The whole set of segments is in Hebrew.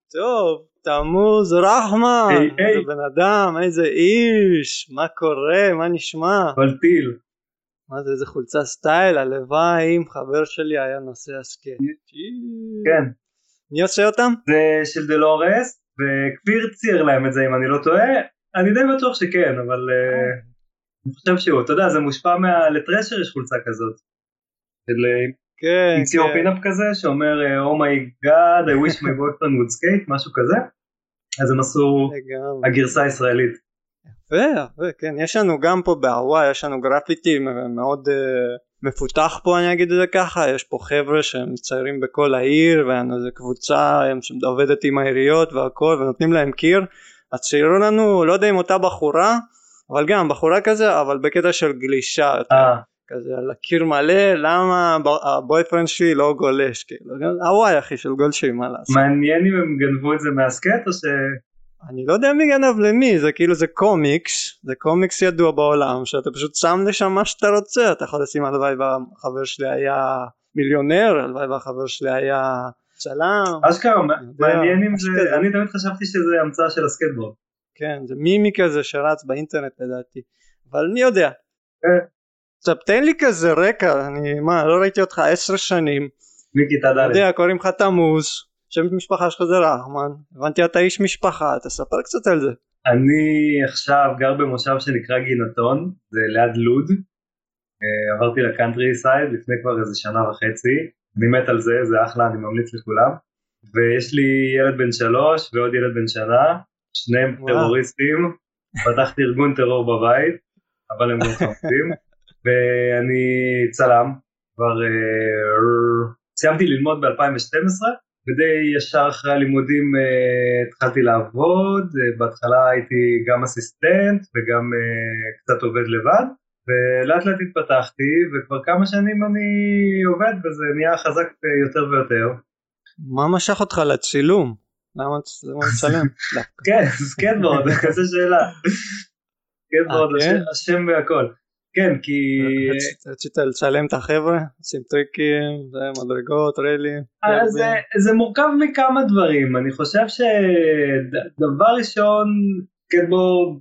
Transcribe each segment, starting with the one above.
טוב, תמוז רחמן, היי, איזה בן אדם, איזה איש, מה קורה, מה נשמע? בלטיל. מה זה, איזה חולצה סטייל, הלוואי אם חבר שלי היה נושא הסקט. כן, מי עושה אותם? זה של דלורס, וכפיר צייר להם את זה אם אני לא טועה. אני די בטוח שכן, אבל אני חושב שהוא, אתה יודע, זה מושפע לטרשר יש חולצה כזאת. של כן, עם ציור כן. פינאפ כזה, שאומר Oh my god, I wish my boyfriend would skate, משהו כזה. אז הם עשו לגמרי. הגרסה הישראלית. יפה, כן, יש לנו גם פה בהוואי, יש לנו גרפיטי מאוד מפותח פה, אני אגיד את זה ככה. יש פה חבר'ה שהם מציירים בכל העיר, ואיזו קבוצה שעובדת עם העיריות והכל, ונותנים להם קיר. אז ציירו לנו, לא יודע אם אותה בחורה, אבל גם בחורה כזה, אבל בקטע של גלישה יותר. כזה על הקיר מלא, למה הבויפרנד שלי לא גולש, כאילו, הוואי אחי של גולשים, מה לעשות. מעניין אם הם גנבו את זה מהסקט או ש... אני לא יודע מי גנב למי, זה כאילו זה קומיקס, זה קומיקס ידוע בעולם, שאתה פשוט שם לשם מה שאתה רוצה. אתה יכול לשים הלוואי והחבר שלי היה מיליונר, הלוואי והחבר שלי היה צלם. אשכרה, מעניין אם זה, אני תמיד חשבתי שזה המצאה של הסקטבורד. כן, זה מימי כזה שרץ באינטרנט לדעתי, אבל מי יודע. עכשיו תן לי כזה רקע, לא ראיתי אותך 10 שנים. מכיתה ד'. אני יודע, קוראים לך תמוז, שם משפחה שלך זה רחמן, הבנתי אתה איש משפחה, תספר קצת על זה. אני עכשיו גר במושב שנקרא גינתון, זה ליד לוד. עברתי לקאנטרי סייד לפני כבר איזה שנה וחצי, אני מת על זה, זה אחלה, אני ממליץ לכולם. ויש לי ילד בן 3 ועוד ילד בן שנה, שניהם טרוריסטים, פתחתי ארגון טרור בבית, אבל הם גם חמודים, ואני צלם, כבר סיימתי ללמוד ב-2012, ודי ישר אחרי הלימודים התחלתי לעבוד. בהתחלה הייתי גם אסיסטנט וגם קצת עובד לבד, ולאט לאט התפתחתי, וכבר כמה שנים אני עובד וזה נהיה חזק יותר ויותר. מה משך אותך לצילום? למה מצלם? כן, סקייטבורד, כזה שאלה. סקייטבורד, השם והכל. כן, כי... רצית לצלם את החבר'ה? עושים טריקים, מדרגות, ריילים? זה מורכב מכמה דברים. אני חושב שדבר ראשון, סקייטבורד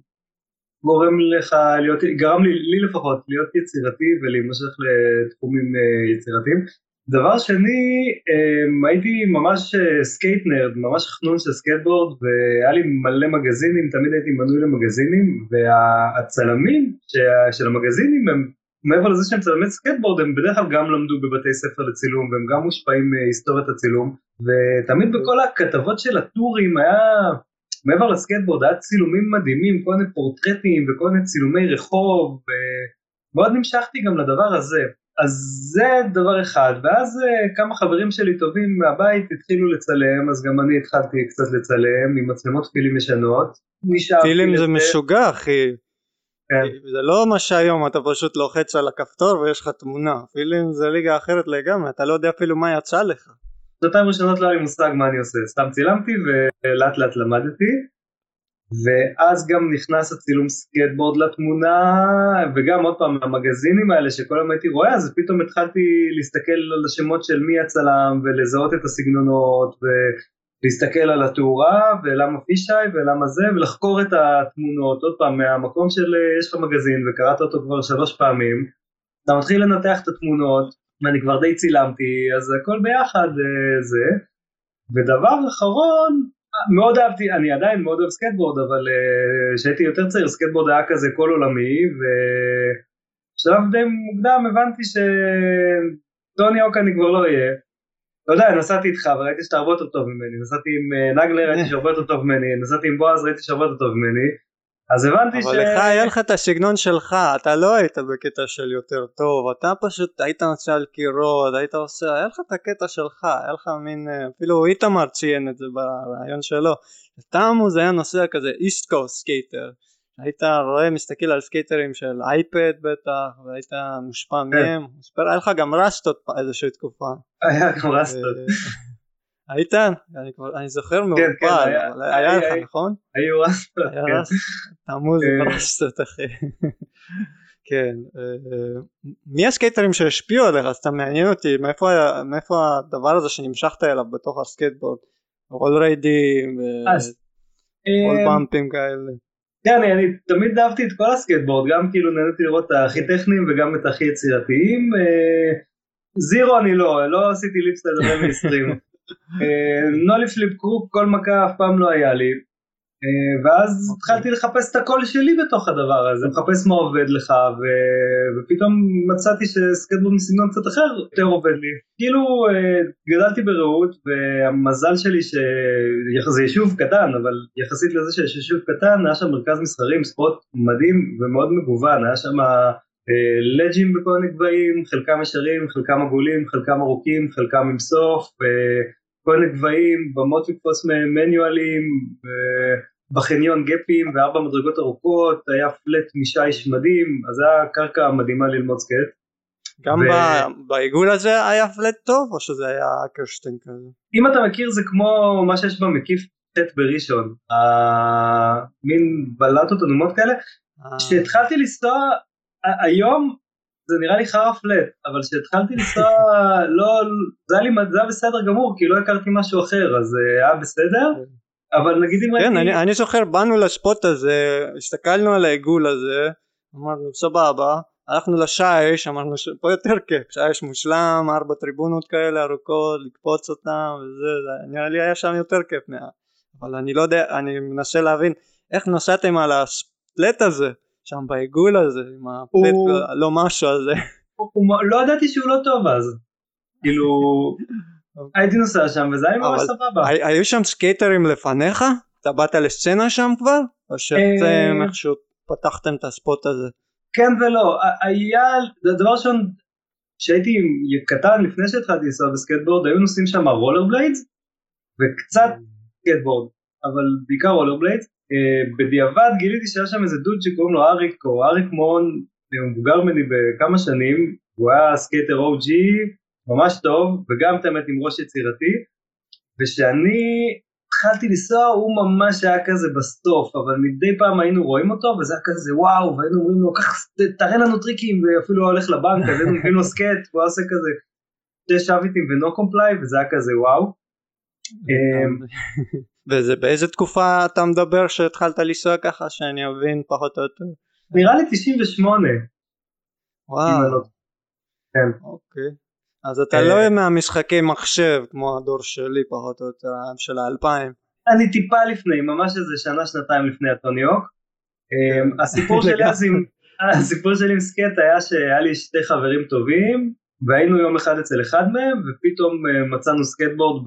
גרם לי לפחות להיות יצירתי ולהימשך לתחומים יצירתיים. דבר שני, הייתי ממש סקייטנרד, ממש חנון של סקייטבורד, והיה לי מלא מגזינים, תמיד הייתי מנוי למגזינים, והצלמים של המגזינים הם, מעבר לזה שהם צלמי סקייטבורד, הם בדרך כלל גם למדו בבתי ספר לצילום, והם גם מושפעים מהיסטוריית הצילום, ותמיד בכל הכתבות של הטורים היה, מעבר לסקייטבורד, היה צילומים מדהימים, כל מיני פורטרטים וכל מיני צילומי רחוב, ומאוד נמשכתי גם לדבר הזה. אז זה דבר אחד, ואז כמה חברים שלי טובים מהבית התחילו לצלם, אז גם אני התחלתי קצת לצלם עם מצלמות פילים ישנות. פילים זה משוגע אחי, זה לא מה שהיום אתה פשוט לוחץ על הכפתור ויש לך תמונה. פילים זה ליגה אחרת לגמרי, אתה לא יודע אפילו מה יצא לך. שנתיים ראשונות לא היה לי מושג מה אני עושה, סתם צילמתי ולאט לאט למדתי, ואז גם נכנס הצילום סקייטבורד לתמונה, וגם עוד פעם המגזינים האלה שכל היום הייתי רואה, אז פתאום התחלתי להסתכל על השמות של מי הצלם, ולזהות את הסגנונות, ולהסתכל על התאורה, ולמה פישי, ולמה זה, ולחקור את התמונות, עוד פעם מהמקום של יש לך מגזין, וקראת אותו כבר 3 פעמים, אתה מתחיל לנתח את התמונות, ואני כבר די צילמתי, אז הכל ביחד זה, ודבר אחרון, מאוד אהבתי, אני עדיין מאוד אוהב סקייטבורד, אבל כשהייתי יותר צעיר, סקייטבורד היה כזה כל עולמי, ובשלב די מוקדם הבנתי שטוני אוק אני כבר לא אהיה. לא יודע, נסעתי איתך וראיתי שאתה הרבה יותר טוב ממני, נסעתי עם נגלר, ראיתי שהרבה יותר טוב ממני, נסעתי עם בועז, ראיתי שהרבה יותר טוב ממני, אז הבנתי אבל לך היה לך את הסגנון שלך, אתה לא היית בקטע של יותר טוב, אתה פשוט היית נוצא על קירות, היית עושה, היה לך את הקטע שלך, היה לך מין, אפילו איתמר ציין את זה ברעיון שלו, תמוז היה נוסע כזה איסט קוסט סקייטר, היית רואה, מסתכל על סקייטרים של אייפד בטח, והיית מושפע מהם, היה לך גם רסטות איזושהי תקופה. היה גם רסטות. היית? אני זוכר מעורפל, היה לך נכון? היו רסטות, כן. תמוז רסטות אחי. כן, מי הסקייטרים שהשפיעו עליך? אז אתה מעניין אותי, מאיפה הדבר הזה שנמשכת אליו בתוך הסקייטבורד? אול ריידים ואול במפים כאלה. כן, אני תמיד אהבתי את כל הסקייטבורד, גם כאילו נהניתי לראות את הכי טכניים וגם את הכי יצירתיים. זירו אני לא עשיתי ליפסטייל הרבה מייסטרים. נולי פליפ קרוק, כל מכה אף פעם לא היה לי. ואז התחלתי לחפש את הקול שלי בתוך הדבר הזה, מחפש מה עובד לך, ופתאום מצאתי שסקייטבורד מסגנון קצת אחר יותר עובד לי. כאילו גדלתי ברעות, והמזל שלי שזה יישוב קטן, אבל יחסית לזה שיש יישוב קטן, היה שם מרכז מסחרים, ספורט מדהים ומאוד מגוון, היה שם לג'ים בכל מיני גבהים, חלקם ישרים, חלקם עגולים, חלקם ארוכים, חלקם עם סוף, כל מיני גבהים, במות לקפוץ מניואלים, בחניון גפים וארבע מדרגות ארוכות, היה פלט משייש מדהים, אז היה קרקע מדהימה ללמוד סקייט. גם בעיגול הזה היה פלט טוב או שזה היה קרשטיין כזה? אם אתה מכיר זה כמו מה שיש במקיף פלט בראשון, מין בלטות אדומות כאלה, שהתחלתי לנסוע היום, זה נראה לי חרא פלט, אבל שהתחלתי לנסוע, זה היה בסדר גמור, כי לא הכרתי משהו אחר, אז היה בסדר. אבל נגיד אם כן, אני זוכר, באנו לספוט הזה, הסתכלנו על העיגול הזה, אמרנו סבבה, הלכנו לשייש, אמרנו שפה יותר כיף, שייש מושלם, 4 טריבונות כאלה ארוכות, לקפוץ אותם וזה, נראה לי היה שם יותר כיף אבל אני לא יודע, אני מנסה להבין איך נסעתם על הספלט הזה, שם בעיגול הזה, עם הפלט לא משהו הזה. לא ידעתי שהוא לא טוב אז, כאילו... הייתי נוסע שם וזה היה ממש סבבה. היו שם סקייטרים לפניך? אתה באת לסצנה שם כבר? או שאתם איכשהו פתחתם את הספוט הזה? כן ולא, היה, הדבר ראשון שהייתי קטן לפני שהתחלתי לנסוע בסקייטבורד, היו נוסעים שם רולר בליידס וקצת סקייטבורד, אבל בעיקר רולר בליידס. בדיעבד גיליתי שהיה שם איזה דוד שקוראים לו אריק מון, הוא מבוגר ממני בכמה שנים, הוא היה סקייטר OG, ממש טוב, וגם תאמת עם ראש יצירתי, ושאני התחלתי לנסוע, הוא ממש היה כזה בסטוף, אבל מדי פעם היינו רואים אותו, וזה היה כזה וואו, והיינו אומרים לו, תראה לנו טריקים, ואפילו הוא הולך לבנק, והיינו מביאים לו סקייט, והוא עושה כזה, שוויטים ונו קומפליי, וזה היה כזה וואו. וזה באיזה תקופה אתה מדבר שהתחלת לנסוע ככה, שאני אבין פחות או יותר? נראה לי 98. וואו. כן. אוקיי. אז אתה לא מהמשחקי מחשב כמו הדור שלי פחות או יותר של 2000. אני טיפה לפני, ממש איזה שנה-שנתיים לפני הטוניוק. הסיפור שלי עם סקייט היה שהיה לי 2 חברים טובים, והיינו יום אחד אצל אחד מהם, ופתאום מצאנו סקייטבורד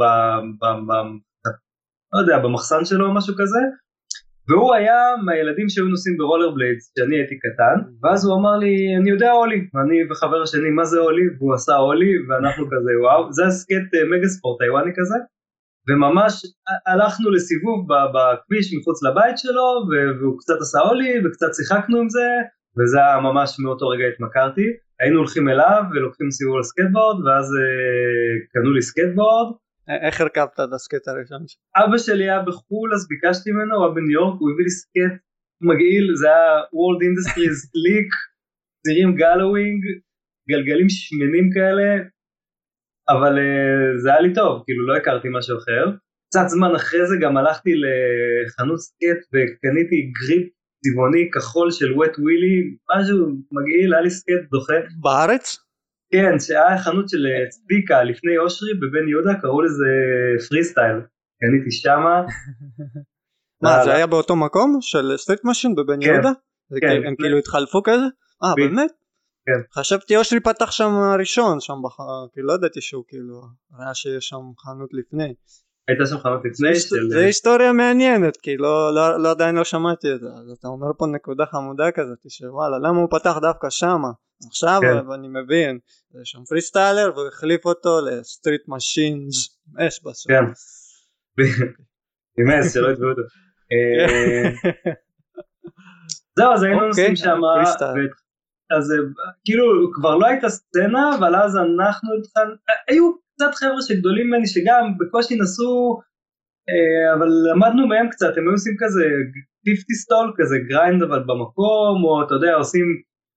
לא יודע, במחסן שלו או משהו כזה, והוא היה מהילדים שהיו נוסעים ברולר בליידס, שאני הייתי קטן, ואז הוא אמר לי, אני יודע אולי, ואני וחבר השני, מה זה אולי? והוא עשה אולי, ואנחנו כזה, וואו, זה הסקייט מגה ספורט טיואני כזה, וממש הלכנו לסיבוב בכביש מחוץ לבית שלו, והוא קצת עשה אולי, וקצת שיחקנו עם זה, וזה היה ממש מאותו רגע התמכרתי, היינו הולכים אליו, ולוקחים סיבוב על סקייטבורד, ואז קנו לי סקייטבורד, איך הרכבת את הסקייט הראשון? אבא שלי היה בחול, אז ביקשתי ממנו, הוא היה בניו יורק, הוא הביא לי סקייט מגעיל, זה היה World Industries ליק, צירים גלווינג, גלגלים שמנים כאלה, אבל זה היה לי טוב, כאילו לא הכרתי משהו אחר. קצת זמן אחרי זה גם הלכתי לחנות סקייט, וקניתי גריפ צבעוני כחול של ווט ווילי, משהו מגעיל, היה לי סקייט דוחה. בארץ? כן, שהיה חנות של צביקה לפני אושרי בבן יהודה, קראו לזה פרי סטייל, קניתי שמה. מה, זה היה באותו מקום של סטריט משין בבן יהודה? כן. הם כאילו התחלפו כזה? באמת? כן. חשבתי אושרי פתח שם ראשון, כאילו לא ידעתי שהוא כאילו, היה שיש שם חנות לפני. הייתה שם חנות לפני? זה היסטוריה מעניינת, כי לא עדיין לא שמעתי את זה, אז אתה אומר פה נקודה חמודה כזאת, שוואלה, למה הוא פתח דווקא שמה? עכשיו אני מבין, זה שם פרי סטיילר והוא החליף אותו לסטריט משינס, אש בסוף. כן, עם אש שלא יתבעו אותו. זהו, אז היינו נוסעים שם, אז כאילו כבר לא הייתה סצנה, אבל אז אנחנו היו קצת חבר'ה שגדולים ממני שגם בקושי נסו, אבל למדנו מהם קצת, הם היו עושים כזה 50 סטול, כזה גריינד אבל במקום, או אתה יודע,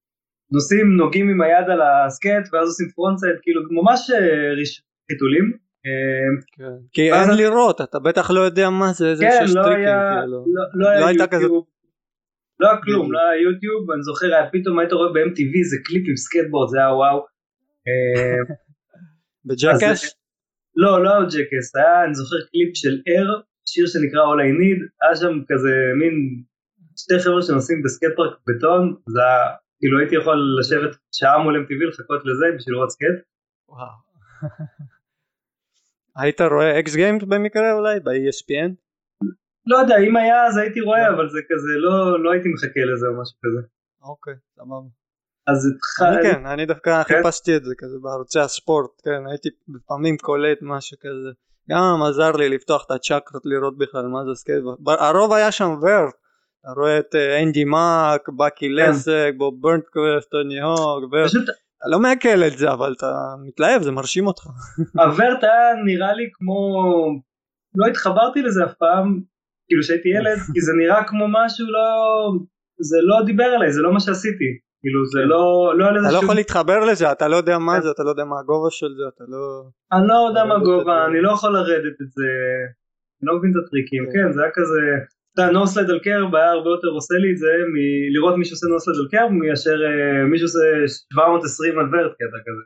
נוסעים נוגעים עם היד על הסקייט, ואז עושים פרונט סייד, כאילו ממש חיתולים, כי אין לראות, אתה בטח לא יודע מה זה, איזה כן, שש לא טריקים, היה, כאילו. לא היה הייתה כזאת. יוטיוב, לא היה כלום, לא היה יוטיוב, אני זוכר, פתאום היית רואה ב-MTV, זה קליפ עם סקייטבורד, זה היה וואו. בג'קס? לא, לא ג'קס, היה, אני זוכר קליפ של אר, שיר שנקרא All I Need, היה שם כזה מין שתי חבר'ה שנוסעים בסקייט פארק בטון, זה היה, כאילו הייתי יכול לשבת שעה מול MTV לחכות לזה בשביל לראות סקייט. וואו. היית רואה אקס גיימס במקרה אולי? ב-ESPN? לא יודע, אם היה אז הייתי רואה, אבל זה כזה, לא הייתי מחכה לזה או משהו כזה. אוקיי, סבבה. אז כן, אני דווקא חיפשתי את זה כזה בערוצי הספורט, כן, הייתי לפעמים קולט משהו כזה, גם עזר לי לפתוח את הצ'קרות לראות בכלל מה זה סקייטבורד, הרוב היה שם ורט, אתה רואה את אנדי מאק, בקי לסק, בוב ברנדקווסט, טוני הוג, ורט, אתה לא מעכל את זה אבל אתה מתלהב, זה מרשים אותך. הוורט היה נראה לי כמו, לא התחברתי לזה אף פעם, כאילו שהייתי ילד, כי זה נראה כמו משהו זה לא דיבר אליי, זה לא מה שעשיתי. כאילו זה לא על איזה אתה לא יכול להתחבר לזה, אתה לא יודע מה זה, אתה לא יודע מה הגובה של זה, אתה לא... אני לא יודע מה הגובה, אני לא יכול לרדת את זה, אני לא מבין את הטריקים, כן, זה היה כזה, נוסלד על קרב היה הרבה יותר עושה לי את זה, מלראות מישהו עושה נוסלד על קרב, מאשר מישהו עושה 720 על ורט קטע כזה.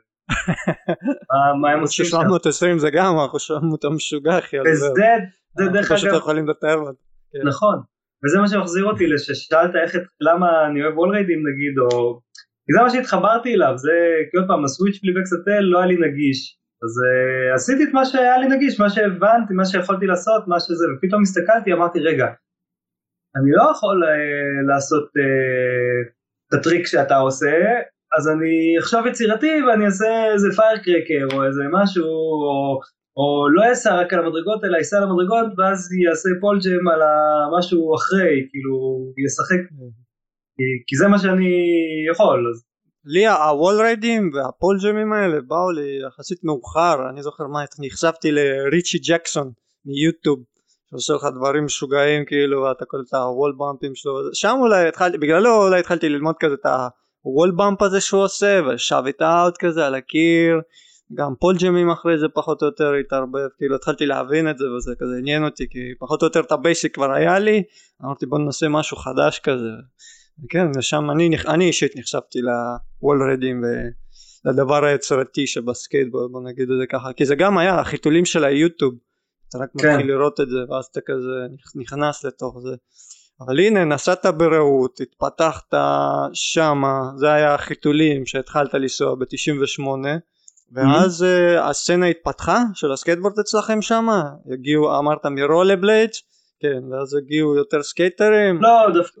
מה הם עושים שם? 720 זה גם, אנחנו שומעים אותם משוגע, אחי, על וזה דרך אגב. פשוט לא יכולים לתאר לו. נכון. וזה מה שמחזיר אותי לששאלת למה אני אוהב וול ריידים נגיד, או... כי זה מה שהתחברתי אליו, זה כאילו פעם, הסוויץ' בלי וקסטל לא היה לי נגיש, אז עשיתי את מה שהיה לי נגיש, מה שהבנתי, מה שיכולתי לעשות, מה שזה, ופתאום הסתכלתי, אמרתי רגע, אני לא יכול לעשות את הטריק שאתה עושה, אז אני אחשוב יצירתי ואני אעשה איזה פיירקרקר או איזה משהו, או לא יעשה רק על המדרגות, אלא יעשה על המדרגות, ואז יעשה פול ג'ם על משהו אחרי, כאילו, ישחק, כי זה מה שאני יכול. לי הוול ריידים והפול ג'מים האלה באו לי יחסית מאוחר, אני זוכר מה, נחשפתי לריצ'י ג'קסון מיוטיוב, שעושה לך דברים משוגעים, כאילו, ואתה קולט את הוול במפים שלו, שם אולי התחלתי, בגללו אולי התחלתי ללמוד כזה את הוול במפ הזה שהוא עושה, ושב את האוט כזה על הקיר, גם פול ג'מים אחרי זה פחות או יותר התערבב, כאילו התחלתי להבין את זה וזה כזה עניין אותי, כי פחות או יותר את הבייסיק כבר היה לי, אמרתי בוא ננסה משהו חדש כזה, וכן, ושם אני אישית נחשפתי לוול ריידים ולדבר היצירתי שבסקייט, בוא נגיד את זה ככה, כי זה גם היה החיתולים של היוטיוב, אתה רק מתחיל לראות את זה ואז אתה כזה נכנס לתוך זה, אבל הנה נסעת ברעות, התפתחת שמה, זה היה החיתולים שהתחלת לנסוע ב-98, ואז הסצנה התפתחה של הסקייטבורד אצלכם שמה, הגיעו, אמרת מרולה בליידס, כן, ואז הגיעו יותר סקייטרים, לא דווקא,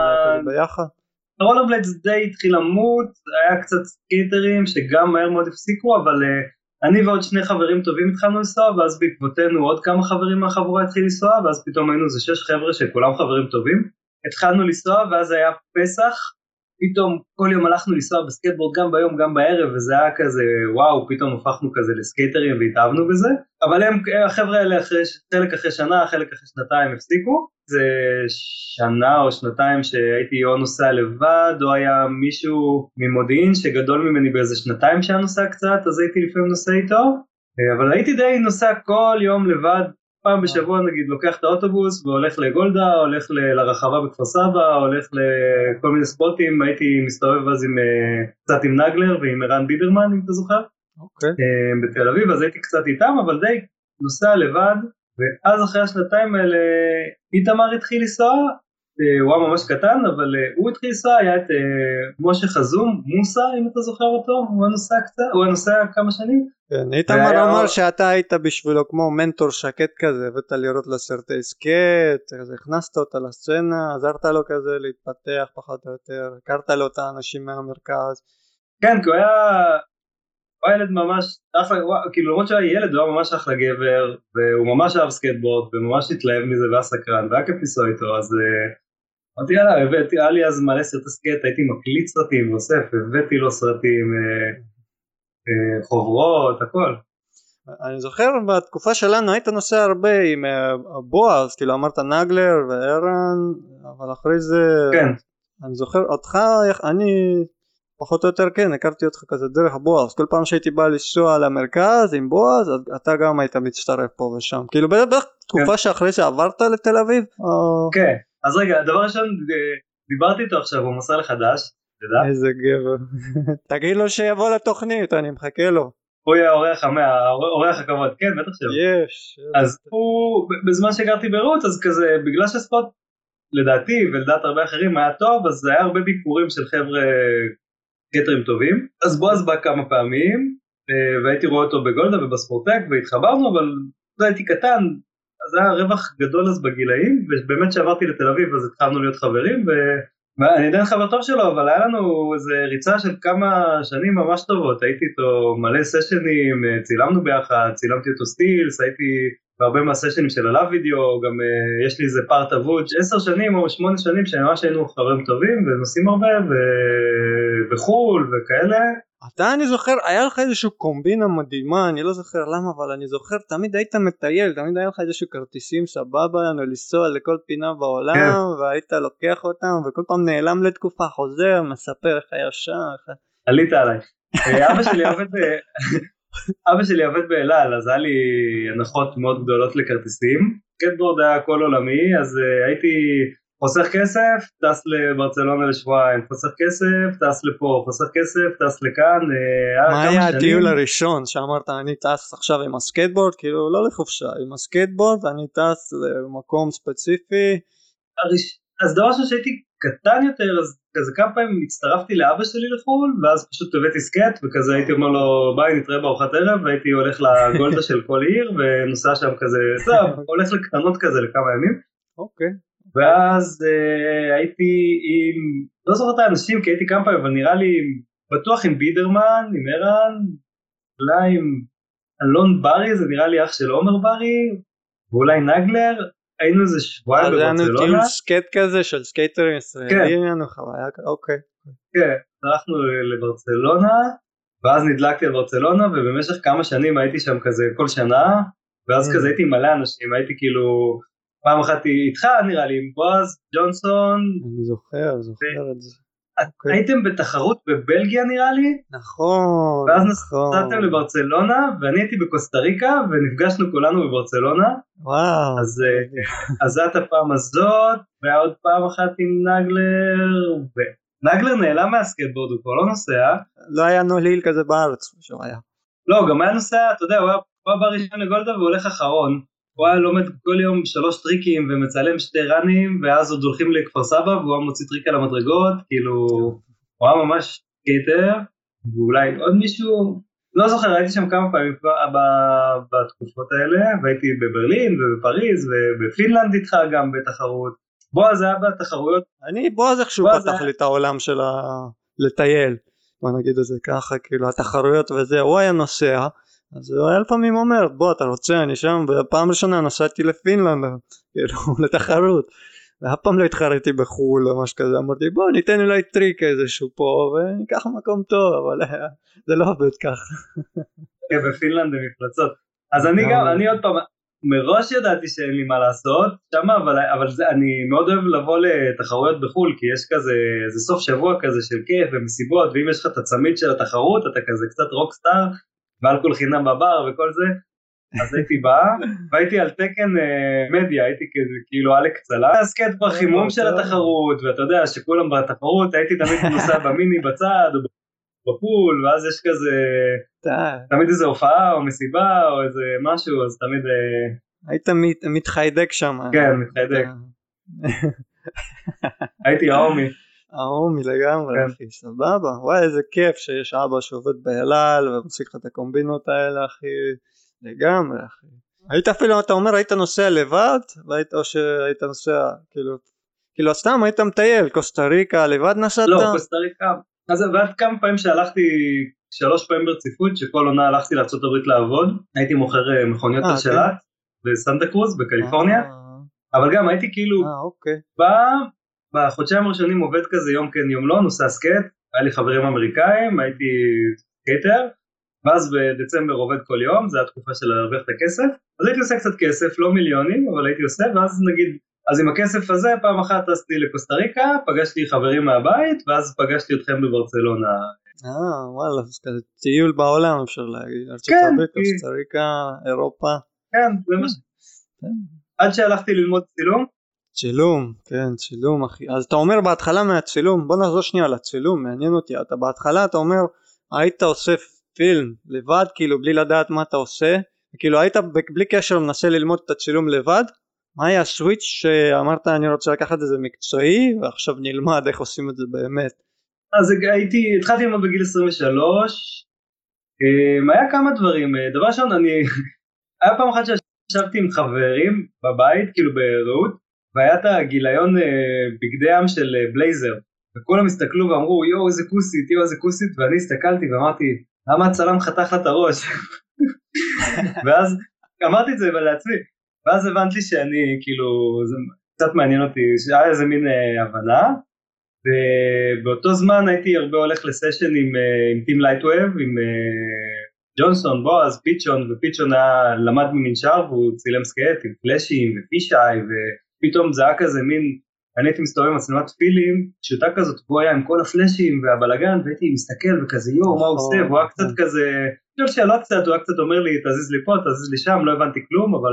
הרולה בליידס די התחיל למות, היה קצת סקייטרים שגם מהר מאוד הפסיקו, אבל אני ועוד שני חברים טובים התחלנו לנסוע, ואז בעקבותינו עוד כמה חברים מהחבורה התחיל לנסוע, ואז פתאום היינו זה 6 חבר'ה שכולם חברים טובים, התחלנו לנסוע ואז היה פסח, פתאום כל יום הלכנו לנסוע בסקייטבורד גם ביום גם בערב, וזה היה כזה וואו, פתאום הפכנו כזה לסקייטרים והתאהבנו בזה, אבל החבר'ה האלה חלק אחרי שנה, חלק אחרי שנתיים הפסיקו, זה שנה או שנתיים שהייתי או נוסע לבד, או היה מישהו ממודיעין שגדול ממני באיזה שנתיים שהיה נוסע קצת, אז הייתי לפעמים נוסע איתו, אבל הייתי די נוסע כל יום לבד, פעם בשבוע נגיד לוקח את האוטובוס והולך לגולדה, הולך לרחבה בכפר סבא, הולך לכל מיני ספוטים, הייתי מסתובב אז קצת עם נגלר ועם ערן בידרמן אם אתה זוכר, בתל אביב, אז הייתי קצת איתם, אבל די נוסע לבד, ואז אחרי השנתיים האלה איתמר התחיל לנסוע, הוא היה ממש קטן, אבל הוא התחיל לנסוע, היה את משה חזום, מוסה אם אתה זוכר אותו, הוא נוסע כמה שנים. כן, איתמר אמר שאתה היית בשבילו כמו מנטור שקט כזה, הבאת לראות לסרטי סקייט, הכנסת אותה לסצנה, עזרת לו כזה להתפתח פחות או יותר, הכרת לו את האנשים מהמרכז. כן, כי הוא היה ילד ממש אחלה, כאילו למרות שהיה ילד הוא היה ממש אחלה גבר, והוא ממש אהב סקייטבורד, וממש התלהב מזה והיה סקרן, והיה כיף לנסוע איתו, אז אמרתי יאללה, היה לי אז מלא סרטי סקייט, הייתי מקליט סרטים, ואוסף, הבאתי לו סרטים, חוברות, הכל. אני זוכר בתקופה שלנו היית נוסע הרבה עם בועז, כאילו אמרת נגלר וערן, אבל אחרי זה, כן. אני זוכר אותך, אני פחות או יותר כן, הכרתי אותך כזה דרך בועז, כל פעם שהייתי בא לנסוע למרכז עם בועז, אז אתה גם היית מצטרף פה ושם, כאילו בטח תקופה שאחרי שעברת לתל אביב? כן, אז רגע, דבר ראשון, דיברתי איתו עכשיו, הוא מסר לחדש, תדע? איזה גבר, תגיד לו שיבוא לתוכנית, אני מחכה לו. הוא יהיה אורח הכבוד, כן, בטח שלו. יש. אז הוא, בזמן שגרתי ברות, אז כזה, בגלל שהספוט, לדעתי, ולדעת הרבה אחרים היה טוב, אז זה היה הרבה ביקורים של חבר'ה קטרים טובים. אז בועז בא כמה פעמים, והייתי רואה אותו בגולדה ובספורטק, והתחברנו, אבל לא הייתי קטן, אז היה רווח גדול אז בגילאים, ובאמת שעברתי לתל אביב, אז התחלנו להיות חברים, ואני עדיין חבר טוב שלו, אבל היה לנו איזו ריצה של כמה שנים ממש טובות, הייתי איתו מלא סשנים, צילמנו ביחד, צילמתי אותו סטילס, הייתי בהרבה מהסשנים של הלאב וידאו, גם יש לי איזה פארט אבוד, 10 שנים או 8 שנים שממש היינו חברים טובים, ונוסעים הרבה, וחול וכאלה. אתה, אני זוכר, היה לך איזשהו קומבינה מדהימה, אני לא זוכר למה, אבל אני זוכר, תמיד היית מטייל, תמיד היה לך איזשהו כרטיסים סבבה, לנסוע לכל פינה בעולם, כן. והיית לוקח אותם, וכל פעם נעלם לתקופה, חוזר, מספר איך היה שם. עלית עליי. אבא שלי עובד באלעל, אז היה לי הנחות מאוד גדולות לכרטיסים, סקייטבורד היה הכל עולמי, אז הייתי חוסך כסף, טס לברצלונה לשבועיים, חוסך כסף, טס לפה, חוסך כסף, טס לכאן. מה היה הטיול הראשון שאמרת אני טס עכשיו עם הסקייטבורד, כאילו לא לחופשה, עם הסקייטבורד אני טס למקום ספציפי? אז דבר שהייתי קטן יותר, אז כזה כמה פעמים הצטרפתי לאבא שלי לחול, ואז פשוט הבאתי סקייט, וכזה הייתי אומר לו ביי נתראה בארוחת ערב, והייתי הולך לגולדה של כל עיר, ונוסע שם כזה, הולך לקטנות כזה לכמה ימים. אוקיי. ואז הייתי עם, לא זוכר את האנשים כי הייתי כמה פעמים, אבל נראה לי בטוח עם בידרמן, עם ערן, אולי עם אלון ברי, זה נראה לי אח של עומר ברי, ואולי נגלר, היינו איזה שבועיים בברצלונה. זה היה טיול סקייט כזה של סקייטרים ישראלים, אוקיי. כן, הלכנו לברצלונה, ואז נדלקתי על ברצלונה, ובמשך כמה שנים הייתי שם כזה כל שנה, ואז כזה הייתי מלא אנשים, הייתי כאילו, פעם אחת איתך נראה לי, עם בועז, ג'ונסון. אני זוכר את זה. הייתם בתחרות בבלגיה נראה לי? נכון. ואז נסעתם לברצלונה, ואני הייתי בקוסטה ריקה, ונפגשנו כולנו בברצלונה. וואו. אז זאת הפעם הזאת, והיה עוד פעם אחת עם נגלר, ונגלר נעלם מהסקייטבורד, הוא כבר לא נוסע. לא היה נוליל כזה בארץ, שהוא היה. לא, גם היה נוסע, אתה יודע, הוא היה בראשון לגולדה והוא הולך אחרון. הוא היה לומד כל יום 3 טריקים ומצלם 2 ראנים, ואז עוד הולכים לכפר סבא, והוא היה מוציא טריק על המדרגות, כאילו, הוא היה ממש סקייטר, ואולי עוד מישהו, לא זוכר, הייתי שם כמה פעמים בתקופות האלה, והייתי בברלין ובפריז, ובפינלנד איתך גם בתחרות. בועז היה בתחרויות. בועז איכשהו פתח לי את העולם של לטייל, בוא נגיד את זה ככה, כאילו, התחרויות וזה, הוא היה נוסע, אז הוא היה לפעמים אומר, בוא אתה רוצה אני שם, ופעם ראשונה נסעתי לפינלנד, כאילו לתחרות, ואף פעם לא התחרתי בחול או משהו כזה, אמרתי בוא ניתן אולי טריק איזשהו פה, וניקח מקום טוב, אבל זה לא עובד ככה. כן, בפינלנד זה מפלצות. אז אני עוד פעם, מראש ידעתי שאין לי מה לעשות שם, אבל אני מאוד אוהב לבוא לתחרויות בחול, כי יש כזה, זה סוף שבוע כזה של כיף ומסיבות, ואם יש לך את הצמיד של התחרות, אתה כזה קצת רוקסטאר, ואלכוהול חינם בבר וכל זה, אז הייתי בא, והייתי על תקן מדיה, הייתי כאילו אלק צלה, הסקט בחימום של התחרות, ואתה יודע שכולם בתחרות, הייתי תמיד נוסע במיני בצד, או בפול, ואז יש כזה, תמיד איזו הופעה, או מסיבה, או איזה משהו, אז תמיד... היית מתחיידק שם. כן, מתחיידק. הייתי ההומי. ההומי לגמרי, אחי, סבבה, וואי איזה כיף שיש אבא שעובד באלעל ומציג לך את הקומבינות האלה, אחי, לגמרי, אחי. היית אפילו, אתה אומר, היית נוסע לבד, או שהיית נוסע, כאילו סתם היית מטייל, קוסטה ריקה, לבד נסעת? לא, קוסטה ריקה, אז ועד כמה פעמים שהלכתי 3 פעמים ברציפות, שכל עונה הלכתי לארצות הברית לעבוד, הייתי מוכר מכוניות על שלט, בסנטה קרוז, בקליפורניה, אבל גם הייתי כאילו, בחודשיים הראשונים עובד כזה יום כן יום לא, נוסע סקייט, היה לי חברים אמריקאים, הייתי סקייטר, ואז בדצמבר עובד כל יום, זה התקופה של להרוויח את הכסף, אז הייתי עושה קצת כסף, לא מיליונים, אבל הייתי עושה, ואז נגיד אז עם הכסף הזה פעם אחת טסתי לקוסטה ריקה, פגשתי חברים מהבית, ואז פגשתי אתכם בברצלונה. וואלה, אז כזה טיול בעולם אפשר להגיד, ארצות הברית, קוסטה ריקה, אירופה. כן, זה מה ש... עד שהלכתי ללמוד צילום. צילום, כן, צילום אחי. אז אתה אומר בהתחלה מהצילום, בוא נחזור שנייה לצילום, מעניין אותי, אתה בהתחלה אתה אומר, היית עושה פילם לבד, כאילו בלי לדעת מה אתה עושה, כאילו היית בלי קשר מנסה ללמוד את הצילום לבד, מה היה הסוויץ' שאמרת אני רוצה לקחת את זה מקצועי, ועכשיו נלמד איך עושים את זה באמת? אז התחלתי ללמוד בגיל 23, היה כמה דברים, דבר ראשון, היה פעם אחת שישבתי עם חברים בבית, כאילו ברעות, והיה את הגיליון בגדי ים של בלייזר, וכולם הסתכלו ואמרו, יואו איזה כוסית, יואו איזה כוסית, ואני הסתכלתי ואמרתי, למה הצלם חתך לה את הראש? ואז אמרתי את זה לעצמי, ואז הבנתי שאני, כאילו, זה קצת מעניין אותי, שהיה איזה מין הבנה, ובאותו זמן הייתי הרבה הולך לסשן עם טים לייטווב, עם ג'ונסון, בועז, פיצ'ון, ופיצ'ון למד ממנשר, והוא צילם סקייט עם פלאשים ופישאי, ופתאום זה היה כזה מין, אני הייתי מסתובב עם מצלמת פילים, פשוטה כזאת, הוא היה עם כל הפלאשים והבלגן, והייתי מסתכל וכזה, יואו, מה הוא עושה, והוא היה קצת כזה, אני חושב שאלות קצת, הוא היה קצת אומר לי, תזיז לי פה, תזיז לי שם, לא הבנתי כלום, אבל...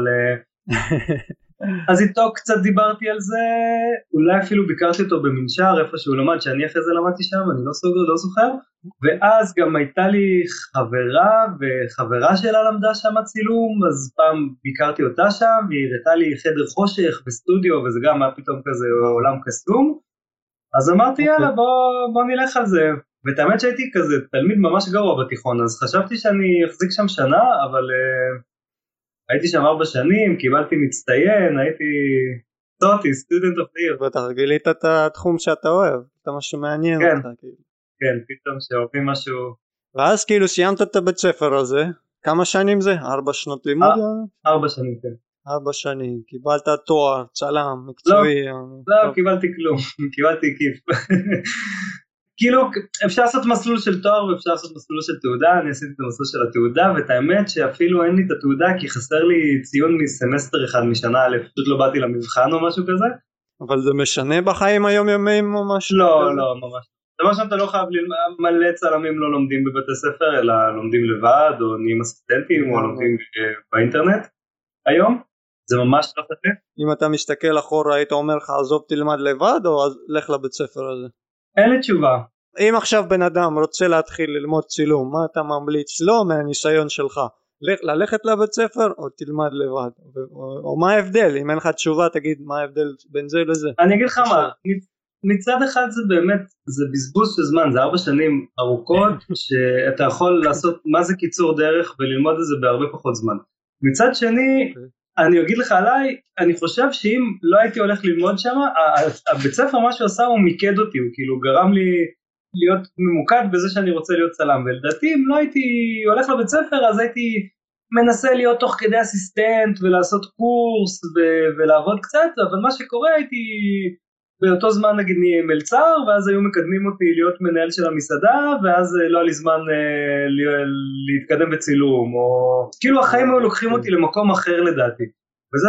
אז איתו קצת דיברתי על זה, אולי אפילו ביקרתי אותו במנשר, איפה שהוא למד, שאני אחרי זה למדתי שם, אני לא זוכר, ואז גם הייתה לי חברה, וחברה שלה למדה שם צילום, אז פעם ביקרתי אותה שם, והיא הראתה לי חדר חושך בסטודיו, וזה גם היה פתאום כזה עולם קסום, אז אמרתי יאללה בוא נלך על זה, ואת האמת שהייתי כזה תלמיד ממש גרוע בתיכון, אז חשבתי שאני אחזיק שם שנה, אבל... הייתי שם 4 שנים, קיבלתי מצטיין, הייתי סטוטי, סטודנט אוף עיר. ואתה גילית את התחום שאתה אוהב, אתה משהו מעניין כן, אותך. כאילו. כן, פתאום שאוהבים משהו. ואז כאילו סיימת את הבית ספר הזה, כמה שנים זה? 4 שנות לימוד? 4 שנים, כן. 4 שנים, קיבלת תואר, צלם, מקצועי. לא, קיבלתי כלום, קיבלתי כיף. כאילו אפשר לעשות מסלול של תואר ואפשר לעשות מסלול של תעודה, אני עשיתי את המסלול של התעודה, ואת האמת שאפילו אין לי את התעודה כי חסר לי ציון מסמסטר אחד משנה א', פשוט לא באתי למבחן או משהו כזה. אבל זה משנה בחיים היומיומיים או משהו? לא, לא, ממש. דבר שאתה לא חייב מלא צלמים לא לומדים בבתי ספר, אלא לומדים לבד או נהיים אסיסטנטים או לומדים באינטרנט היום, זה ממש לא חכה. אם אתה מסתכל אחורה היית אומר לך עזוב תלמד לבד או לך לבית ספר הזה? אין לי תשובה. אם עכשיו בן אדם רוצה להתחיל ללמוד צילום, מה אתה ממליץ לו מהניסיון שלך? ללכת לבית ספר או תלמד לבד? או מה ההבדל? אם אין לך תשובה תגיד מה ההבדל בין זה לזה. אני אגיד לך מה, מצד אחד זה באמת, זה בזבוז של זמן, זה 4 שנים ארוכות שאתה יכול לעשות מה זה קיצור דרך וללמוד את זה בהרבה פחות זמן. מצד שני, אני אגיד לך עליי, אני חושב שאם לא הייתי הולך ללמוד שם, הבית ספר מה שהוא עשה הוא מיקד אותי, הוא כאילו גרם לי להיות ממוקד בזה שאני רוצה להיות צלם, ולדעתי אם לא הייתי הולך לבית ספר אז הייתי מנסה להיות תוך כדי אסיסטנט ולעשות קורס ולעבוד קצת, אבל מה שקורה הייתי באותו זמן נגיד מלצר, ואז היו מקדמים אותי להיות מנהל של המסעדה, ואז לא היה לי זמן להתקדם בצילום, או כאילו החיים היו לוקחים אותי למקום אחר לדעתי, וזה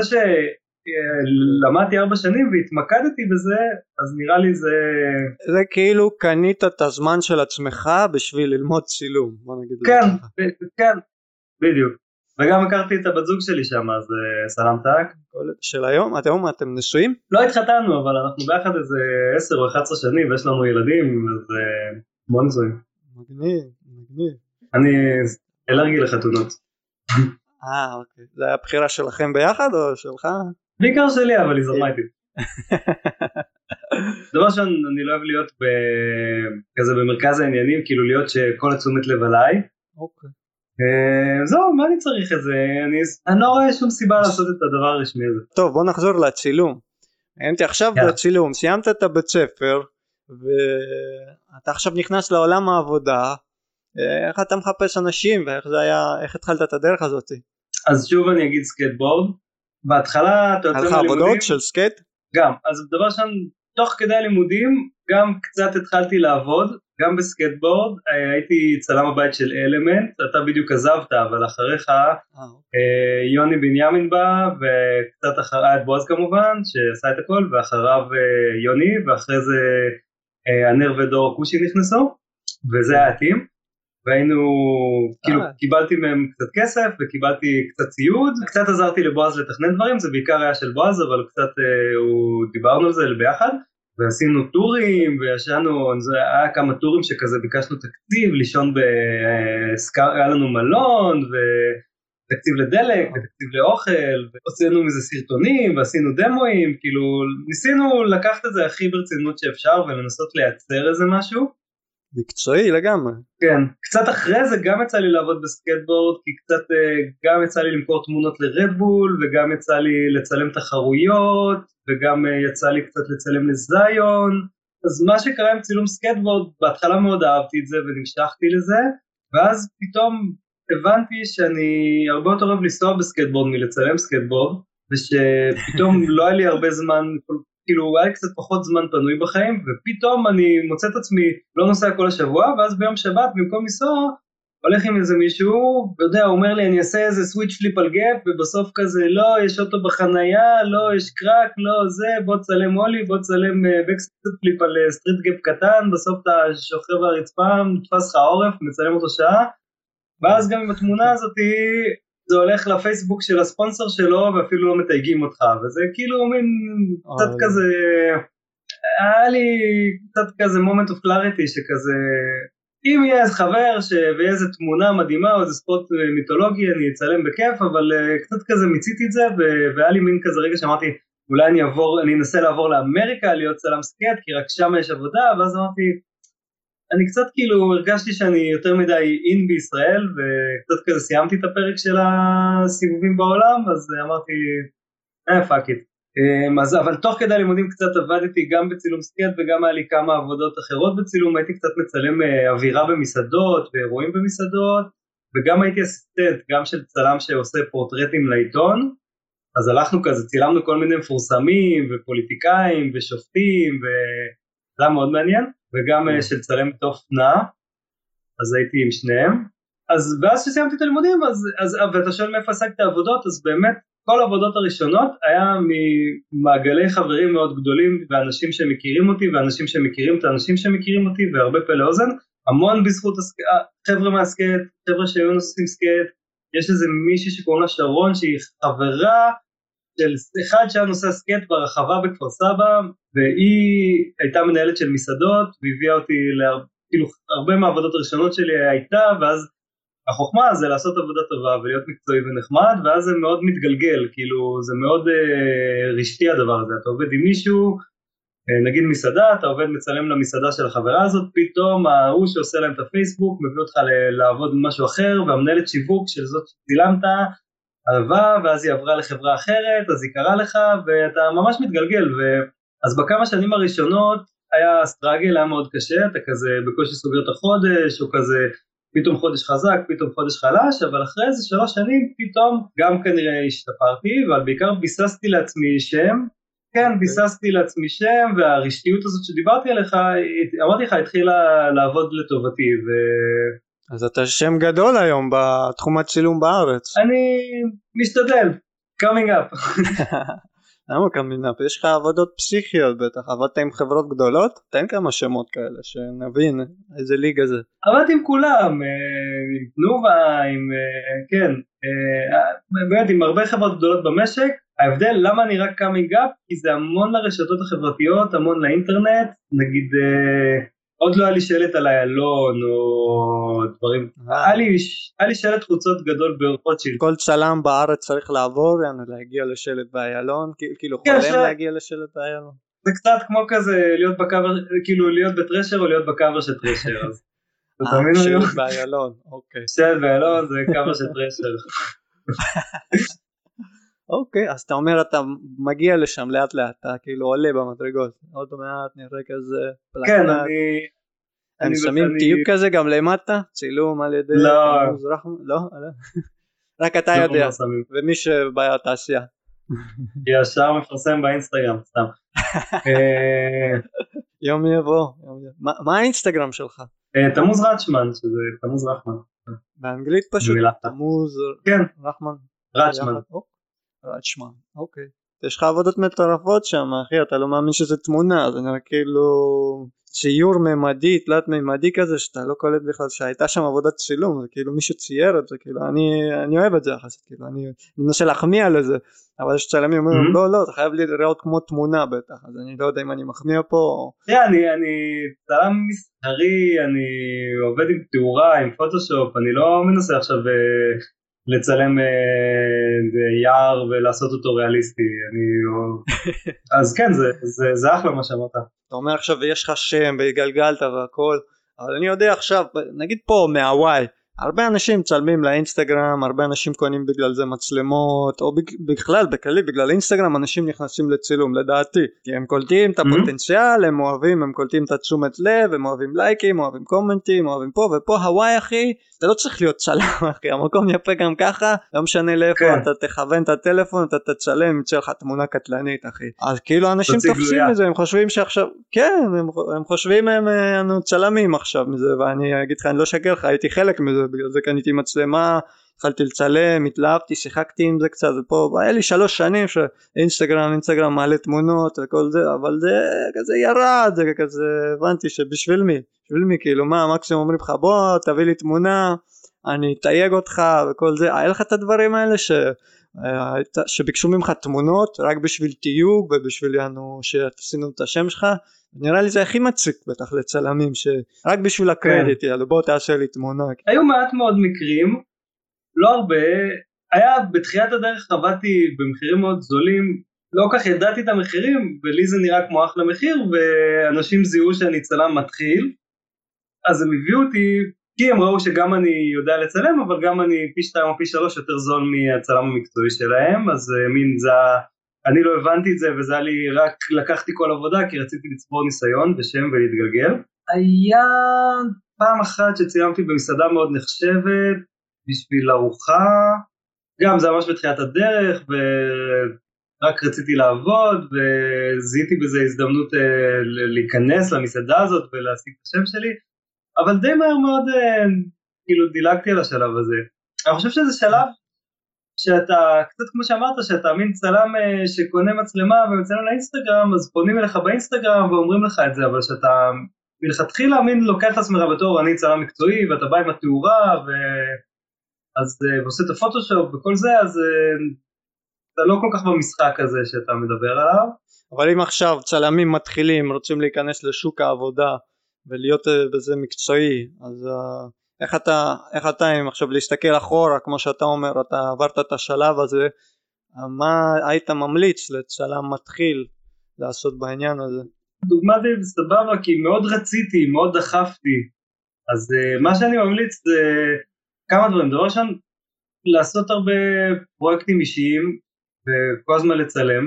שלמדתי 4 שנים והתמקדתי בזה, אז נראה לי זה כאילו קנית את הזמן של עצמך בשביל ללמוד צילום, בוא נגיד. כן, כן, בדיוק. וגם הכרתי את הבת זוג שלי שם, אז סלם טאק. של היום? אתם נשואים? לא התחתנו, אבל אנחנו ביחד איזה 10 או 11 שנים, ויש לנו ילדים, אז מאוד נשואים. מגניב, מגניב. אני אלרגי לחתונות. אוקיי. זה היה בחירה שלכם ביחד או שלך? בעיקר שלי, אבל היא זרמה איתי. דבר שאני לא אוהב להיות כזה במרכז העניינים, כאילו להיות שכל התשומת לב עליי. אוקיי. זהו, מה אני צריך את זה? אני לא רואה שום סיבה לעשות את הדבר הרשמי הזה. טוב, בוא נחזור לצילום. הייתי עכשיו בצילום, סיימת את הבית ספר, ואתה עכשיו נכנס לעולם העבודה, איך אתה מחפש אנשים, ואיך זה היה, איך התחלת את הדרך הזאת? אז שוב אני אגיד סקייטבורד, בהתחלה אתה יוצא מהלימודים. הלכה עבודות של סקייט? גם, אז דבר שם, תוך כדי הלימודים, גם קצת התחלתי לעבוד, גם בסקייטבורד, הייתי צלם הבית של אלמנט, אתה בדיוק עזבת, אבל אחריך יוני בנימין בא, וקצת אחריי את בועז כמובן, שעשה את הכל, ואחריו יוני, ואחרי זה ענר ודור קושי נכנסו, וזה היה הטים, והיינו, כאילו קיבלתי מהם קצת כסף, וקיבלתי קצת ציוד, קצת עזרתי לבועז לתכנן דברים, זה בעיקר היה של בועז, אבל קצת דיברנו על זה ביחד, ועשינו טורים, וישנו, היה כמה טורים שכזה ביקשנו תקציב, לישון היה לנו מלון, ותקציב לדלק, ותקציב לאוכל, ועשינו מזה סרטונים, ועשינו דמואים, כאילו, ניסינו לקחת את זה הכי ברצינות שאפשר, ולנסות לייצר איזה משהו. מקצועי לגמרי. כן, קצת אחרי זה גם יצא לי לעבוד בסקייטבורד, כי קצת גם יצא לי למכור תמונות לרדבול, וגם יצא לי לצלם תחרויות, וגם יצא לי קצת לצלם לזיון, אז מה שקרה עם צילום סקייטבורד, בהתחלה מאוד אהבתי את זה ונמשכתי לזה, ואז פתאום הבנתי שאני הרבה יותר אוהב לנסוע בסקייטבורד מלצלם סקייטבורד, ושפתאום לא היה לי הרבה זמן, כאילו היה קצת פחות זמן פנוי בחיים, ופתאום אני מוצא את עצמי לא נוסע כל השבוע, ואז ביום שבת במקום לנסוע, הולך עם איזה מישהו, יודע, הוא אומר לי אני אעשה איזה סוויץ' פליפ על גאפ, ובסוף כזה לא, יש אוטו בחנייה, לא, יש קרק, לא, זה, בוא תצלם הולי, בוא תצלם בקסט פליפ על סטריט גאפ קטן, בסוף אתה שוכב הרצפה, נתפס לך עורף, מצלם אותו שעה, ואז גם עם התמונה הזאת, זה הולך לפייסבוק של הספונסר שלו, ואפילו לא מתייגים אותך, וזה כאילו מין קצת כזה, היה לי קצת כזה moment of clarity, שכזה, אם יהיה איזה חבר, ויהיה איזה תמונה מדהימה, או איזה ספוט מיתולוגי, אני אצלם בכיף, אבל קצת כזה מיציתי את זה, והיה לי מין כזה רגע שאמרתי, אולי אני אנסה לעבור לאמריקה, להיות צלם סקייט, כי רק שם יש עבודה, ואז אמרתי, אני קצת כאילו הרגשתי שאני יותר מדי אין בישראל, וקצת כזה סיימתי את הפרק של הסיבובים בעולם, אז אמרתי, פאק איט. אבל תוך כדי הלימודים קצת עבדתי גם בצילום סקייט, וגם היה לי כמה עבודות אחרות בצילום, הייתי קצת מצלם אווירה במסעדות, ואירועים במסעדות, וגם הייתי אסיסטנט, גם של צלם שעושה פורטרטים לעיתון, אז הלכנו כזה, צילמנו כל מיני מפורסמים, ופוליטיקאים, ושופטים, וזה היה מאוד מעניין. וגם של צלם תוף נע, אז הייתי עם שניהם, ואז שסיימתי את הלימודים, ואתה שואל מאיפה עסקתי העבודות, אז באמת כל העבודות הראשונות היה ממעגלי חברים מאוד גדולים, ואנשים שמכירים אותי, ואנשים שמכירים את האנשים שמכירים אותי, והרבה פה לאוזן, המון בזכות חבר'ה מהסקייט, חבר'ה שהיו נוסעים סקייט, יש איזה מישהי שקוראים לה שרון, שהיא חברה, של אחד שהיה נוסע סקייט ברחבה בכפר סבא, והיא הייתה מנהלת של מסעדות, והביאה אותי כאילו הרבה מהעבודות הראשונות שלי הייתה, ואז החוכמה זה לעשות עבודה טובה ולהיות מקצועי ונחמד, ואז זה מאוד מתגלגל, כאילו זה מאוד רשתי הדבר הזה, אתה עובד עם מישהו, נגיד מסעדה, אתה עובד מצלם למסעדה של החברה הזאת, פתאום ההוא שעושה להם את הפייסבוק, מביא אותך לעבוד במשהו אחר, והמנהלת שיווק של זאת שצילמת, הלווה, ואז היא עברה לחברה אחרת, אז היא קראה לך, ואתה ממש מתגלגל, אז בכמה שנים הראשונות, היה סטרגל, היה מאוד קשה, אתה כזה בקושי סוגר את החודש, או כזה פתאום חודש חזק, פתאום חודש חלש, אבל אחרי איזה 3 שנים, פתאום גם כנראה השתפרתי, אבל בעיקר ביססתי לעצמי שם, כן, ביססתי לעצמי שם, והרשתיות הזאת שדיברתי עליך, אמרתי לך, התחילה לעבוד לטובתי, אז אתה שם גדול היום בתחום הצילום בארץ. אני משתדל, coming up. למה coming up? יש לך עבודות פסיכיות בטח, עבדת עם חברות גדולות? תן כמה שמות כאלה, שנבין איזה ליגה זה. עבדתי עם כולם, עם תנובה, כן, באמת עם הרבה חברות גדולות במשק. ההבדל, למה אני רק coming up? כי זה המון לרשתות החברתיות, המון לאינטרנט, נגיד... עוד לא היה לי שלט על איילון או דברים, היה לי שלט חוצות גדול ברוטשילד. כל צלם בארץ צריך לעבור, להגיע לשלט באיילון, כאילו חולם להגיע לשלט באיילון. זה קצת כמו כזה להיות בקאבר, כאילו להיות בטרשר או להיות בקאבר של טרשר. שלט באיילון, אוקיי. שלט באיילון זה קאבר של טרשר. אוקיי, אז אתה אומר אתה מגיע לשם לאט לאט, אתה כאילו עולה במדרגות, עוד מעט נראה כזה פלקט. כן, אני שמים טיוב כזה גם למטה, צילום על ידי... לא, רק אתה יודע, ומי שבתעשייה. ישר מפרסם באינסטגרם, סתם. יום יבוא. מה האינסטגרם שלך? תמוז רצ'מן, שזה תמוז רחמן. באנגלית פשוט? תמוז רחמן? רצ'מן. רצ'מן, אוקיי. יש לך עבודות מטורפות שם, אחי, אתה לא מאמין שזה תמונה, זה נראה כאילו ציור ממדי, תלת ממדי כזה, שאתה לא קולט בכלל שהייתה שם עבודת צילום, זה כאילו מישהו צייר את זה, כאילו אני אוהב את זה יחסית, כאילו אני מנסה להחמיע לזה, אבל יש צלמים אומרים, לא, אתה חייב לראות כמו תמונה בטח, אז אני לא יודע אם אני מחמיע פה. אני צלם מסחרי, אני עובד עם תאורה, עם פוטושופ, אני לא מנסה עכשיו לצלם יער ולעשות אותו ריאליסטי, אז כן, זה אחלה מה שאמרת. אתה אומר עכשיו יש לך שם והגלגלת והכל, אבל אני יודע עכשיו, נגיד פה מהוואי, הרבה אנשים צלמים לאינסטגרם, הרבה אנשים קונים בגלל זה מצלמות, או בכלל, בכללי, בגלל אינסטגרם אנשים נכנסים לצילום, לדעתי, כי הם קולטים את הפוטנציאל, הם אוהבים, הם קולטים את התשומת לב, הם אוהבים לייקים, אוהבים קומנטים, אוהבים פה, ופה הוואי אחי, אתה לא צריך להיות צלם אחי, המקום יפה גם ככה, לא משנה לאיפה, אתה תכוון את הטלפון, אתה תצלם, יצא לך תמונה קטלנית אחי, אז כאילו אנשים תופסים מזה, הם חושבים שעכשיו, כן, הם חושבים הם צלמים עכשיו מזה, ואני אגיד לך, אני לא שקר לך, הייתי חלק מזה, בגלל זה קניתי מצלמה, התחלתי לצלם, התלהבתי, שיחקתי עם זה קצת, ופה היה לי 3 שנים שאינסטגרם מעלה תמונות וכל זה, אבל זה כזה ירד, זה כזה, הבנתי שבשביל מי, כאילו מה, מקסימום אומרים לך בוא תביא לי תמונה, אני אתייג אותך וכל זה, היה לך את הדברים האלה שביקשו ממך תמונות רק בשביל תיוג ובשביל שתשינו את השם שלך, נראה לי זה הכי מציק בטח לצלמים שרק בשביל הקרדיט בוא תעשה לי תמונה. היו מעט מאוד מקרים, לא הרבה, היה בתחילת הדרך עבדתי במחירים מאוד זולים, לא כך ידעתי את המחירים ולי זה נראה כמו אחלה מחיר ואנשים זיהו שאני צלם מתחיל, אז הם הביאו אותי כי הם ראו שגם אני יודע לצלם אבל גם אני פי 2 או פי 3 יותר זול מהצלם המקצועי שלהם, אז מין זה, אני לא הבנתי את זה וזה היה לי רק לקחתי כל עבודה כי רציתי לצבור ניסיון ושם ולהתגלגל. היה פעם אחת שצילמתי במסעדה מאוד נחשבת בשביל ארוחה, גם זה ממש בתחילת הדרך ורק רציתי לעבוד וזיהיתי בזה הזדמנות להיכנס למסעדה הזאת ולהשיג את השם שלי, אבל די מהר מאוד כאילו דילגתי על השלב הזה. אני חושב שזה שלב שאתה, קצת כמו שאמרת, שאתה מין צלם שקונה מצלמה ומצלם לאינסטגרם, אז פונים אליך באינסטגרם ואומרים לך את זה, אבל שאתה מלכתחילה מין לוקח את עצמך בתור אני צלם מקצועי ואתה בא עם התאורה אז ועושה את הפוטושופ וכל זה, אז אתה לא כל כך במשחק הזה שאתה מדבר עליו. אבל אם עכשיו צלמים מתחילים רוצים להיכנס לשוק העבודה ולהיות בזה מקצועי, אז איך אתה אם עכשיו להסתכל אחורה כמו שאתה אומר, אתה עברת את השלב הזה, מה היית ממליץ לצלם מתחיל לעשות בעניין הזה? דוגמה די סבבה, כי מאוד רציתי, מאוד דחפתי, אז מה שאני ממליץ זה כמה דברים. דבר ראשון, לעשות הרבה פרויקטים אישיים וכל הזמן לצלם.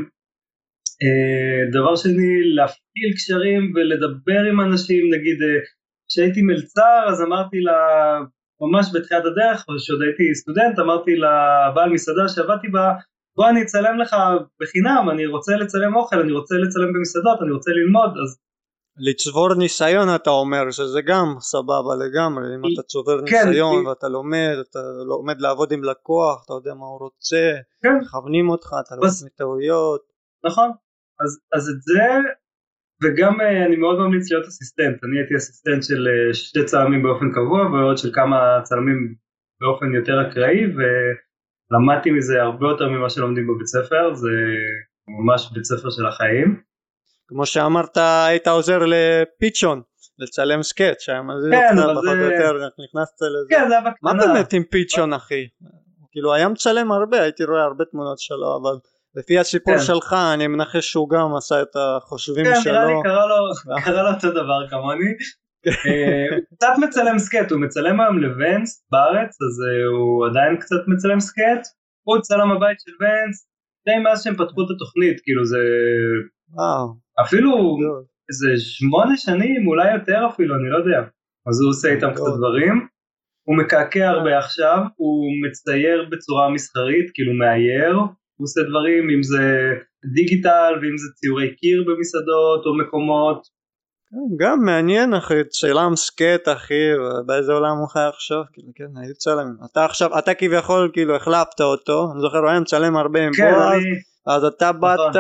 דבר שני, להפעיל קשרים ולדבר עם אנשים, נגיד כשהייתי מלצר אז אמרתי לה, ממש בתחילת הדרך, כשעוד הייתי סטודנט, אמרתי לבעל מסעדה שעבדתי בה, בוא אני אצלם לך בחינם, אני רוצה לצלם אוכל, אני רוצה לצלם במסעדות, אני רוצה ללמוד, אז לצבור ניסיון אתה אומר שזה גם סבבה לגמרי, אם אתה צובר ניסיון ואתה לומד לעבוד עם לקוח, אתה יודע מה הוא רוצה, מכוונים אותך, אתה לא עושה טעויות. נכון, אז את זה, וגם אני מאוד ממליץ להיות אסיסטנט, אני הייתי אסיסטנט של 2 צלמים באופן קבוע ועוד של כמה צלמים באופן יותר אקראי, ולמדתי מזה הרבה יותר ממה שלומדים בבית ספר, זה ממש בית ספר של החיים. כמו שאמרת, היית עוזר לפיצ'ון, לצלם סקט, שם זה פחות או יותר נכנסת לזה. כן, זה היה בקטנה. מה באמת עם פיצ'ון אחי? כאילו היה מצלם הרבה, הייתי רואה הרבה תמונות שלו, אבל לפי הסיפור שלך אני מנחש שהוא גם עשה את החושבים שלו. כן, נראה לי קרא לו אותו דבר כמוני. הוא קצת מצלם סקט, הוא מצלם היום לוונס בארץ, אז הוא עדיין קצת מצלם סקט. הוא צלם הבית של וונס, די מאז שהם פתחו את התוכנית, כאילו זה אפילו איזה 8 שנים, אולי יותר אפילו, אני לא יודע. אז הוא עושה איתם קצת דברים. הוא מקעקע הרבה עכשיו, הוא מצייר בצורה מסחרית, כאילו מאייר, הוא עושה דברים, אם זה דיגיטל, ואם זה ציורי קיר במסעדות או מקומות, גם מעניין אחי, צלם סקט אחי, באיזה עולם הוא חי עכשיו, כאילו כן, הייתי צלם, אתה עכשיו, אתה כביכול כאילו החלפת אותו, אני זוכר, הוא היה מצלם הרבה עם בועז, אז אתה באת,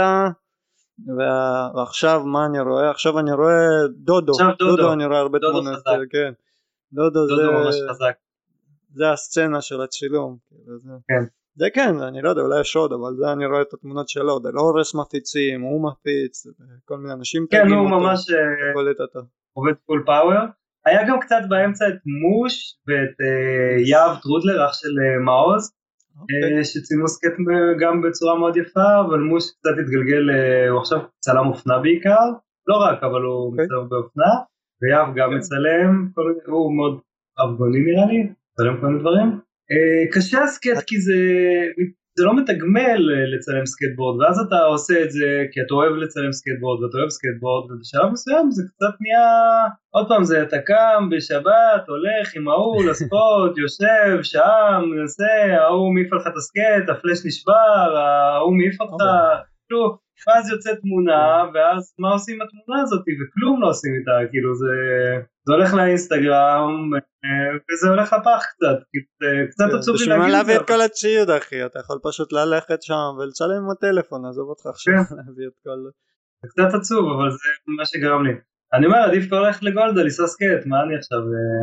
ועכשיו מה אני רואה? עכשיו אני רואה דודו אני רואה הרבה תמונות, כן, דודו ממש חזק, זה הסצנה של הצילום, כן. זה כן, אני לא יודע, אולי יש עוד, אבל זה אני רואה את התמונות שלו, דלורס מפיצים, הוא מפיץ, כל מיני אנשים כן, תגים הוא אותו, ממש עובד פול פאוור. היה גם קצת באמצע את מוש ואת יאב טרודלר, אח של מעוז, שצילמו סקט גם בצורה מאוד יפה, אבל מוש קצת התגלגל, הוא עכשיו צלם אופנה בעיקר, לא רק, אבל הוא מצלם באופנה, ויאב גם מצלם, הוא מאוד ארגוני נראה לי, מצלם כל מיני דברים. קשה הסקט כי זה לא מתגמל לצלם סקטבורד, ואז אתה עושה את זה כי אתה אוהב לצלם סקטבורד ואתה אוהב סקטבורד, ובשלב מסוים זה קצת נהיה, עוד פעם זה אתה קם בשבת, הולך עם ההוא לספורט, יושב, שעה, מנסה, ההוא מעיף לך את הסקט, הפלש נשבר, ההוא מעיף אותך, ואז יוצאת תמונה, ואז מה עושים עם התמונה הזאת, וכלום לא עושים איתה, כאילו זה הולך לאינסטגרם, וזה הולך לפח קצת עצוב לי להגיד את זה. בשביל להביא את כל הציוד אחי, אתה יכול פשוט ללכת שם ולצלם עם הטלפון, עזוב אותך עכשיו להביא את כל... זה קצת עצוב, אבל זה מה שגרם לי. אני אומר, עדיף כבר ללכת לגולדה, לנסוע סקט, מה אני עכשיו...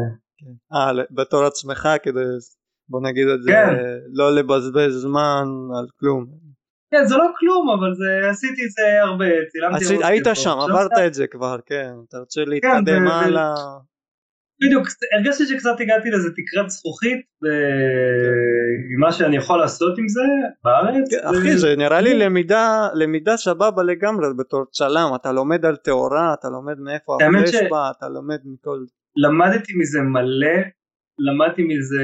בתור עצמך כדי, בוא נגיד את זה, לא לבזבז זמן על כלום. כן, זה לא כלום, אבל עשיתי את זה הרבה, צילמתי... היית שם, עברת את זה כבר, כן, אתה רוצה להתקדם הלאה. בדיוק, הרגשתי שקצת הגעתי לזה תקרת זכוכית, עם מה שאני יכול לעשות עם זה בארץ. אחי, זה נראה לי למידה סבבה לגמרי בתור צלם, אתה לומד על תיאורה, אתה לומד מאיפה הפלש בא, אתה לומד מכל... למדתי מזה מלא, למדתי מזה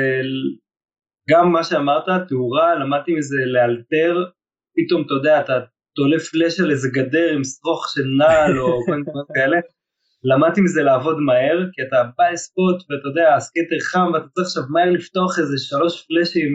גם מה שאמרת, תיאורה, למדתי מזה לאלתר, פתאום אתה יודע, אתה תולה פלש על איזה גדר עם שרוך של נעל או כל מיני כאלה, למדתי מזה לעבוד מהר, כי אתה בא לספוט ואתה יודע, הסקטר חם ואתה צריך עכשיו מהר לפתוח איזה 3 פלשים,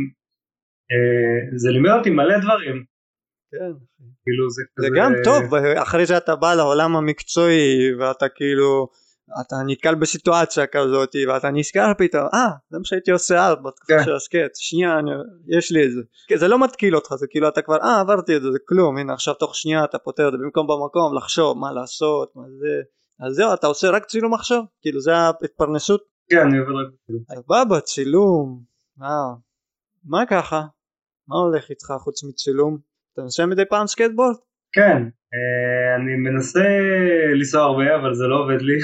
זה לימד אותי מלא דברים. כן. כאילו זה גם טוב, אחרי זה אתה בא לעולם המקצועי ואתה כאילו, אתה נתקל בסיטואציה כזאת ואתה נזכר פתאום, זה מה שהייתי עושה בתקופה של הסקט, שנייה יש לי את זה, זה לא מתקיל אותך, זה כאילו אתה כבר עברתי את זה, זה כלום, הנה עכשיו תוך שנייה אתה פותר את זה, במקום במקום לחשוב מה לעשות, מה זה, אז זהו, אתה עושה רק צילום עכשיו, כאילו זה ההתפרנסות. כן, אני עובד רק בצילום. סבבה, צילום, מה ככה? מה הולך איתך חוץ מצילום? אתה נוסע מדי פעם סקייטבורד? כן, אני מנסה לנסוע הרבה, אבל זה לא עובד לי.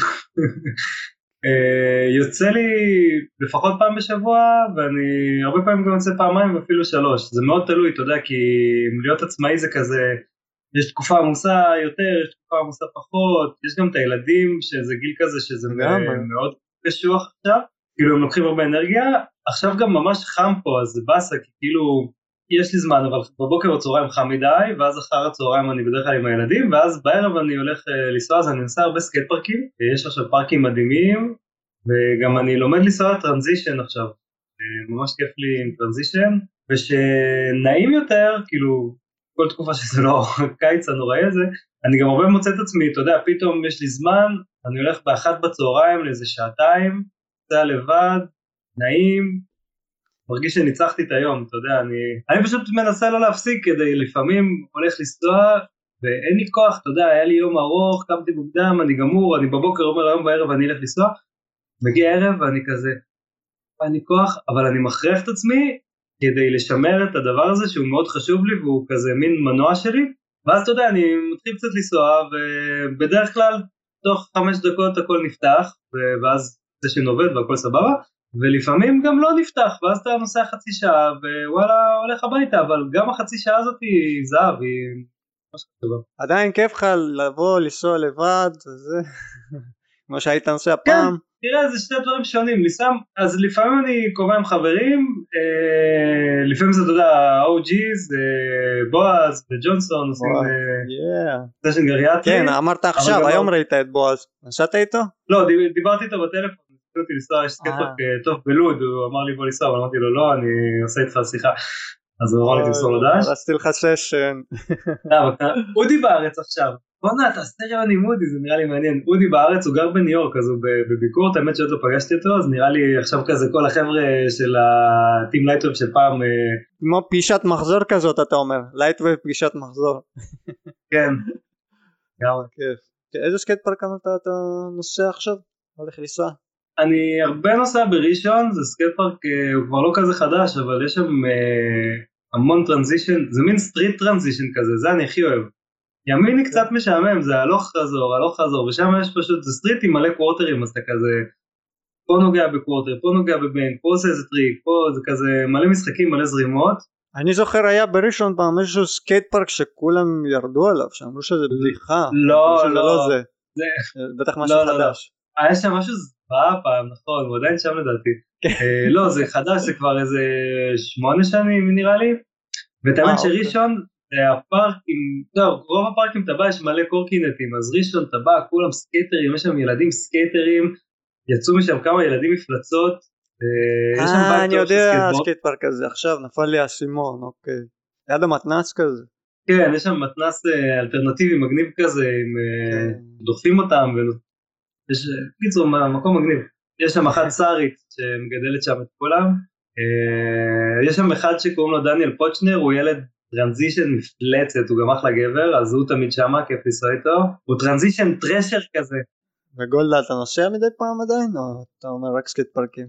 יוצא לי לפחות פעם בשבוע, ואני הרבה פעמים גם יוצא פעמיים ואפילו 3. זה מאוד תלוי, אתה יודע, כי להיות עצמאי זה כזה, יש תקופה עמוסה יותר, יש תקופה עמוסה פחות, יש גם את הילדים שזה גיל כזה שזה מאוד קשוח עכשיו, כאילו הם לוקחים הרבה אנרגיה, עכשיו גם ממש חם פה, אז זה בסה, כי כאילו יש לי זמן, אבל בבוקר או צהריים חם מדי, ואז אחר הצהריים אני בדרך כלל עם הילדים, ואז בערב אני הולך לנסוע, אז אני נוסע הרבה סקייט פארקים, יש עכשיו פארקים מדהימים, וגם אני לומד לנסוע טרנזישן עכשיו, ממש כיף לי עם טרנזישן, ושנעים יותר, כאילו, כל תקופה שזה לא קיץ הנוראי הזה, אני גם הרבה מוצא את עצמי, אתה יודע, פתאום יש לי זמן, אני הולך באחת בצהריים לאיזה 2 שעתיים, נוסע לבד, נעים, מרגיש שניצחתי את היום, אתה יודע, אני פשוט מנסה לא להפסיק כדי לפעמים הולך לנסוע, ואין לי כוח, אתה יודע, היה לי יום ארוך, קמתי מוקדם, אני גמור, אני בבוקר אומר היום בערב אני אלך לנסוע, מגיע ערב ואני כזה, אין לי כוח, אבל אני מכריח את עצמי, כדי לשמר את הדבר הזה שהוא מאוד חשוב לי, והוא כזה מין מנוע שלי, ואז אתה יודע, אני מתחיל קצת לנסוע, ובדרך כלל, תוך 5 דקות הכל נפתח, ואז זה שנובד והכל סבבה, ולפעמים גם לא נפתח, ואז אתה נוסע חצי שעה, ווואלה, הולך הביתה, אבל גם החצי שעה הזאת היא זהב, היא ממש טובה. עדיין כיף לך לבוא, לנסוע לבד, זה כמו שהיית נוסע פעם. תראה, זה 2 דברים שונים, אז לפעמים אני קובע עם חברים, לפעמים זה, אתה יודע, OG's, בועז וג'ונסון, עושים סשן גריאטרי. כן, אמרת עכשיו, היום ראית את בועז, נסעת איתו? לא, דיברתי איתו בטלפון, ניסיתי לנסוע, יש סקייטפארק טוב בלוד, הוא אמר לי בוא לנסוע, אבל אמרתי לו לא, אני עושה איתך שיחה, אז הוא אמר לי תמסור לו דש. רציתי לך סשן. הוא דיבר בארץ עכשיו, בוא'נה, תעשה רעיון עם אודי, זה נראה לי מעניין. אודי בארץ, הוא גר בניו יורק, אז הוא בביקור, האמת שעוד לא פגשתי אותו, אז נראה לי עכשיו כזה כל החבר'ה של הטים לייטווב של פעם. כמו פגישת מחזור כזאת, אתה אומר, לייטווב פגישת מחזור. כן. כיף. איזה סקייט פארק אתה נוסע עכשיו? הולך לנסוע? אני הרבה נוסע בראשון, זה סקייט פארק, הוא כבר לא כזה חדש, אבל יש שם המון טרנזישן, זה מין סטריט טרנזישן כזה, זה אני הכי אוהב. ימיני קצת משעמם, זה הלוך חזור, ושם יש פשוט, זה סטריט עם מלא קוורטרים, אז אתה כזה, פה נוגע בקוורטר, פה נוגע בבנק, פה עושה איזה טריק, פה זה כזה מלא משחקים, מלא זרימות. אני זוכר היה בראשון פעם איזשהו סקייט פארק שכולם ירדו עליו, שאמרו שזה בדיחה. לא, זה בטח משהו חדש. היה שם משהו זוועה פעם, נכון, הוא עדיין שם לדעתי. לא, זה חדש, זה כבר איזה 8 שנים נראה לי, ותאמן שראשון, הפארקים, רוב הפארקים אתה בא, יש מלא קורקינטים, אז ראשון אתה בא, כולם סקייטרים, יש שם ילדים סקייטרים, יצאו משם כמה ילדים מפלצות, אני יודע סקייט פארק הזה, עכשיו נפל לי הסימון, אוקיי, ליד המתנ"ס כזה. כן, יש שם מתנ"ס אלטרנטיבי מגניב כזה, דוחפים אותם, קיצור, מקום מגניב. יש שם אחת סארית שמגדלת שם את כולם, יש שם אחד שקוראים לו דניאל פוצ'נר, הוא ילד טרנזישן מפלצת, הוא גם אחלה גבר, אז הוא תמיד שמה, כיף לנסוע איתו, הוא טרנזישן טרשר כזה. וגולדה אתה נוסע מדי פעם עדיין, או אתה אומר רק סקייט פארקים?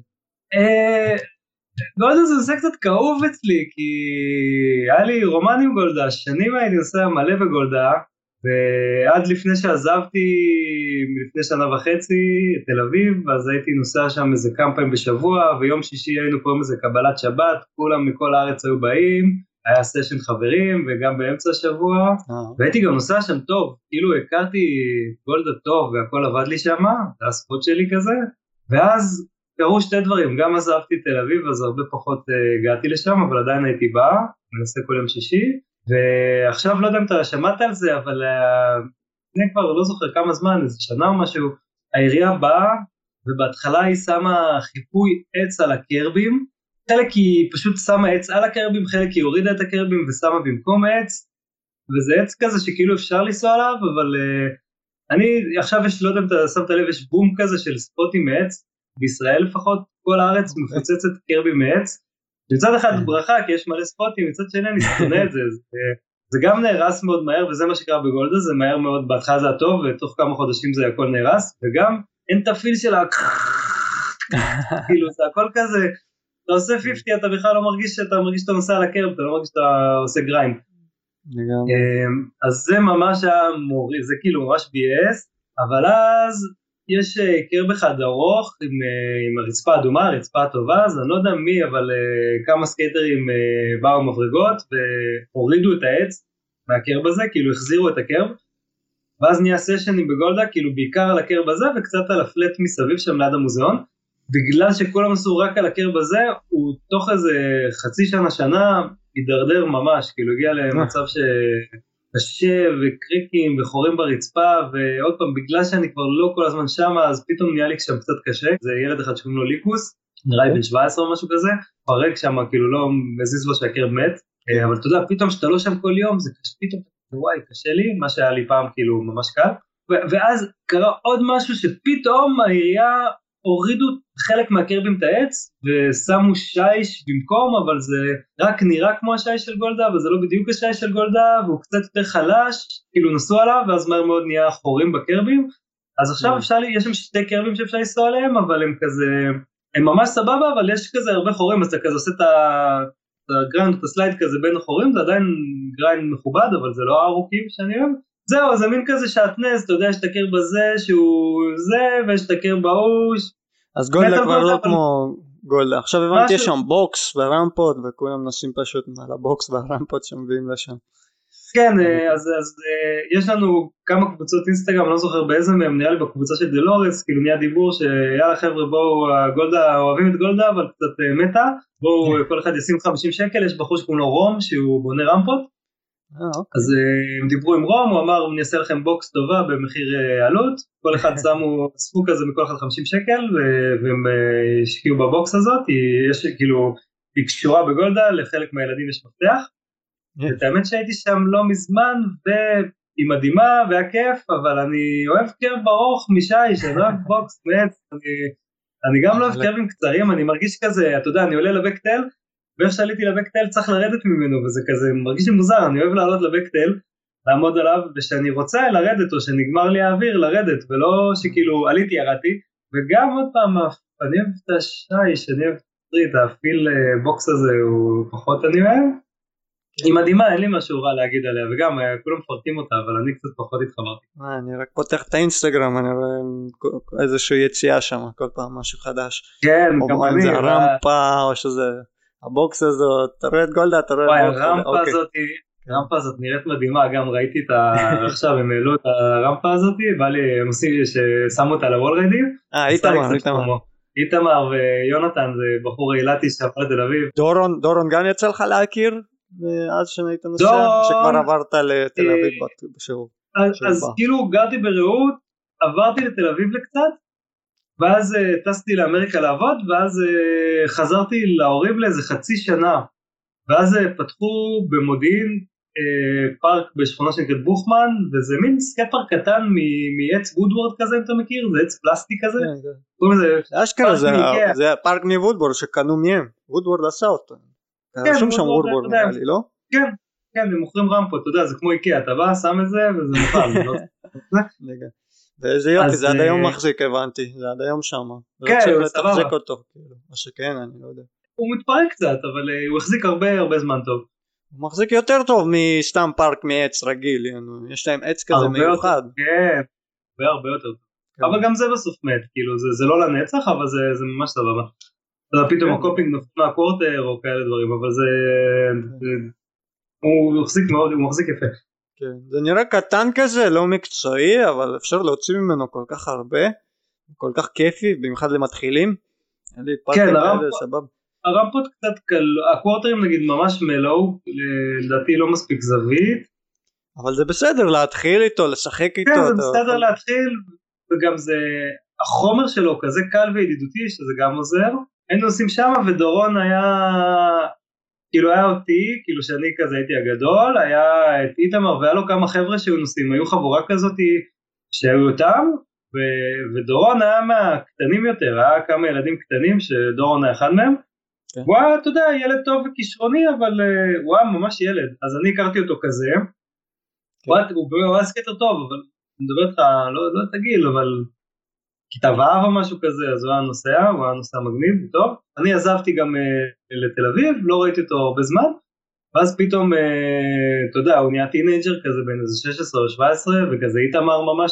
גולדה זה עושה קצת כאוב אצלי, כי היה לי רומן עם גולדה, שנים הייתי נוסע מלא בגולדה, ועד לפני שעזבתי, לפני 1.5 שנה, תל אביב, אז הייתי נוסע שם איזה כמה פעמים בשבוע, ויום שישי היינו קוראים איזה קבלת שבת, כולם מכל הארץ היו באים, היה סשן חברים, וגם באמצע השבוע, והייתי גם נוסע שם טוב, כאילו הכרתי גולדה טוב, והכל עבד לי שם, זה הספוט שלי כזה, ואז קרו שתי דברים, גם עזבתי תל אביב, אז הרבה פחות הגעתי לשם, אבל עדיין הייתי בא, מנסה כל יום שישי, ועכשיו לא יודע אם אתה שמעת על זה, אבל אני כבר לא זוכר כמה זמן, איזה שנה או משהו, העירייה באה, ובהתחלה היא שמה חיפוי עץ על הקרבים, חלק היא פשוט שמה עץ על הקרבים, חלק היא הורידה את הקרבים ושמה במקום עץ, וזה עץ כזה שכאילו אפשר לנסוע עליו, אבל אני עכשיו יש, לא יודע אם אתה שמת לב, יש בום כזה של ספוטים מעץ, בישראל לפחות, כל הארץ מפוצצת קרבים מעץ, מצד אחד ברכה, כי יש מלא ספוטים, מצד שני אני שונא את זה, זה גם נהרס מאוד מהר, וזה מה שקרה בגולדה, זה מהר מאוד, בהתחלה זה הטוב, ותוך כמה חודשים זה הכל נהרס, וגם אין תפיל של כאילו זה הכל כזה, אתה עושה 50, אתה בכלל לא מרגיש שאתה נוסע על הקרב, אתה לא מרגיש שאתה עושה גריינד. אז זה ממש זה כאילו ממש BS, אבל אז יש קרב אחד ארוך עם הרצפה אדומה, הרצפה הטובה, אז אני לא יודע מי, אבל כמה סקייטרים באו מברגות והורידו את העץ מהקרב הזה, כאילו החזירו את הקרב, ואז נהיה סשנים בגולדה, כאילו בעיקר על הקרב הזה וקצת על הפלט מסביב שם ליד המוזיאון, בגלל שכולם עשו רק על הקרב הזה, הוא תוך איזה חצי שנה הידרדר ממש, כאילו הגיע למצב שקשה וקריקים וחורים ברצפה, ועוד פעם, בגלל שאני כבר לא כל הזמן שם, אז פתאום נהיה לי שם קצת קשה, זה ילד אחד שקוראים לו ליקוס, נראה לי בן 17 או משהו כזה, פרק שם, כאילו לא מזיז לו שהקרב מת, אבל אתה יודע, פתאום שאתה לא שם כל יום, זה קשה, פתאום, וואי, קשה לי, מה שהיה לי פעם כאילו ממש קל, ואז קרה עוד משהו שפתאום העירייה הורידו חלק מהקרבים את העץ, ושמו שיש במקום, אבל זה רק נראה כמו השייש של גולדה, אבל זה לא בדיוק השייש של גולדה, והוא קצת יותר חלש, כאילו נסו עליו, ואז מהר מאוד נהיה חורים בקרבים, אז עכשיו יש שם 2 קרבים שאפשר לנסוע עליהם, אבל הם כזה, הם ממש סבבה, אבל יש כזה הרבה חורים, אז אתה כזה עושה את הגריינד, את הסלייד כזה בין החורים, זה עדיין גריינד מכובד, אבל זה לא ארוכים שאני אוהב, זהו, זה מין כזה שעטנז, אתה יודע, יש את הקרב בזה שהוא זה, ויש את הקרב בהוא. אז גולדה כבר לא כמו גולדה, עכשיו הבנתי יש שם בוקס ורמפות, וכולם נוסעים פשוט על הבוקס והרמפות שמביאים לשם. כן, אז יש לנו כמה קבוצות אינסטגרם, אני לא זוכר באיזה מהם, נראה לי בקבוצה של דלורס, כאילו נהיה דיבור שיאללה חבר'ה בואו, גולדה, אוהבים את גולדה, אבל קצת מתה, בואו כל אחד ישים 50 שקל, יש בחור שקוראים לו רום, שהוא בונה רמפות, אז הם דיברו עם רום, הוא אמר אני אעשה לכם בוקס טובה במחיר עלות, כל אחד אספו כזה מכל אחד 50 שקל והם השקיעו בבוקס הזאת, יש כאילו, היא קשורה בגולדה, לחלק מהילדים יש מפתח, ואת האמת שהייתי שם לא מזמן היא מדהימה והיה כיף, אבל אני אוהב קרב ברוך משי, שאני אוהב בוקס מעץ, אני גם לא אוהב קרבים קצרים, אני מרגיש כזה, אתה יודע, אני עולה לבקטל, ואיך שעליתי לבקטל צריך לרדת ממנו, וזה כזה מרגיש לי מוזר, אני אוהב לעלות לבקטל, לעמוד עליו, ושאני רוצה לרדת, או שנגמר לי האוויר לרדת, ולא שכאילו עליתי ירדתי, וגם עוד פעם, אני אוהב את השי, שאני אוהב את הפיל בוקס הזה, הוא פחות אני אוהב, היא מדהימה, אין לי משהו רע להגיד עליה, וגם כולם מפרטים אותה, אבל אני קצת פחות התחברתי. אני רק פותח את האינסטגרם, אני רואה איזושהי יציאה שם, כל פעם משהו חדש. כן, גם או אני. זה הרמפה, או שזה הבוקס הזאת, אתה רואה את גולדה, אתה רואה את בוקס. הרמפה הזאת נראית מדהימה, גם ראיתי את עכשיו, הם העלו את הרמפה הזאת, בא לי, הם עושים ששמו אותה לוולריידים. איתמר ויונתן, זה בחור אילתי שעבר לתל אביב. דורון גם יצא לך להכיר? אז שהיית נוסע, שכבר עברת לתל אביב בשירות. אז כאילו גרתי ברעות, עברתי לתל אביב לקצת, ואז טסתי לאמריקה לעבוד, ואז חזרתי להורים לאיזה חצי שנה, ואז פתחו במודיעין פארק בשכונה שנקראת בוכמן, וזה מין סקייט פארק קטן מעץ וודוורד כזה, אם אתה מכיר, זה עץ פלסטי כזה. אשכרה, זה פארק מוודוורד שקנו מהם, וודוורד עשה אותו. רשום שם וודוורד נראה לי, לא? כן, כן, הם מוכרים רמפות, אתה יודע, זה כמו איקאה, אתה בא, שם את זה, וזה נוכל. ואיזה יופי, זה עד היום מחזיק, הבנתי, זה עד היום שם. כן, הוא לתחזק אותו, מה שכן, אני לא יודע. הוא מתפרק קצת, אבל הוא החזיק הרבה זמן טוב. הוא מחזיק יותר טוב מסתם פארק מעץ רגיל, יש להם עץ כזה מיוחד. כן, הרבה יותר טוב. אבל גם זה בסוף מת, כאילו, זה לא לנצח, אבל זה ממש סבבה. פתאום הקופינג נופל מהקורטר או כאלה דברים, אבל זה הוא מחזיק מאוד, הוא מחזיק יפה. כן, זה נראה קטן כזה, לא מקצועי, אבל אפשר להוציא ממנו כל כך הרבה, כל כך כיפי, במיוחד למתחילים. כן, הרמפות קצת קל, הקורטרים נגיד ממש מלואו, לדעתי לא מספיק זווית. אבל זה בסדר להתחיל איתו, לשחק איתו. כן, זה בסדר להתחיל, וגם זה, החומר שלו כזה קל וידידותי, שזה גם עוזר. היינו עושים שם, ודורון היה, כאילו היה אותי, כאילו שאני כזה הייתי הגדול, היה את איתמר, והיה לו כמה חבר'ה שהיו נוסעים, היו חבורה כזאת שהיו אותם, ודורון היה מהקטנים יותר, היה כמה ילדים קטנים שדורון היה אחד מהם, הוא היה, אתה יודע, ילד טוב וכישרוני, אבל הוא היה ממש ילד, אז אני הכרתי אותו כזה, הוא היה סקטר טוב, אבל אני מדבר איתך, לא תגיל, אבל כיתה ואב או משהו כזה, אז הוא היה נוסע מגניב, טוב. אני עזבתי גם לתל אביב, לא ראיתי אותו הרבה זמן, ואז פתאום, אתה יודע, הוא נהיה טינג'ר כזה בין איזה 16 או 17, וכזה איתמר ממש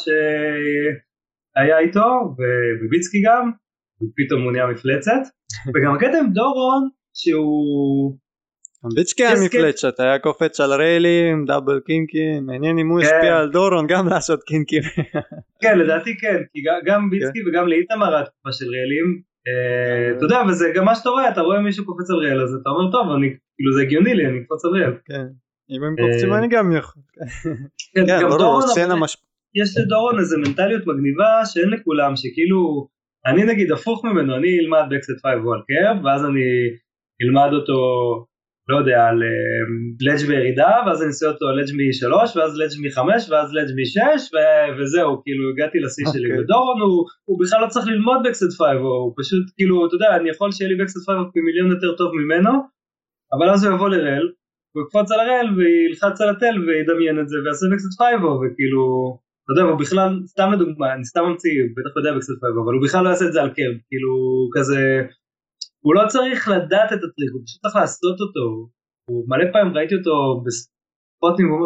היה איתו, וביצקי גם, ופתאום הוא נהיה מפלצת, וגם הקטע עם דורון, שהוא... ביצקי היה מפלצת, היה קופץ על ריילים, דאבל קינקים, מעניין אם הוא השפיע על דורון גם לעשות קינקים. כן, לדעתי כן, כי גם ביצקי וגם לאיתמר התקופה של ריילים, אתה יודע, וזה גם מה שאתה רואה, אתה רואה מישהו קופץ על רייל, אז אתה אומר, טוב, כאילו זה הגיוני לי, אני קופץ על רייל. כן, אם הם קופצים אני גם יכול. כן, גם דורון, יש לדורון איזו מנטליות מגניבה שאין לכולם, שכאילו, אני נגיד הפוך ממנו, אני אלמד באקסט 5 או על קרב, ואז אני אלמד אותו, לא יודע, על לג' בירידה, ואז אני אעשה אותו על לג' מ3, ואז לג' מ5, ואז לג' מ6, וזהו, כאילו הגעתי לשיא שלי. ודורון הוא בכלל לא צריך ללמוד באקסט 5, הוא פשוט, כאילו, אתה יודע, אני יכול שיהיה לי באקסט 5 במיליון יותר טוב ממנו, אבל אז הוא יבוא לרל, הוא יקפוץ על הרל, וילחץ על התל, וידמיין את זה, ויעשה באקסט 5, וכאילו, אתה יודע, הוא בכלל, סתם לדוגמה, אני סתם ממציא, בטח יודע באקסט 5, אבל הוא בכלל לא יעשה את זה על קרב, כאילו, כזה, הוא לא צריך לדעת את הטריק, הוא פשוט צריך לעשות אותו, הוא מלא פעמים ראיתי אותו בספוטים, הוא אומר,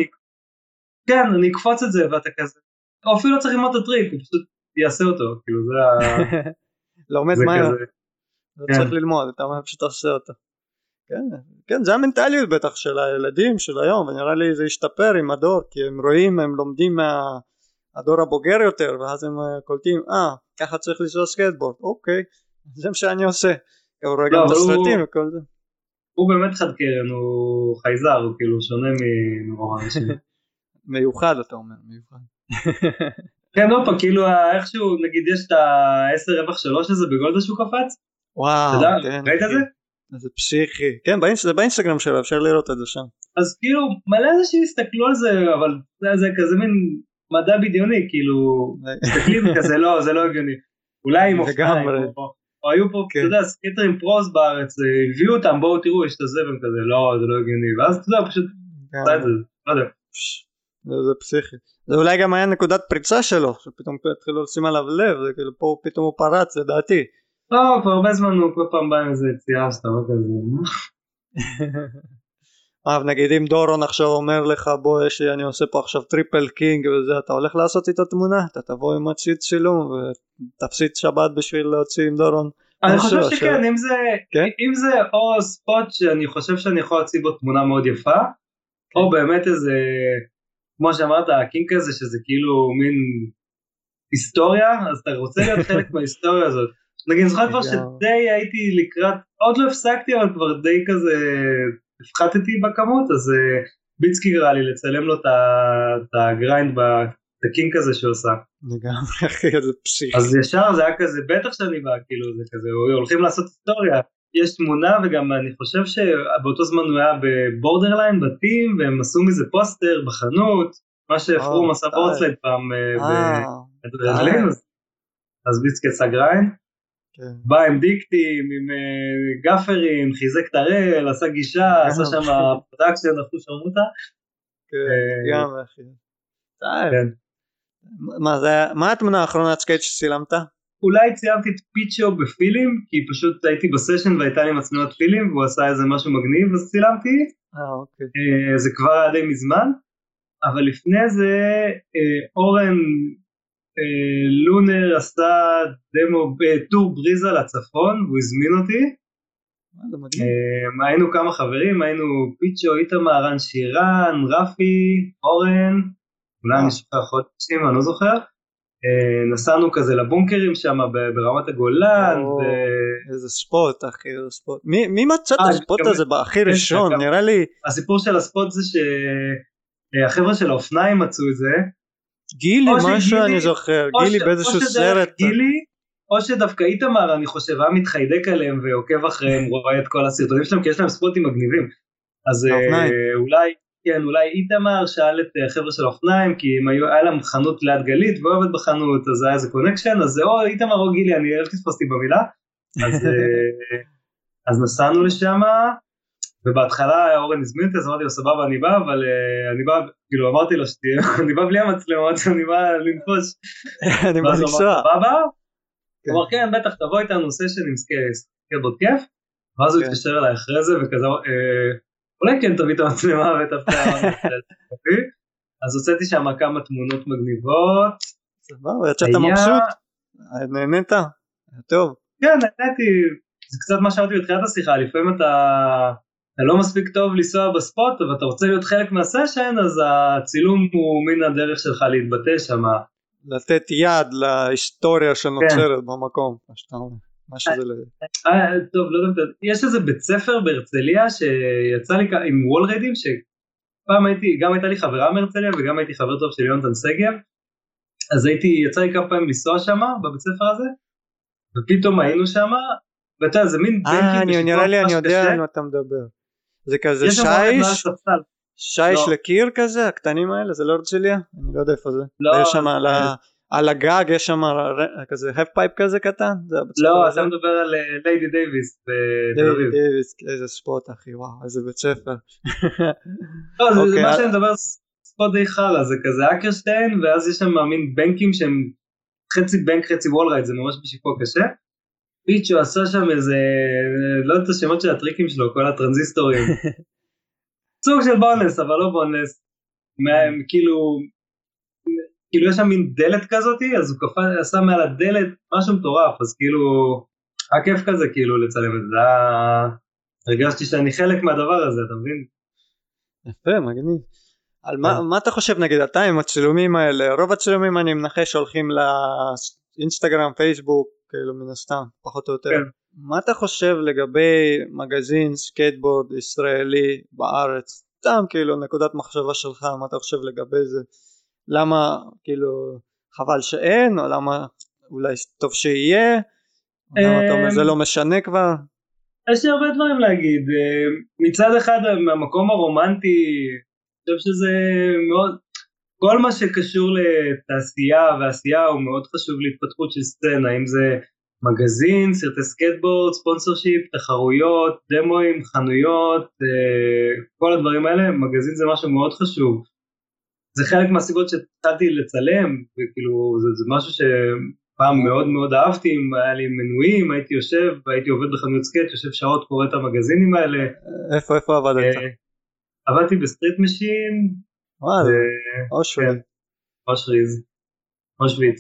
כן, אני אקפוץ את זה, ואתה כזה, או אפילו לא צריך ללמוד את הטריק, הוא פשוט יעשה אותו, כאילו זה לומד מהר, לא צריך ללמוד, אתה פשוט עושה אותו. כן, זה המנטליות בטח של הילדים של היום, ונראה לי זה ישתפר עם הדור, כי הם רואים, הם לומדים מהדור הבוגר יותר, ואז הם קולטים, ככה צריך לנסוע סקייטבורד, אוקיי, זה מה שאני עושה, הוא רואה גם את הסרטים וכל זה. הוא באמת חד קרן, הוא חייזר, הוא כאילו שונה מרוב אנשים. מיוחד אתה אומר, מיוחד. כן, אופה, כאילו איכשהו, נגיד יש את ה-10 רווח 3 הזה בגולדה שהוא קפץ, וואו, ראית את זה? זה פסיכי, כן, זה באינסטגרם שלו, אפשר לראות את זה שם. אז כאילו מלא אנשים הסתכלו על זה, אבל זה כזה מין מדע בדיוני, כאילו מסתכלים כזה, לא, זה לא הגיוני. אולי עם אופניים, או היו פה, אתה יודע, סקייטרים פרוס בארץ, הביאו אותם, בואו תראו, יש את זה והם כזה, לא, זה לא הגיוני, ואז אתה יודע, פשוט עשה את זה, לא יודע. זה פסיכי. זה אולי גם היה נקודת פריצה שלו, שפתאום התחילו לשים עליו לב, זה כאילו פה פתאום הוא פרץ, לדעתי. לא, כבר הרבה זמן הוא כל פעם בא עם איזה צייה שאתה לא כזה. נגיד אם דורון עכשיו אומר לך בוא אני עושה פה עכשיו טריפל קינג וזה, אתה הולך לעשות איתו תמונה, אתה תבוא עם הציוד צילום ותפסיד שבת בשביל להוציא עם דורון. אני חושב שכן, אם זה או ספוט שאני חושב שאני יכול להוציא בו תמונה מאוד יפה, או באמת איזה, כמו שאמרת, הקינג הזה שזה כאילו מין היסטוריה, אז אתה רוצה להיות חלק מההיסטוריה הזאת. נגיד, אני זוכר כבר שדי הייתי לקראת, עוד לא הפסקתי, אבל כבר די כזה הפחתתי בכמות, אז ביצקי גרע לי לצלם לו את הגריינד בקינג הזה שהוא עושה. לגמרי, אחי, זה פסיכי. אז ישר זה היה כזה, בטח שאני בא, כאילו זה כזה, הולכים לעשות היסטוריה, יש תמונה, וגם אני חושב שבאותו זמן הוא היה בבורדרליין, בתים, והם עשו מזה פוסטר בחנות, מה שפרום עשה בורדסלייד פעם בברלין, אז ביצקי עשה גריינד. בא עם דיקטים, עם גפרים, חיזק את הראל, עשה גישה, עשה שם פרודקשן, עשו שרמוטה. כן, גם אחי. מה התמונה האחרונה סקייט שצילמת? אולי צילמתי את פיצ'ו בפילים, כי פשוט הייתי בסשן והייתה לי מצלמת פילים, והוא עשה איזה משהו מגניב, אז צילמתי. אוקיי. זה כבר היה די מזמן, אבל לפני זה אורן לונר עשה דמו בטור בריזה לצפון, והוא הזמין אותי. היינו כמה חברים, היינו פיצ'ו, איתמר, רן שירן, רפי, אורן, אולי אני שוכח עוד אנשים, אני לא זוכר. נסענו כזה לבונקרים שם ברמת הגולן. איזה ספוט, אחי, איזה ספוט. מי מצא את הספוט הזה הכי ראשון? נראה לי... הסיפור של הספוט זה שהחבר'ה של האופניים מצאו את זה. גילי, משהו אני זוכר, גילי באיזשהו סרט. גילי, או שדווקא איתמר, אני חושב, היה מתחיידק עליהם ועוקב אחריהם, רואה את כל הסרטונים שלהם, כי יש להם ספוטים מגניבים. אז אולי איתמר שאל את החבר'ה של האופניים, כי היה להם חנות ליד גלית, והוא עובד בחנות, אז היה איזה קונקשן, אז זה או איתמר או גילי, אני אל תתפסתי במילה. אז נסענו לשם, ובהתחלה אורן הזמין אותי, אז אמרתי לו סבבה אני בא, אבל אני בא, כאילו אמרתי לו אני בא בלי המצלמות, אני בא לנפוש. אני בא לנסוע. הוא אמר כן בטח תבוא איתנו סשן עם סקייטבורד כיף, ואז הוא התקשר אליי אחרי זה וכזה, אולי כן תביא את המצלמה ותפתח, אז הוצאתי שם כמה תמונות מגניבות. סבבה, יצאת מבסוט? נהנית? טוב. כן, נהניתי, זה קצת מה שאמרתי בתחילת השיחה, לפעמים אתה לא מספיק טוב לנסוע בספוט, ואתה רוצה להיות חלק מהסשן, אז הצילום הוא מן הדרך שלך להתבטא שם. לתת יד להיסטוריה שנוצרת במקום, מה שאתה אומר. טוב, לא יודע, יש איזה בית ספר בהרצליה שיצא לי עם וול ריידים, שפעם גם הייתה לי חברה מהרצליה וגם הייתי חבר טוב של יונתן סגב, אז יצא לי כמה פעמים לנסוע שם בבית ספר הזה, ופתאום היינו שם, ואתה יודע, זה מין בנקים, נראה לי אני יודע על מה אתה מדבר, זה כזה שיש לקיר כזה, הקטנים האלה, זה לא הרצליה? אני לא יודע איפה זה, יש שם על הגג יש שם כזה הפ פייפ כזה קטן? לא, אתה מדבר על ליידי דייביס ליידי דייביס, איזה ספוט אחי, וואו, איזה בית ספר. לא, זה מה שאני מדבר ספוט די חלה, זה כזה אקרשטיין, ואז יש שם מין בנקים שהם חצי בנק חצי וול רייד, זה ממש בשיפוע קשה. פיצ'ו עשה שם איזה, לא יודעת את השמות של הטריקים שלו, כל הטרנזיסטורים. סוג של בונלס, אבל לא בונלס. כאילו יש שם מין דלת כזאת, אז הוא עשה מעל הדלת משהו מטורף, אז כאילו, הכיף כזה כאילו לצלם את זה, הרגשתי שאני חלק מהדבר הזה, אתה מבין? יפה, מגניב. על מה אתה חושב נגיד אתה עם הצילומים האלה, רוב הצילומים אני מנחש שהולכים לאינסטגרם, פייסבוק, כאילו מן הסתם, פחות או יותר. מה אתה חושב לגבי מגזין סקייטבורד ישראלי בארץ? סתם כאילו נקודת מחשבה שלך, מה אתה חושב לגבי זה? למה כאילו חבל שאין, או למה אולי טוב שיהיה, או למה אתה אומר זה לא משנה כבר? יש לי הרבה דברים להגיד. מצד אחד מהמקום הרומנטי, אני חושב שזה מאוד, כל מה שקשור לתעשייה ועשייה הוא מאוד חשוב להתפתחות של סצנה, אם זה מגזין, סרטי סקייטבורד, ספונסרשיפ, תחרויות, דמוים, חנויות, כל הדברים האלה, מגזין זה משהו מאוד חשוב. זה חלק מהסיבות שהתחלתי לצלם, וכאילו זה משהו שפעם מאוד מאוד אהבתי, אם היה לי מנויים, הייתי יושב, והייתי עובד בחנויות סקייט, יושב שעות קורא את המגזינים האלה. איפה עבדת? עבדתי בסטריט משין. וואלה, אושוויץ. אושוויץ.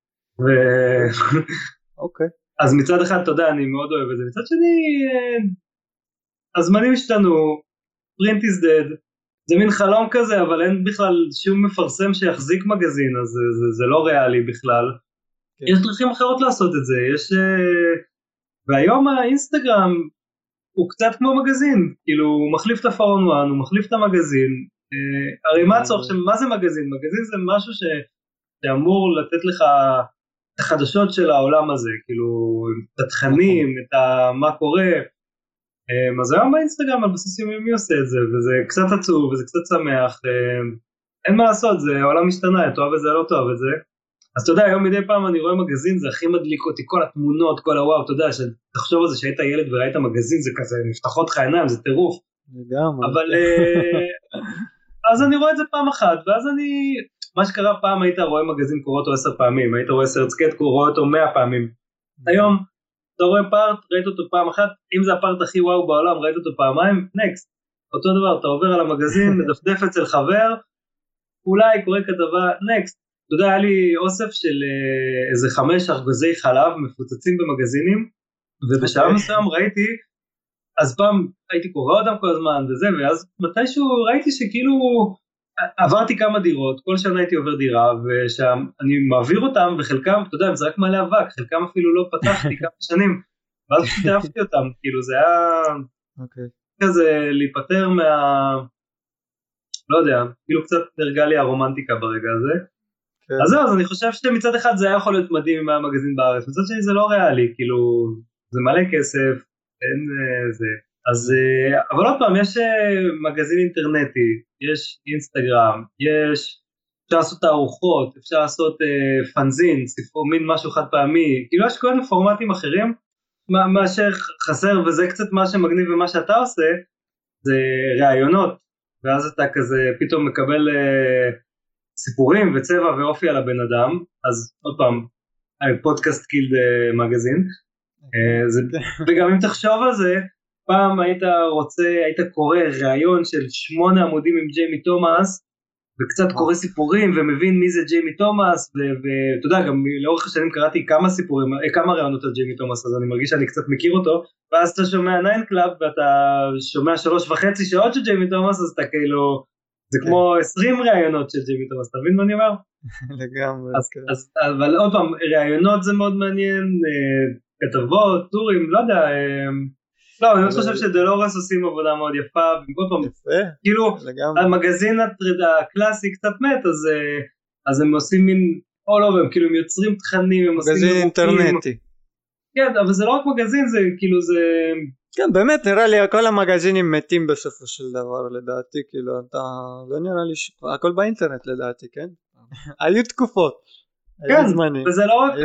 אוקיי. אז מצד אחד, אתה יודע, אני מאוד אוהב את זה, מצד שני, הזמנים השתנו, print is dead, זה מין חלום כזה, אבל אין בכלל שום מפרסם שיחזיק מגזין, אז זה לא ריאלי בכלל. יש דרכים אחרות לעשות את זה, והיום האינסטגרם הוא קצת כמו מגזין, כאילו הוא מחליף את הפורן וואן, הוא מחליף את המגזין, הרי מה הצורך של מה זה מגזין? מגזין זה משהו שאמור לתת לך את החדשות של העולם הזה, כאילו את התכנים, את מה קורה, אז היום באינסטגרם על בסיס יומי מי עושה את זה, וזה קצת עצוב וזה קצת שמח, אין מה לעשות, זה העולם משתנה, אתה אוהב את זה, לא תאהב את זה, אז אתה יודע, היום מדי פעם אני רואה מגזין, זה הכי מדליק אותי, כל התמונות, כל הוואו, אתה יודע, שתחשוב על זה שהיית ילד וראית מגזין, זה כזה, נפתחות לך עיניים, זה טירוף, אבל אז אני רואה את זה פעם אחת, ואז מה שקרה פעם היית רואה מגזין קורא אותו 10 פעמים, היית רואה סרט סקייט קורא אותו 100 פעמים, היום אתה רואה פארט, ראית אותו פעם אחת, אם זה הפארט הכי וואו בעולם, ראית אותו פעמיים, נקסט, אותו דבר, אתה עובר על המגזין, מדפדף אצל חבר, אולי קורא כתבה, נקסט, אתה יודע, היה לי אוסף של איזה 5 ארגזי חלב מפוצצים במגזינים, ובשלב מסוים ראיתי, אז פעם הייתי קורא אותם כל הזמן וזה, ואז מתישהו ראיתי שכאילו עברתי כמה דירות, כל שנה הייתי עובר דירה, ושאני מעביר אותם, וחלקם, אתה יודע, זה רק מלא אבק, חלקם אפילו לא פתחתי כמה שנים, ואז פשוט אהבתי אותם, כאילו זה היה כזה להיפטר לא יודע, כאילו קצת נרגע לי הרומנטיקה ברגע הזה, אז זהו, אז אני חושב שמצד אחד זה היה יכול להיות מדהים עם המגזין בארץ, מצד שני זה לא ריאלי, כאילו זה מלא כסף, אין זה, אז, אבל עוד פעם, יש מגזין אינטרנטי, יש אינסטגרם, אפשר לעשות תערוכות, אפשר לעשות פנזין, מין משהו חד פעמי, כאילו יש כל מיני פורמטים אחרים, מה שחסר, וזה קצת מה שמגניב ומה שאתה עושה, זה רעיונות, ואז אתה כזה פתאום מקבל סיפורים וצבע ואופי על הבן אדם, אז עוד פעם, פודקאסט קילד מגזין, וגם אם תחשוב על זה, פעם היית קורא רעיון של 8 עמודים עם ג'יימי תומאס, וקצת קורא סיפורים ומבין מי זה ג'יימי תומאס, ואתה יודע, גם לאורך השנים קראתי כמה רעיונות על ג'יימי תומאס, אז אני מרגיש שאני קצת מכיר אותו, ואז אתה שומע 9 Club, ואתה שומע 3.5 שעות של ג'יימי תומאס, אז אתה כאילו, זה כמו 20 רעיונות של ג'יימי תומאס, אתה מבין מה אני אומר? לגמרי. אבל עוד פעם, רעיונות זה מאוד מעניין, כתבות, טורים, לא יודע, לא, אני חושב שדלורס עושים עבודה מאוד יפה, כאילו המגזין הקלאסי קצת מת, אז הם עושים מין, הם כאילו הם יוצרים תכנים, מגזין אינטרנטי. כן, אבל זה לא רק מגזין, זה כאילו זה... כן, באמת נראה לי כל המגזינים מתים בסופו של דבר לדעתי, כאילו אתה, לא נראה לי הכל באינטרנט לדעתי, כן? היו תקופות, היו זמנים. וזה לא רק,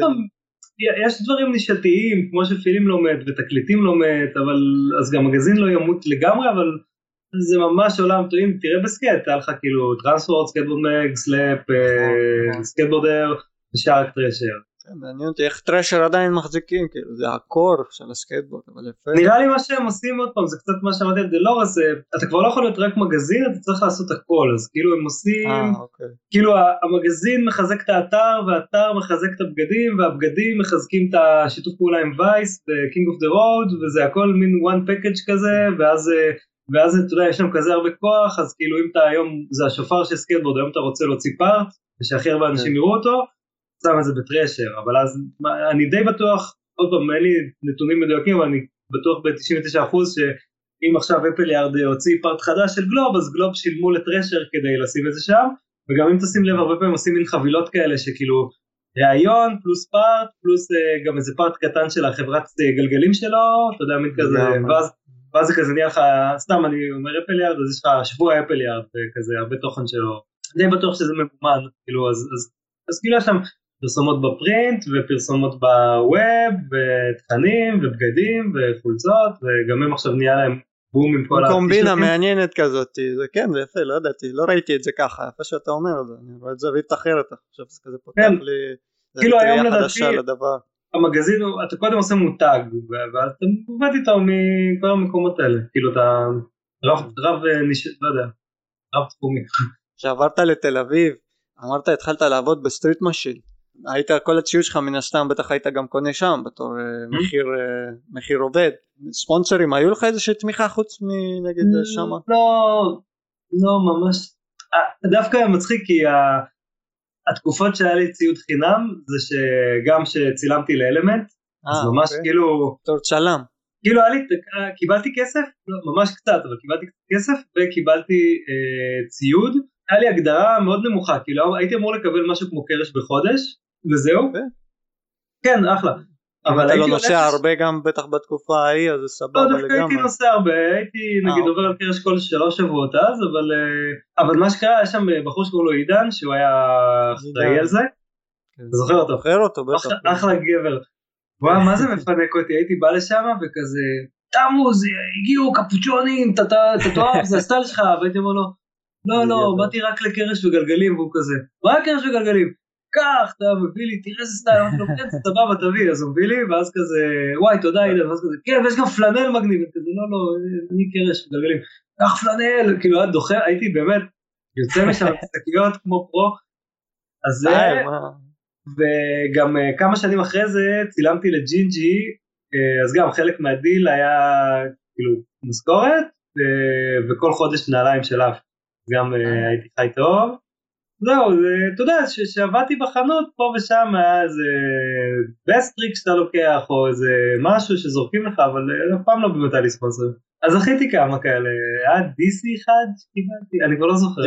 יש דברים נישתיים, כמו שפילים לא מת ותקליטים לא מת, אבל אז גם מגזין לא ימות לגמרי, אבל זה ממש עולם טועים, תראה בסקייט, היה לך כאילו טרנספורט, סקייטבורד מג, סלאפ, סקייטבורדר, ושארק טרשר. מעניין אותי איך טרשר עדיין מחזיקים, כאילו זה הקור של הסקייטבורד, אבל יפה. נראה לי מה שהם עושים עוד פעם, זה קצת מה שאמרתי על דלורס, אתה כבר לא יכול להיות רק מגזין, אתה צריך לעשות הכל, אז כאילו הם עושים, כאילו המגזין מחזק את האתר, והאתר מחזק את הבגדים, והבגדים מחזקים את השיתוף פעולה עם וייס, ו-King of the Road, וזה הכל מין one package כזה, ואז אתה יודע, יש שם כזה הרבה כוח, אז כאילו אם אתה היום, זה השופר של סקייטבורד, היום אתה רוצה להוציא פארט, ושהכי הרבה אנשים יראו אותו, שם את זה בטרשר, אבל אז אני די בטוח, עוד פעם, אין לי נתונים מדויקים, אבל אני בטוח ב-99% שאם עכשיו אפל יארד הוציא פארט חדש של גלוב, אז גלוב שילמו לטרשר כדי לשים את זה שם, וגם אם תשים לב, הרבה פעמים עושים מין חבילות כאלה שכאילו, ראיון פלוס פארט, פלוס גם איזה פארט קטן של החברת גלגלים שלו, אתה יודע, מין כזה, ואז זה כזה נהיה לך, סתם אני אומר אפל יארד, אז יש לך שבוע אפל יארד, כזה הרבה תוכן שלו, די בטוח שזה ממומן, כאילו, אז כאילו יש שם פרסומות בפרינט, ופרסומות בווב, ותכנים, ובגדים, וחולצות, וגם הם עכשיו נהיה להם בום עם כל קומבינה מעניינת כזאת, זה כן, זה יפה, לא ידעתי, לא ראיתי את זה ככה, יפה שאתה אומר את זה, אני רואה את זווית אחרת, עכשיו זה כזה פותח לי, כאילו היום לדעתי, לדבר. המגזין, אתה קודם עושה מותג, ואז אתה עובד איתו מכל המקומות האלה, כאילו אתה רב תחומי. כשעברת לתל אביב, אמרת התחלת לעבוד בסטריט משין, היית כל הציוד שלך מן הסתם, בטח היית גם קונה שם, בתור מחיר עובד, ספונסרים, היו לך איזושהי תמיכה חוץ מנגד שמה? לא ממש, דווקא מצחיק כי התקופות שהיה לי ציוד חינם, זה שגם שצילמתי לאלמנט, אז ממש כאילו, תור צלם, כאילו קיבלתי כסף, ממש קצת, אבל קיבלתי כסף וקיבלתי ציוד, היה לי הגדרה מאוד נמוכה, כאילו הייתי אמור לקבל משהו כמו קרש בחודש, וזהו, כן אחלה, אבל אתה לא נוסע הרבה גם בטח בתקופה ההיא, אז זה סבבה לגמרי. לא, דווקא הייתי נוסע הרבה, הייתי נגיד עובר על קרש כל 3 שבועות אז, אבל מה שקרה, היה שם בחור שקוראים לו עידן, שהוא היה אחראי על זה, אתה זוכר אותו? זוכר אותו, בטח. אחלה גבר, וואו, מה זה מפנק אותי, הייתי בא לשם וכזה, תמוז, הגיעו קפוצ'ונים, אתה תאהב, זה הסטייל שלך, והייתי אומר לו, לא, באתי רק לקרש וגלגלים, והוא כזה, מה קרש וגלגלים? כך, אתה מביא לי, תראה איזה סטייל, אמרתי לו, כן, סבבה, תביא, אז הוא מביא לי, ואז כזה, וואי, תודה, עידן, ואז כזה, כן, ויש גם פלנל מגניב, וכזה, לא, אני קרש וגלגלים, כך פלנל, כאילו, היה דוחה, הייתי באמת, יוצא משם סטקיות כמו פרו, אז זה, וגם כמה שנים אחרי זה, צילמתי לג'ינג'י, אז גם חלק מהדיל היה, כאילו, משכורת, וכל חודש נעליים של אף, גם הייתי חי טוב, זהו, אתה יודע, שעבדתי בחנות פה ושם היה איזה בסטריק שאתה לוקח, או איזה משהו שזורקים לך, אבל אף פעם לא באמת היה לי ספונסר. אז זכיתי כמה כאלה, היה DC אחד שקיבלתי, אני כבר לא זוכר.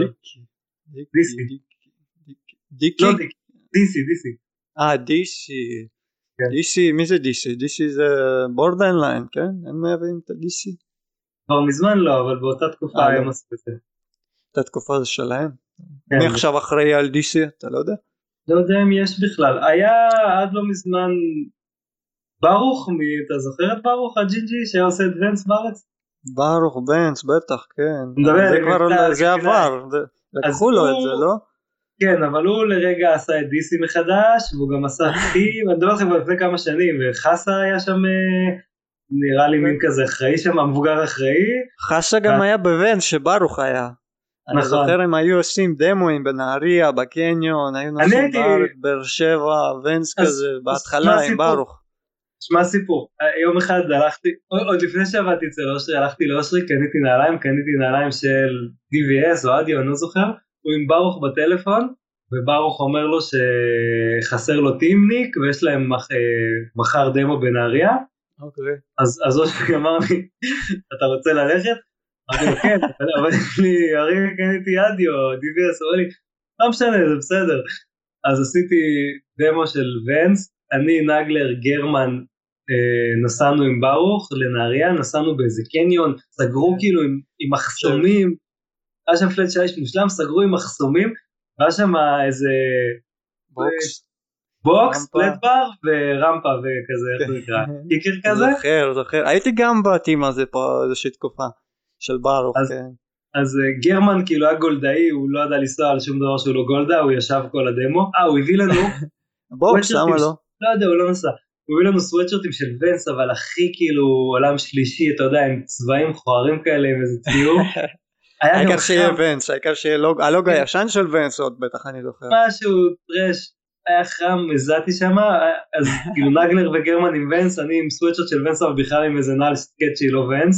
DC, מי זה DC? DC זה בורדרליין, כן? הם מביאים את ה-DC? כבר מזמן לא, אבל באותה תקופה היה מספיק. את התקופה זה שלהם? מי עכשיו אחראי על DC? אתה לא יודע? לא יודע אם יש בכלל. היה עד לא מזמן ברוך, אתה זוכר את ברוך הג'ינג'י שהיה עושה את ונס בארץ? ברוך ונס, בטח, כן. זה עבר, לקחו לו את זה, לא? כן, אבל הוא לרגע עשה את DC מחדש, והוא גם עשה אני מדבר לכם לפני כמה שנים, וחסה היה שם, נראה לי מין כזה אחראי שם, המבוגר אחראי. חסה גם היה בוונס שברוך היה. אני זוכר הם היו עושים דמוים בנהריה, בקניון, היו נוסעים בארץ, באר שבע, ונס כזה, בהתחלה עם ברוך. שמע סיפור, יום אחד הלכתי, עוד לפני שעבדתי אצל אושרי, הלכתי לאושרי, קניתי נעליים של DVS או אדיו, אני לא זוכר, הוא עם ברוך בטלפון, וברוך אומר לו שחסר לו טימניק, ויש להם מחר דמו בנהריה, אז אושרי אמר לי, אתה רוצה ללכת? אמרתי לו כן, אבל הרי קניתי אדיו, DVS, אמר לי, לא משנה, זה בסדר. אז עשיתי דמו של ונס, אני, נגלר, גרמן, נסענו עם ברוך לנהריה, נסענו באיזה קניון, סגרו כאילו עם מחסומים, היה שם פלט שיש מושלם, סגרו עם מחסומים, והיה שם איזה בוקס, פלט בר ורמפה וכזה, איך זה נקרא, קיקר כזה? זוכר, הייתי גם בתים הזה פה איזושהי תקופה של ברוך, כן. אז גרמן כאילו היה גולדאי, הוא לא ידע לנסוע על שום דבר שהוא לא גולדה, הוא ישב כל הדמו, הוא הביא לנו בוקס, למה לא? לא יודע, הוא לא נסע, הוא הביא לנו סוואטשרטים של ונס, אבל הכי כאילו עולם שלישי, אתה יודע, עם צבעים חוערים כאלה, עם איזה ציור. העיקר שיהיה ונס, העיקר שיהיה הלוג הישן של ונס עוד בטח אני זוכר. משהו טרש, היה חם, הזעתי שם, אז כאילו נגלר וגרמן עם ונס, אני עם סוואטשרט של ונס, אבל בכלל עם איזה נעל סקצ'י לא ונס.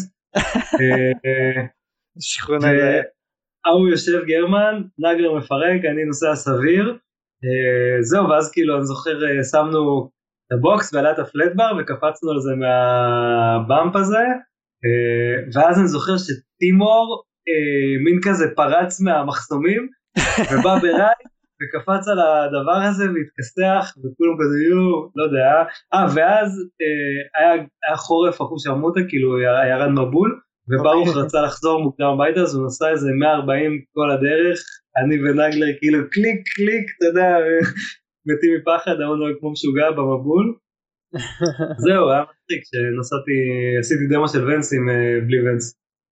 הוא יושב גרמן, נגלר מפרק, אני נוסע סביר, זהו, ואז כאילו אני זוכר, שמנו את הבוקס ועלה את הפלטבר, וקפצנו על זה מהבאמפ הזה, ואז אני זוכר שטימור, מין כזה פרץ מהמחסומים, ובא בראי, וקפץ על הדבר הזה והתכסח, וכולם כזה לא יודע, ואז היה חורף אחוז שרמוטה, כאילו ירד מבול, וברוך רצה לחזור מוקדם הביתה, אז הוא נסע איזה 140 כל הדרך, אני ונגלר כאילו קליק קליק, אתה יודע, מתים מפחד, אמרנו כמו משוגע במבול. זהו, היה מצחיק שנסעתי, עשיתי דמו של ונס עם בלי ונס.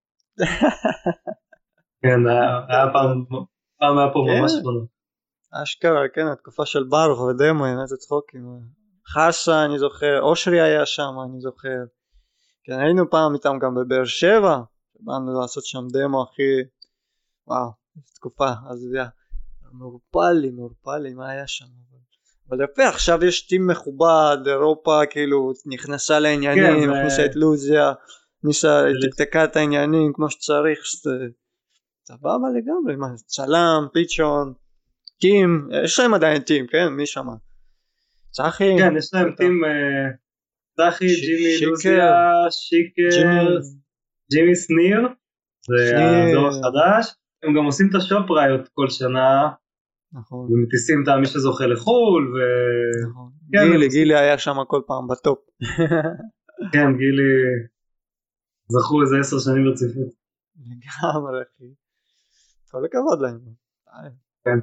כן, היה פעם היה פה ממש פונה. אשכרה, כן, התקופה של ברוך ודמו, איזה צחוקים. חסה, אני זוכר, אושרי היה שם, אני זוכר. כן, היינו פעם איתם גם בבאר שבע, באנו לעשות שם דמו, אחי, וואו, תקופה, אז זה נורפלי, מה היה שם? אבל יפה, עכשיו יש טים מכובד, אירופה כאילו נכנסה לעניינים, נכנסה את לוזיה, תקתקה את העניינים כמו שצריך, סבבה לגמרי, צלם, פיצ'ון, טים, יש להם עדיין טים, כן? מי שמה? צחי? כן, יש להם טים, צחי, ג'ימי, לוזיה, שיקר, ג'ימי שניר, זה הדור החדש, הם גם עושים את השופ ראיות כל שנה, נכון. ומטיסים את מי שזוכה לחול, נכון. גילי היה שם כל פעם בטופ. כן, גילי זכו איזה 10 שנים ברציפות. לגמרי, אחי. כל הכבוד להם. כן.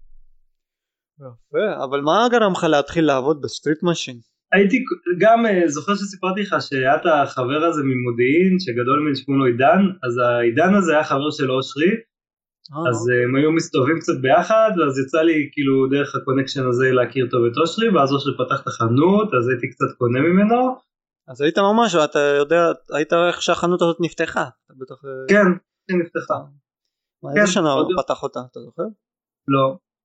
יפה, אבל מה גרם לך להתחיל לעבוד בסטריט משין? הייתי גם זוכר שסיפרתי לך שהיה את החבר הזה ממודיעין שגדול מן שקוראים לו עידן, אז העידן הזה היה חבר של אושרי, אז הם היו מסתובבים קצת ביחד, ואז יצא לי כאילו דרך הקונקשן הזה להכיר טוב את אושרי, ואז אושרי פתח את החנות, אז הייתי קצת קונה ממנו. אז היית ממש, ואתה יודע, היית איך שהחנות הזאת נפתחה? כן, היא נפתחה. איזה שנה הוא פתח אותה, אתה זוכר? לא.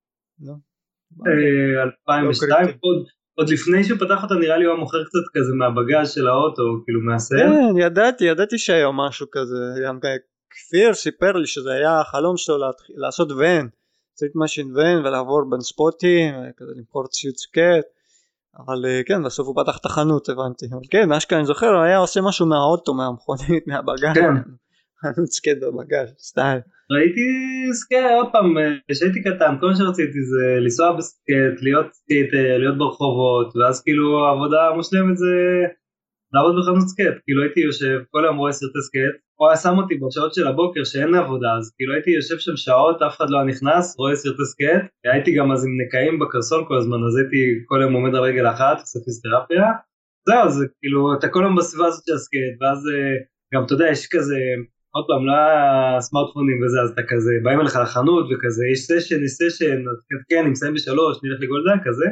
2002, עוד לפני שהוא פתח אותה נראה לי הוא מוכר קצת כזה מהבגז של האוטו, כאילו מהסל. כן, ידעתי שהיה משהו כזה, גם כפיר סיפר לי שזה היה החלום שלו לעשות ון, סטריט משין ון ולעבור בין ספוטים, כזה למכור ציוד סקט, אבל כן, בסוף הוא פתח את החנות, הבנתי, אבל כן, מה שכאן אני זוכר, הוא היה עושה משהו מהאוטו, מהמכונית, מהבגז, חנות סקט בבגז, סטייל. ראיתי סקט, עוד פעם, כשהייתי קטן, כל מה שרציתי זה לנסוע בסקט, להיות סקייטר, להיות ברחובות, ואז כאילו העבודה המושלמת זה לעבוד בחנות סקט, כאילו הייתי יושב, כל היום רואה סרטי סקט, הוא היה שם אותי בשעות של הבוקר שאין עבודה, אז כאילו הייתי יושב שם שעות, אף אחד לא נכנס, רואה סרטי סקט, הייתי גם אז עם נקעים בקרסול כל הזמן, אז הייתי כל היום עומד על רגל אחת, עושה פיזיותרפיה, זהו, זה כאילו, אתה כל היום בסביבה הזאת של הסקט, ואז גם אתה יודע, יש כזה, עוד פעם, לא היה סמארטפונים וזה, אז אתה כזה, באים אליך לחנות וכזה, יש סשן, כן, אני מסיים ב3, נלך לגולדה, כזה,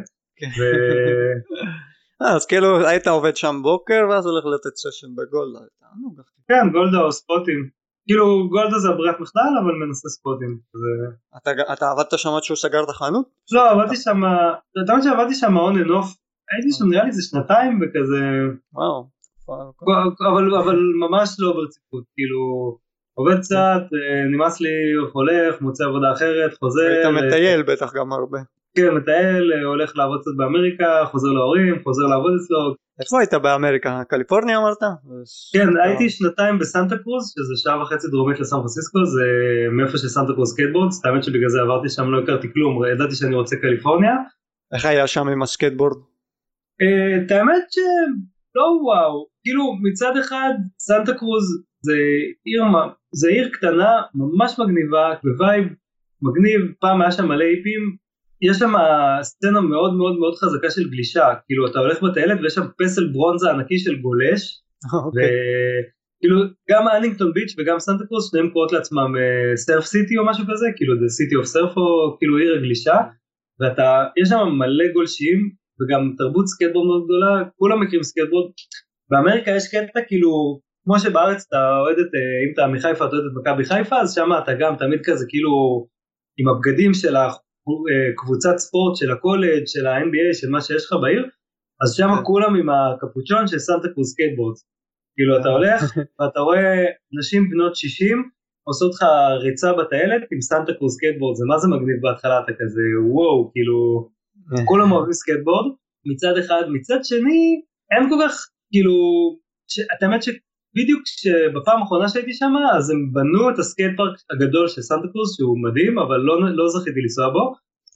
אז כאילו היית עובד שם בוקר ואז הולך לתת סשן בגולדה. כן, גולדה או ספוטים. כאילו גולדה זה הברירת מחדל אבל מנסה ספוטים. אתה עבדת שם עד שהוא סגר את החנות? לא, עבדתי שם, אתה יודע שעבדתי שם on and off, הייתי שם נראה לי זה 2 וכזה. וואו. אבל ממש לא ברציפות, כאילו עובד קצת, נמאס לי, הולך, מוצא עבודה אחרת, חוזר. היית מטייל בטח גם הרבה. כן, מטייל, הולך לעבוד קצת באמריקה, חוזר להורים, חוזר לעבוד אצלו. איפה היית באמריקה? קליפורניה אמרת? כן, הייתי 2 בסנטה קרוז, שזה 1.5 שעה דרומית לסן פרנסיסקו, זה מאיפה של סנטה קרוז סקייטבורד, האמת שבגלל זה עברתי שם, לא הכרתי כלום, ידעתי שאני רוצה קליפורניה. איך היה שם עם הסקייטבורד? האמת שלא וואו, כאילו מצד אחד סנטה קרוז זה עיר קטנה, ממש מגניבה, בווייב מגניב, פעם היה שם מלא איפים, יש שם סצנה מאוד מאוד מאוד חזקה של גלישה, כאילו אתה הולך בטיילת ויש שם פסל ברונזה ענקי של גולש, וכאילו גם אלינגטון ביץ' וגם סנטה קרוז שניהם קוראות לעצמם סרף סיטי או משהו כזה, כאילו the city of surf או כאילו עיר הגלישה, ויש שם מלא גולשים, וגם תרבות סקייטבורד מאוד גדולה, כולם מכירים סקייטבורד, באמריקה יש קטע כאילו, כמו שבארץ אתה אוהד את, אם אתה מחיפה אתה אוהד את מכבי חיפה, אז שם אתה גם תמיד כזה כאילו, עם הבגדים של קבוצת ספורט של הקולג' של ה-NBA של מה שיש לך בעיר, אז שם כולם עם הקפוצ'ון של סנטה קרוז סקייטבורד, כאילו אתה הולך ואתה רואה נשים בנות 60 עושות לך ריצה בטיילת עם סנטה קרוז סקייטבורד, זה מה זה מגניב בהתחלה, אתה כזה וואו, כאילו כולם אוהבים סקייטבורד מצד אחד, מצד שני אין כל כך כאילו, אתה האמת שבדיוק שבפעם האחרונה שהייתי שם אז הם בנו את הסקייט פארק הגדול של סנטה קרוז שהוא מדהים, אבל לא זכיתי לנסוע בו,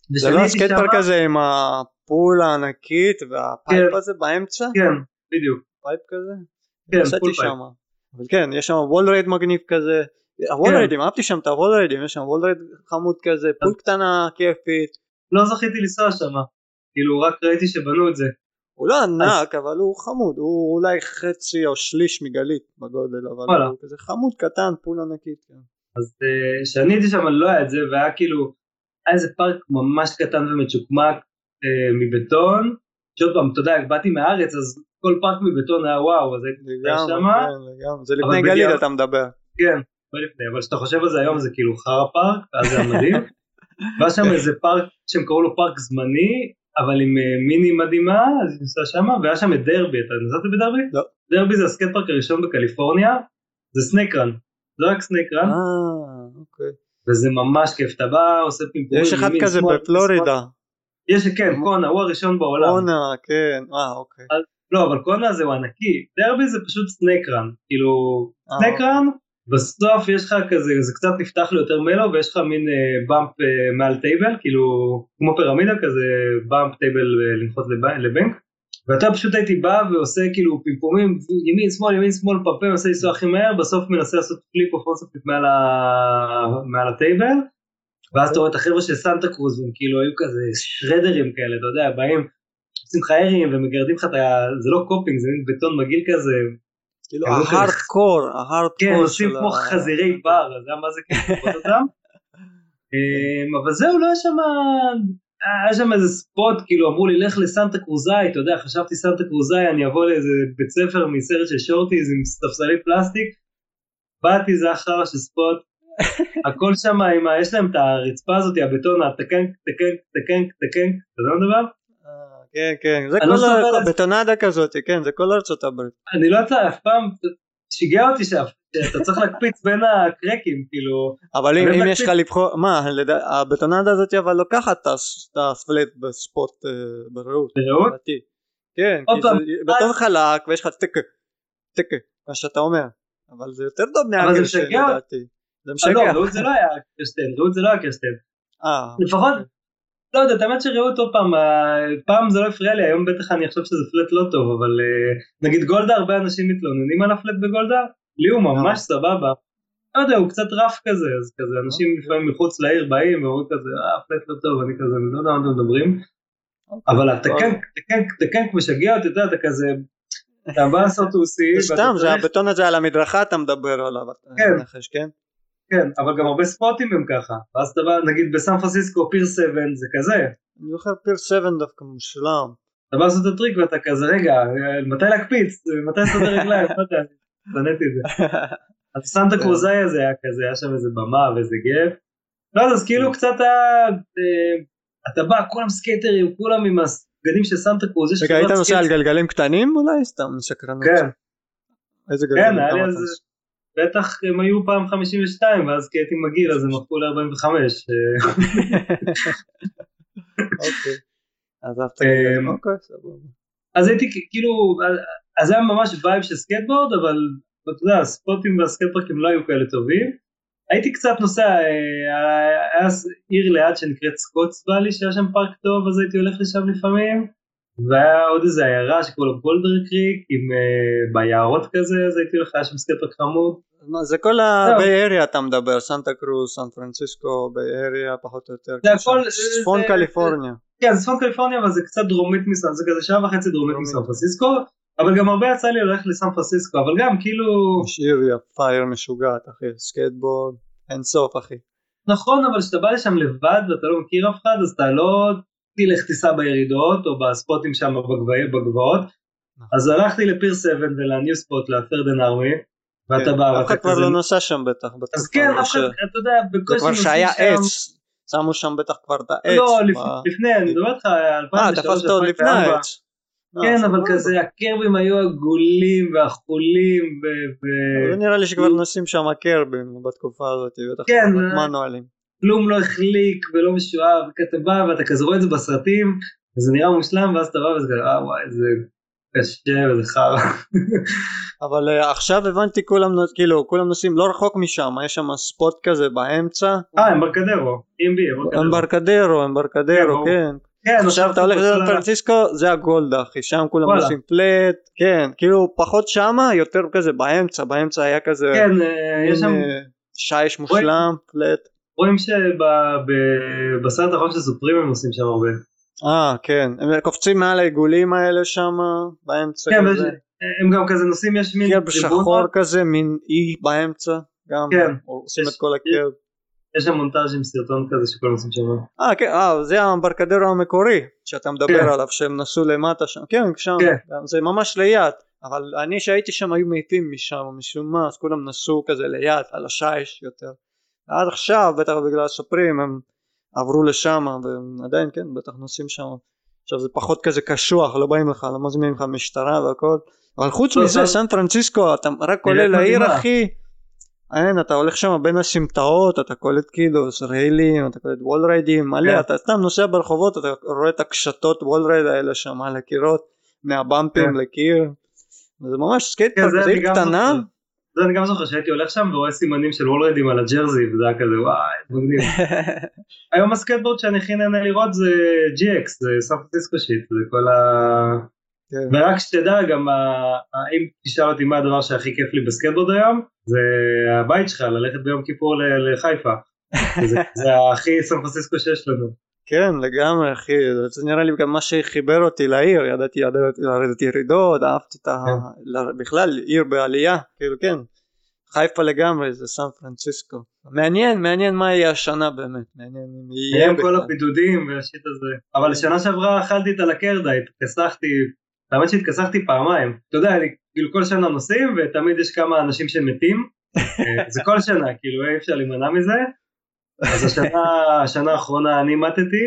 זה לא הסקייט פארק הזה עם הפול הענקית והפייפ הזה באמצע? כן, בדיוק. פייפ כזה? כן, פול פייפ. אבל כן, יש שם וול רייד מגניב כזה, הוול ריידים, אהבתי שם את הוול ריידים, יש שם וול רייד חמוד כזה, פול קטנה, כיפית. לא זכיתי לנסוע שם, כאילו רק ראיתי שבנו את זה. הוא לא ענק, אבל הוא חמוד, הוא אולי חצי או שליש מגלית בגודל, אבל הוא כזה חמוד קטן, פול ענקית. אז כשאני הייתי שם לא היה את זה, והיה כאילו, היה איזה פארק ממש קטן ומצ'וקמק מבטון, שעוד פעם, אתה יודע, באתי מהארץ, אז כל פארק מבטון היה וואו, אז הייתי שם. זה לפני גליל אתה מדבר. כן, אבל כשאתה חושב על זה היום זה כאילו חרא פארק, אז זה מדהים. והיה שם איזה פארק שהם קראו לו פארק זמני, אבל עם מיני מדהימה, אז היא נסעה שם, והיה שם את דרבי, אתה נסעת בדרבי? לא. דרבי זה הסקייט פארק הראשון בקליפורניה, זה סנייקרן, זה רק סנייקרן. אוקיי. וזה ממש כיף, אתה בא, עושה פימפורים. יש אחד כזה בפלורידה. יש, כן, קונה, הוא הראשון בעולם. קונה, כן, אוקיי. לא, אבל קונה זה הוא ענקי, דרבי זה פשוט סנייקרן, כאילו, סנייקרן, בסוף יש לך כזה, זה קצת נפתח לי יותר מלו, ויש לך מין באמפ מעל טייבל, כאילו, כמו פירמידה כזה, באמפ טייבל לנחות לבנק, ואתה פשוט הייתי בא ועושה כאילו פימפומים, ימין שמאל, פרפם, עושה לנסוע הכי מהר, בסוף מנסה לעשות פליפ או פונספליפ מעל הטייבל, ואז אתה רואה את החבר'ה של סנטה קרוז, והם כאילו היו כזה שרדרים כאלה, אתה יודע, באים, עושים לך ארים ומגרדים לך, זה לא קופינג, זה בטון מגעיל כזה, כאילו ההארדקור, כן, עושים כמו חזירי בר, אז מה זה כאילו לראות אותם, אבל זהו, לא היה שם איזה ספוט, כאילו אמרו לי, לך לסנטה קרוזאי, אתה יודע, חשבתי סנטה קרוזאי, אני אבוא לאיזה בית ספר מסרט של שורטיז עם ספסלי פלסטיק, באתי, זה אחר של ספוט, הכל שם, יש להם את הרצפה הזאת, הבטון, תקנק, אתה יודע מה דבר? כן, כן, זה כל בטונדה כזאת, כן, זה כל ארצות הברית. אני לא יודע, אף פעם שיגע אותי שאתה צריך להקפיץ בין הקרקים, כאילו. אבל אם יש לך לבחור, מה, הבטונדה הזאת אבל לוקחת את הספלט בספוט בראות. בראות? כן, כי זה בטון חלק ויש לך תקה, מה שאתה אומר, אבל זה יותר טוב מהגל שלדעתי. זה משגע. לא, ראות זה לא היה קרסטן, לפחות, לא יודע, האמת שראות עוד פעם זה לא הפריע לי, היום בטח אני חושב שזה פלט לא טוב, אבל נגיד גולדה, הרבה אנשים מתלוננים על הפלט בגולדה, לי הוא ממש סבבה, לא יודע, הוא קצת רף כזה, אז כזה, אנשים לפעמים מחוץ לעיר באים, ואומרים כזה, פלט לא טוב, אני כזה, אני לא יודע מה אתם מדברים, אבל התקנק משגע אותי, אתה כזה, אתה בא לעשות אוסי, סתם, זה הבטון הזה על המדרכה אתה מדבר עליו, כן? כן, אבל גם הרבה ספוטים הם ככה, ואז אתה בא, נגיד בסן פרנסיסקו, פיר 7 זה כזה. אני זוכר פיר 7 דווקא מושלם. אתה בא לעשות את הטריק ואתה כזה, רגע, מתי להקפיץ, מתי לסדר רגליים, לא יודע, זנתי את זה. אז סנטה קרוזאי הזה היה כזה, היה שם איזה במה ואיזה גב. לא, אז כאילו קצת, אתה בא, כולם סקייטרים, כולם עם הסגנים של סנטה קרוז. רגע, היית נוסע על גלגלים קטנים אולי? סתם שקרנות. כן. איזה גלגלים? כן, היה לי אז... בטח הם היו פעם 52, ואז כי הייתי מגיל, אז הם הפכו ל-45. אוקיי. אז אוקיי, סבבה. אז הייתי כאילו, אז היה ממש וייב של סקייטבורד, אבל אתה יודע, הספוטים והסקייטפארקים לא היו כאלה טובים. הייתי קצת נוסע, היה עיר ליד שנקראת סקוטס ואלי, שהיה שם פארק טוב, אז הייתי הולך לשם לפעמים. והיה עוד איזה עיירה שקוראים לו בולדר קריק, עם ביערות כזה, אז הייתי הולך, היה שם סקייטפארק חמוד. זה כל הביי אריה אתה מדבר, סנטה קרוז, סן פרנסיסקו, ביי אריה, פחות או יותר. זה הכל... צפון קליפורניה. כן, זה צפון קליפורניה, אבל זה קצת דרומית מסן, זה כזה שעה וחצי דרומית מסן פרנסיסקו, אבל גם הרבה יצא לי ללכת לסן פרנסיסקו, אבל גם כאילו... יש עיר יפה, עיר משוגעת, אחי, סקייטבורד, אין סוף, אחי. נכון, אבל כשאתה בא לשם לבד ואתה לא מכיר אף אחד, אז אתה לא תלך טיסה בירידות, או בספוטים שם בגבעות, אז הלכתי לפיר 7 ולניו ספוט, לפרדן ארמי, ואתה בא... אף אחד כבר לא נוסע שם בטח. אז כן, אף אחד, אתה יודע, זה כבר שהיה עץ, שמו שם בטח כבר את העץ. לא, לפני, אני מדבר לך, 2003, תפסת עוד לפני העץ. כן, אבל כזה, הקרבים היו עגולים והחולים, זה נראה לי שכבר נוסעים שם הקרבים בתקופה הזאת, בטח כבר מנואלים. כלום לא החליק ולא משואב, וכתבה, ואתה כזה רואה את זה בסרטים, וזה נראה מושלם, ואז אתה רואה וזה כזה, וואי, קשה וזה חרא. אבל עכשיו הבנתי כולם נוסעים לא רחוק משם, יש שם ספוט כזה באמצע. אמברקדרו, אמברקדרו, כן. עכשיו אתה הולך לסן פרנסיסקו, זה הגולדה אחי, שם כולם נוסעים פלט, כן, כאילו פחות שמה, יותר כזה באמצע היה כזה, כן, יש שם שיש מושלם, פלט. רואים שבסרט האחרון של סופרים הם עושים שם הרבה. כן, הם קופצים מעל העיגולים האלה שם, באמצע כזה. הם גם כזה נוסעים, יש מין קרב שחור כזה, מין אי באמצע, גם עושים את כל הקרב. יש שם מונטאז' עם סרטון כזה שכל נוסעים שם. כן, זה האמברקדרו המקורי שאתה מדבר עליו, שהם נסו למטה שם, כן, שם, זה ממש ליד, אבל אני שהייתי שם היו מעיפים משם, משום מה, אז כולם נסו כזה ליד, על השיש יותר. עד עכשיו, בטח בגלל הסופרים, הם עברו לשם, ועדיין כן, בטח נוסעים שם. עכשיו זה פחות כזה קשוח, לא באים לך, לא מזמינים לך משטרה והכל. אבל חוץ מזה, סן פרנסיסקו, אתה רק עולה לעיר אחי, אתה הולך שם בין הסמטאות, אתה קולט כאילו ריילים, אתה קולט וול ריידים, מלא, אתה סתם נוסע ברחובות, אתה רואה את הקשתות וול רייד האלה שם על הקירות, מהבמפים לקיר, זה ממש סקייט פארק, זה עיר קטנה. זה אני גם זוכר שהייתי הולך שם ורואה סימנים של וול ריידים על הג'רזי, וזה היה כזה וואי, מגניב. היום הסקייטבורד שאני הכי נהנה לראות זה GX, זה סן פרנסיסקו שיט, זה כל ה... ורק שתדע גם, אם תשאל אותי מה הדבר שהכי כיף לי בסקייטבורד היום, זה הבית שלך, ללכת ביום כיפור לחיפה, זה הכי סן פרנסיסקו שיש לנו. כן, לגמרי אחי, זה נראה לי גם מה שחיבר אותי לעיר, ידעתי לרדת ירידות, אהבתי את בכלל עיר בעלייה, כאילו כן, חיפה לגמרי, זה סן פרנסיסקו. מעניין מה יהיה השנה באמת, מעניין אם יהיה בכלל. כל הבידודים והשיט הזה, אבל לשנה שעברה אכלתי את הלקרדה, האמת שהתכסחתי פעמיים, אתה יודע, כאילו כל שנה נוסעים ותמיד יש כמה אנשים שמתים, זה כל שנה, כאילו אי אפשר להימנע מזה, אז השנה האחרונה אני מתתי,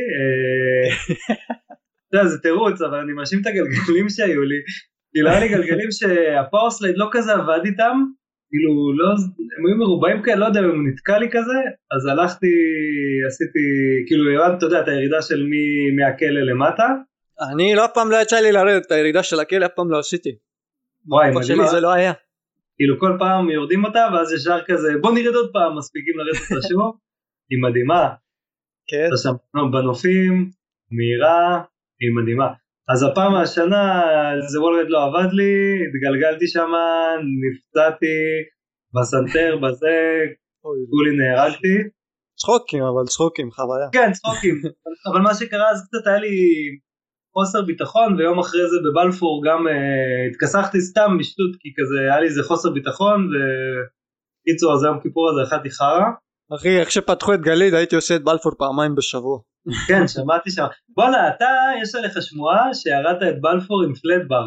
אתה יודע, זה תירוץ, אבל אני מאשים את הגלגלים שהיו לי, כאילו היה לי גלגלים שהפאורסלייד לא כזה עבד איתם, כאילו לא, הם היו מרובעים כאלה, לא יודע אם הוא נתקע לי כזה, אז הלכתי, עשיתי, כאילו ירד, אתה יודע, את הירידה של מהכלא למטה, אני לא, אף פעם לא יצא לי לרדת את הירידה של הכלא, אף פעם לא עשיתי. וואי, מדהימה. זה לא היה. כאילו כל פעם יורדים אותה, ואז ישר כזה, בוא נרד עוד פעם, מספיקים לרדת אותה שוב. היא מדהימה. כן. שם בנופים, מהירה, היא מדהימה. אז הפעם השנה, זה וולרד לא עבד לי, התגלגלתי שם, נפצעתי, בסנטר, בזה, כולי נהרגתי. צחוקים, חוויה. כן, צחוקים. אבל מה שקרה, אז קצת היה לי חוסר ביטחון, ויום אחרי זה בבלפור גם התכסחתי סתם בשטות, כי כזה היה לי איזה חוסר ביטחון, וקיצור, אז היום כיפור הזה אכלתי חרא. אחי, איך שפתחו את גליד, הייתי עושה את בלפור פעמיים בשבוע. כן, שמעתי שם. בוא'נה, אתה, יש עליך שמועה שירדת את בלפור עם פלט בר.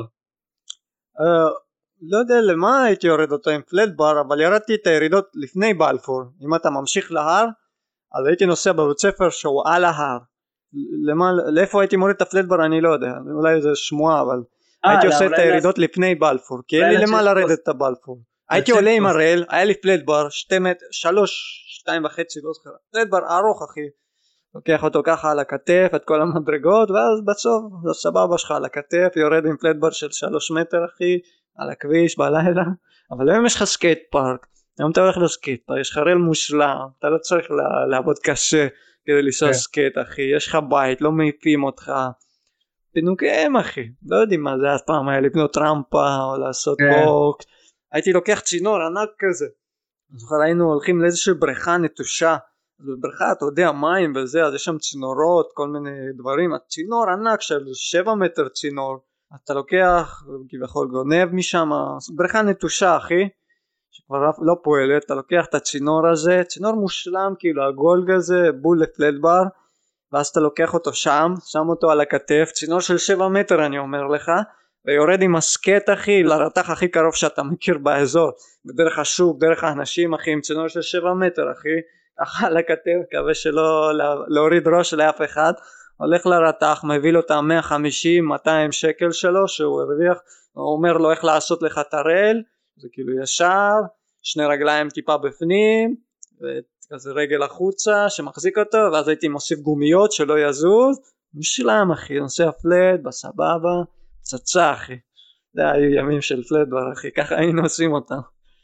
לא יודע למה הייתי יורד אותו עם פלט בר, אבל ירדתי את הירידות לפני בלפור. אם אתה ממשיך להר, אז הייתי נוסע בבית ספר שהוא על ההר. לאיפה הייתי מוריד את הפלט בר אני לא יודע, אולי זה שמועה, אבל הייתי עושה את הירידות לפני בלפור, כי אין לי למה לרדת את הבלפור. הייתי עולה עם הרל, היה לי פלט בר 2.5 לא זוכר, פלט בר ארוך אחי, לוקח אותו ככה על הכתף, את כל המדרגות, ואז בסוף זה סבבה שלך על הכתף, יורד עם פלט בר של 3 מטר אחי, על הכביש בלילה. אבל היום יש לך סקייט פארק, היום אתה הולך לסקייט פארק, יש לך רל מושלם, אתה לא צריך לעבוד קשה כדי לנסוע סקייט אחי, יש לך בית, לא מעיפים אותך, פינוקים אחי, לא יודעים מה זה, אז פעם היה לבנות רמפה או לעשות בוקס, הייתי לוקח צינור ענק כזה, זוכר היינו הולכים לאיזושהי בריכה נטושה, בבריכה אתה יודע מים וזה, אז יש שם צינורות, כל מיני דברים, הצינור ענק של 7 מטר צינור, אתה לוקח כביכול גונב משם, בריכה נטושה אחי, שכבר לא פועלת, אתה לוקח את הצינור הזה, צינור מושלם כאילו הגולג הזה, בול לפלט בר, ואז אתה לוקח אותו שם אותו על הכתף, צינור של 7 מטר אני אומר לך, ויורד עם הסקט אחי, לרתח הכי קרוב שאתה מכיר באזור, בדרך השוק, דרך האנשים אחי, עם צינור של 7 מטר אחי, ככה על הכתף, מקווה שלא להוריד ראש לאף אחד, הולך לרתח, מביא לו את ה-150-200 שקל שלו, שהוא הרוויח, הוא אומר לו איך לעשות לך את הרל, זה כאילו ישר, 2 רגליים טיפה בפנים, וכזה רגל החוצה שמחזיק אותו, ואז הייתי מוסיף גומיות שלא יזוז, משלם אחי, נוסע פלט, בסבבה, פצצה אחי. זה היו ימים של פלטבר אחי, ככה היינו עושים אותם.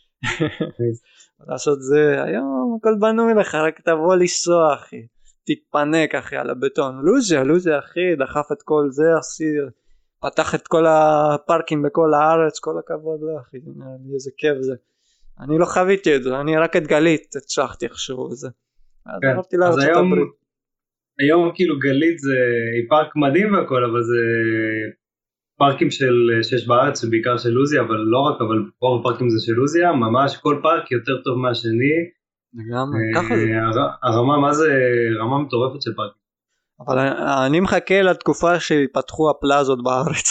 לעשות זה, היום הכל בנוי לך, רק תבוא לנסוע אחי, תתפנק אחי על הבטון, לוזיה אחי, דחף את כל זה, פתח את כל הפארקים בכל הארץ, כל הכבוד לו אחי, איזה כיף זה. אני לא חוויתי את זה, אני רק את גלית הצלחתי איכשהו וזה. אז עברתי לארצות הברית. היום כאילו גלית זה פארק מדהים והכל, אבל זה פארקים שיש בארץ שבעיקר של לוזיה, אבל לא רק, אבל רוב הפארקים זה של לוזיה, ממש כל פארק יותר טוב מהשני. ככה זה. הרמה, מה זה רמה מטורפת של פארקים. אבל אני מחכה לתקופה שיפתחו הפלazות בארץ.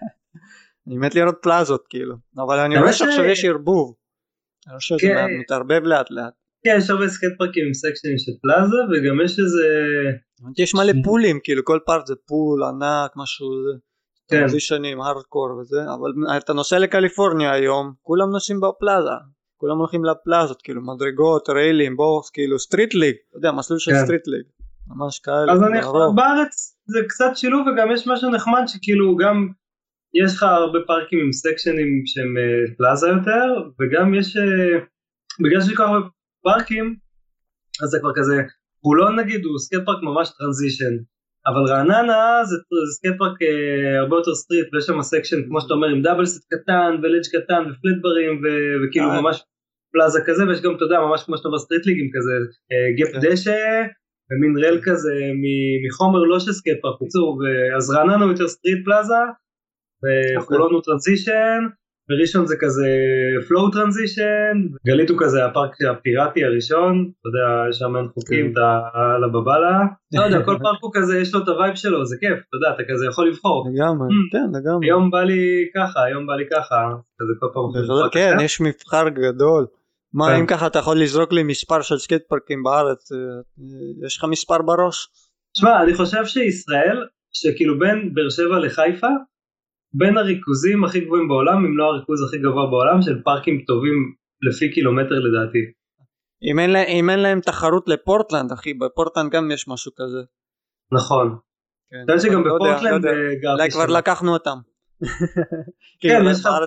אני מת לראות פלazות כאילו, אבל אני רואה שעכשיו יש ערבוב. אני חושב שזה מתערבב לאט לאט. כן, יש הרבה סקייט פארקים עם סקשנים של פלאזה, וגם יש איזה... יש מלא פולים, כאילו כל פארק זה פול ענק, משהו זה. טרנזישנים, הארדקור וזה, אבל אתה נוסע לקליפורניה היום, כולם נוסעים בפלאזה. כולם הולכים לפלאזות, כאילו מדרגות, ריילים, בוקס, כאילו סטריט ליג. אתה יודע, מסלול של סטריט ליג. ממש כאלה. אז אני חושב, בארץ זה קצת שילוב, וגם יש משהו נחמד שכאילו גם... יש לך הרבה פארקים עם סקשנים שהם פלאזה יותר, וגם יש, בגלל שיש הרבה פארקים, אז זה כבר כזה, חולון נגיד הוא סקייט פארק ממש טרנזישן, אבל רעננה זה סקייט פארק הרבה יותר סטריט, ויש שם סקשן כמו שאתה אומר עם דאבל סט קטן ולדג' קטן ופליטברים, וכאילו ממש פלאזה כזה, ויש גם אתה יודע ממש כמו שאתה אומר סטריט ליגים כזה, גפ דשא, ומין רל כזה מחומר לא של סקייט פארק, אז רעננה הוא יותר סטריט פלאזה, וחולון הוא טרנזישן, וראשון זה כזה פלואו טרנזישן, גלית הוא כזה הפארק הפיראטי הראשון, אתה יודע, יש שם אין חוקים, אתה על הבבלה, לא יודע, כל פארק הוא כזה, יש לו את הווייב שלו, זה כיף, אתה יודע, אתה כזה יכול לבחור. לגמרי, כן, לגמרי. היום בא לי ככה, כזה כל פעם. כן, יש מבחר גדול. מה, אם ככה אתה יכול לזרוק לי מספר של סקייט פארקים בארץ, יש לך מספר בראש? תשמע, אני חושב שישראל, שכאילו בין באר שבע לחיפה, בין הריכוזים הכי גבוהים בעולם, אם לא הריכוז הכי גבוה בעולם, של פארקים טובים לפי קילומטר לדעתי. אם אין להם תחרות לפורטלנד, אחי, בפורטלנד גם יש משהו כזה. נכון. אתה יודע שגם בפורטלנד אולי כבר לקחנו אותם. כן,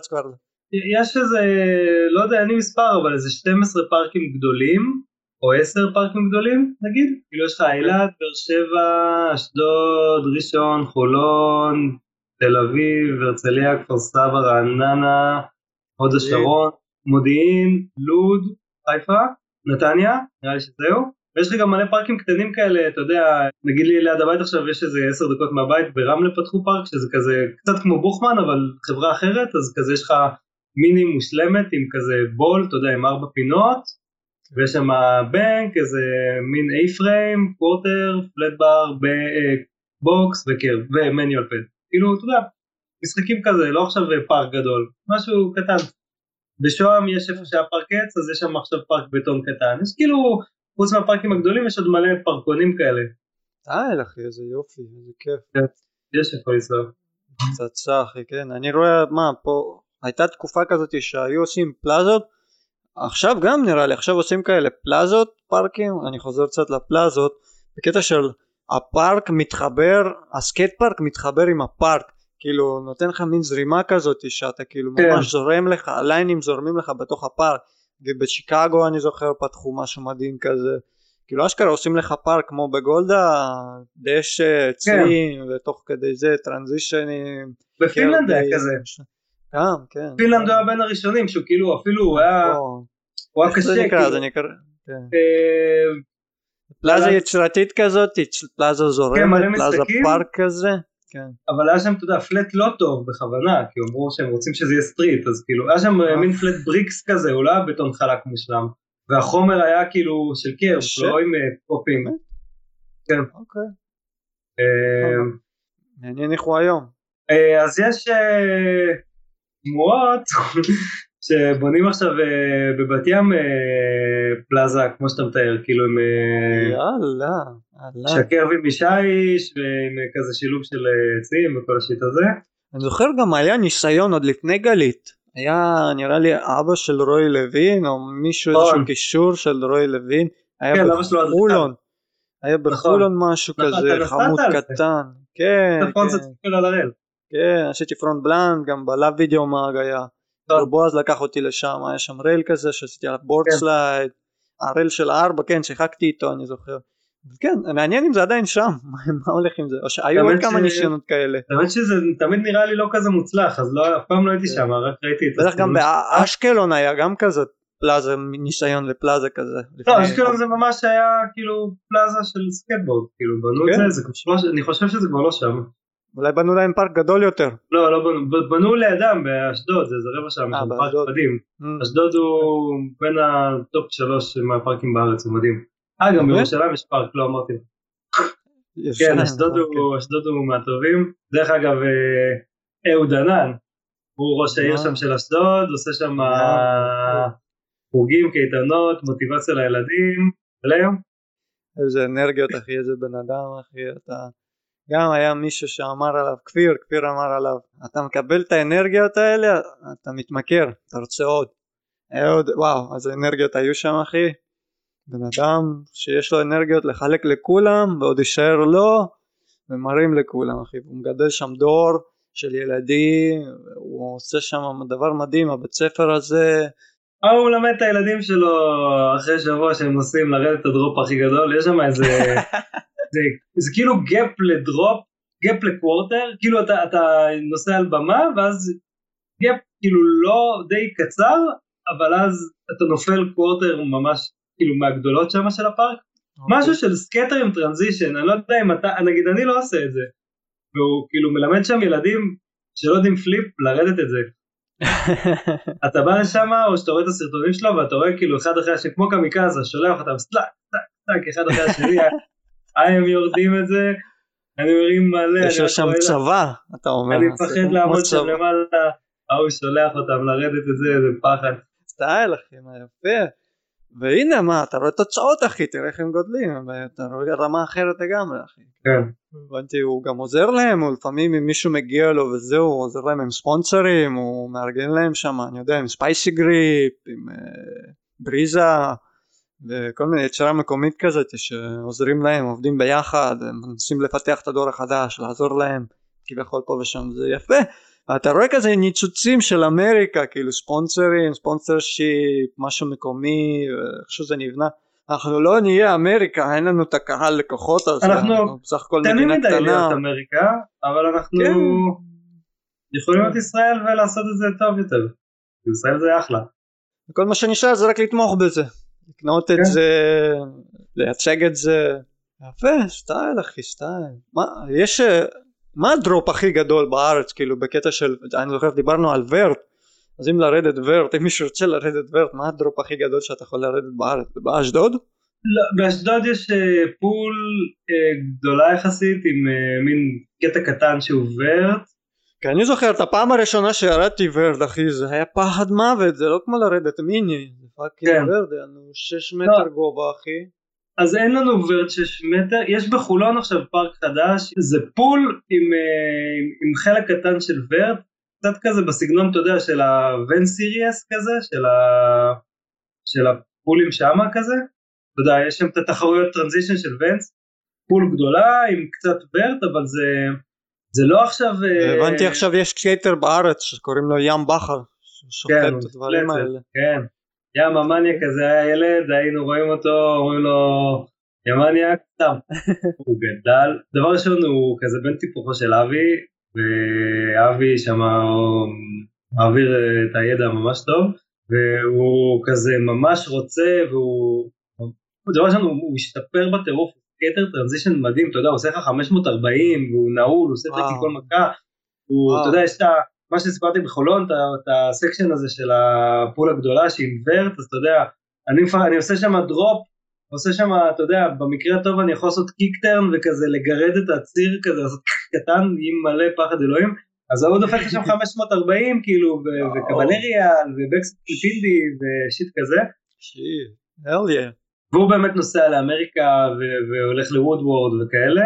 יש איזה, לא יודע, אין לי מספר, אבל איזה 12 פארקים גדולים, או 10 פארקים גדולים, נגיד. כאילו יש לך אילת, באר שבע, אשדוד, ראשון, חולון, תל אביב, הרצליה, כפר סבא, רעננה, הוד השרון, מודיעין, לוד, חיפה, נתניה, נראה לי שזהו. ויש לי גם מלא פארקים קטנים כאלה, אתה יודע, נגיד לי ליד הבית עכשיו יש איזה 10 דקות מהבית, ברמלה פתחו פארק שזה כזה קצת כמו בוכמן, אבל חברה אחרת, אז כזה יש לך מיני מושלמת עם כזה בול, אתה יודע, עם 4 פינות, ויש שם בנק, איזה מין A-frame, קוורטר, פלט-בר, בוקס וקרב, ומניואל פד. כאילו, אתה יודע, משחקים כזה, לא עכשיו פארק גדול, משהו קטן. בשוהם יש איפה שהיה פארק עץ, אז יש שם עכשיו פארק בטון קטן. יש כאילו, חוץ מהפארקים הגדולים, יש עוד מלא פארקונים כאלה. אחי, איזה יופי, איזה כיף. יש איפה לנסוע. צצה, אחי, כן. אני רואה, מה, פה, הייתה תקופה כזאת שהיו עושים פלאזות, עכשיו גם נראה לי, עכשיו עושים כאלה פלאזות, פארקים, אני חוזר קצת לפלאזות, בקטע של הפארק מתחבר, הסקייט פארק מתחבר עם הפארק, כאילו נותן לך מין זרימה כזאת שאתה כאילו ממש זורם לך, הליינים זורמים לך בתוך הפארק, ובשיקגו אני זוכר פתחו משהו מדהים כזה, כאילו אשכרה עושים לך פארק כמו בגולדה, דשא, עצים, ותוך כדי זה טרנזישנים. בפינלנד היה כזה. כן. פינלנד היה בין הראשונים, שהוא כאילו אפילו הוא היה קשה. זה נקרא, פלאזה יצירתית כזאת, פלאזה זורמת, פלאזה פארק כזה. אבל היה שם, אתה יודע, פלט לא טוב בכוונה, כי אמרו שהם רוצים שזה יהיה סטריט, אז כאילו, היה שם מין פלט בריקס כזה, הוא לא היה בטון חלק מושלם, והחומר היה כאילו של קרב, לא עם פופים. כן. אוקיי. מעניין איך הוא היום. אז יש שמועות שבונים עכשיו בבת ים פלאזה, כמו שאתה מתאר, כאילו עם שקרבים משיש, ועם כזה שילוב של עצים וכל השיט הזה. אני זוכר גם היה ניסיון עוד לפני גלית, היה נראה לי אבא של רוי לוין, או מישהו איזשהו קישור של רוי לוין, היה בחולון, היה בחולון משהו כזה, חמוד קטן. כן, נכון, זה תסתכל על הראל. כן, עשיתי פרונט בלנד, גם בלאב וידאו מאג היה. בועז לקח אותי לשם, היה שם רייל כזה שעשיתי עליו בורד סלייד, הרייל של 4, כן, שיחקתי איתו, אני זוכר. כן, מעניין אם זה עדיין שם, מה הולך עם זה, או שהיו עוד כמה ניסיונות כאלה. האמת שזה תמיד נראה לי לא כזה מוצלח, אז אף פעם לא הייתי שם, רק ראיתי את זה. בטח גם באשקלון היה גם כזה פלאזה, ניסיון לפלאזה כזה. לא, אשקלון זה ממש היה כאילו פלאזה של סקייטבורד, כאילו בנו את זה, אני חושב שזה כבר לא שם. אולי בנו להם פארק גדול יותר. לא, בנו לידם באשדוד, זה רבע שם, פארק מדהים. אשדוד הוא בין הטופ 3 מהפארקים בארץ, הוא מדהים. גם בירושלים יש פארק, לא אמרתי. כן, אשדוד הוא מהטובים. דרך אגב, אהוד ענן, הוא ראש העיר שם של אשדוד, עושה שם חוגים, קייטנות, מוטיבציה לילדים, ולהיום. איזה אנרגיות אחי, איזה בן אדם אחי, אתה... גם היה מישהו שאמר עליו, כפיר אמר עליו, אתה מקבל את האנרגיות האלה, אתה מתמכר, אתה רוצה עוד. וואו, אז האנרגיות היו שם אחי, בן אדם שיש לו אנרגיות לחלק לכולם, ועוד יישאר לו, ומראים לכולם אחי, הוא מגדל שם דור של ילדים, הוא עושה שם דבר מדהים, הבית ספר הזה. הוא מלמד את הילדים שלו אחרי שבוע שהם נוסעים לרדת את הדרופ הכי גדול, יש שם איזה... זה כאילו גאפ לדרופ, גאפ לקוורטר, כאילו אתה נוסע על במה, ואז גאפ כאילו לא די קצר, אבל אז אתה נופל קוורטר ממש כאילו מהגדולות שם של הפארק, משהו של סקטר עם טרנזישן, אני לא יודע אם אתה, נגיד אני לא עושה את זה, והוא כאילו מלמד שם ילדים שלא יודעים פליפ לרדת את זה. אתה בא לשם או שאתה רואה את הסרטונים שלו ואתה רואה כאילו אחד אחרי השני כמו קמיקזה, שולח אותם סלק אחד אחרי השני, הם יורדים את זה, אני מרים מלא, יש שם צבא, אתה אומר, אני מפחד לעמוד שם למעלה, הוא שולח אותם לרדת את זה, זה פחד. סטייל אחי, מה יפה, והנה מה, אתה רואה תוצאות אחי, תראה איך הם גודלים, אתה רואה רמה אחרת לגמרי אחי. כן. הבנתי, הוא גם עוזר להם, הוא לפעמים אם מישהו מגיע לו וזהו, הוא עוזר להם עם ספונסרים, הוא מארגן להם שם, אני יודע, עם ספייסי גריפ, עם בריזה, וכל מיני יצירה מקומית כזאת שעוזרים להם, עובדים ביחד, הם מנסים לפתח את הדור החדש, לעזור להם, כביכול פה ושם, זה יפה. אתה רואה כזה ניצוצים של אמריקה, כאילו ספונסרים, ספונסרשיפ, משהו מקומי, איך שזה נבנה. אנחנו לא נהיה אמריקה, אין לנו את הקהל לקוחות הזה, אנחנו בסך הכל מדינה קטנה. תמיד להיות אמריקה, אבל אנחנו יכולים להיות ישראל ולעשות את זה טוב יותר. ישראל זה אחלה. וכל מה שנשאר זה רק לתמוך בזה. לקנות את זה, לייצג את זה, יפה, סטייל אחי, סטייל. מה הדרופ הכי גדול בארץ, כאילו בקטע של, אני זוכר דיברנו על ורט, אז אם לרדת ורט, אם מישהו רוצה לרדת ורט, מה הדרופ הכי גדול שאתה יכול לרדת בארץ? באשדוד? לא, באשדוד יש פול גדולה יחסית, עם מין קטע קטן שהוא ורט. כי אני זוכר את הפעם הראשונה שירדתי ורט אחי, זה היה פחד מוות, זה לא כמו לרדת מיני. כן. ורט, 6 מטר גובה אחי. אז אין לנו ורט 6 מטר, יש בחולון עכשיו פארק חדש, זה פול עם חלק קטן של ורט, קצת כזה בסגנון אתה יודע של הוון סיריאס כזה, של הפולים שמה כזה, אתה יודע יש שם את התחרויות טרנזישן של ונס, פול גדולה עם קצת ורט, אבל זה לא עכשיו... הבנתי עכשיו יש קייטר בארץ שקוראים לו ים בחר, ששופט את הדברים האלה. כן. ים המניאק הזה היה ילד, היינו רואים אותו, אומרים לו, ים מניאק, סתם, הוא גדל, דבר ראשון הוא כזה בן טיפוחו של אבי, ואבי שם מעביר את הידע ממש טוב, והוא כזה ממש רוצה, דבר ראשון הוא השתפר בטירוף, קטר טרנזישן מדהים, אתה יודע, הוא עושה לך 540, והוא נעול, הוא עושה את זה ככל מכה, אתה יודע, יש את מה שסיפרתי בחולון, את הסקשן הזה של הפול הגדולה שהיא ורט, אז אתה יודע, אני עושה שם דרופ, עושה שם, אתה יודע, במקרה הטוב אני יכול לעשות קיקטרן וכזה לגרד את הציר כזה, לעשות קטן עם מלא פחד אלוהים, אז הוא דופק שם 540 כאילו, וקבלריה, ובקסט פילפינדי ושיט כזה. שיט, hell yeah. והוא באמת נוסע לאמריקה והולך לוודוורד וכאלה.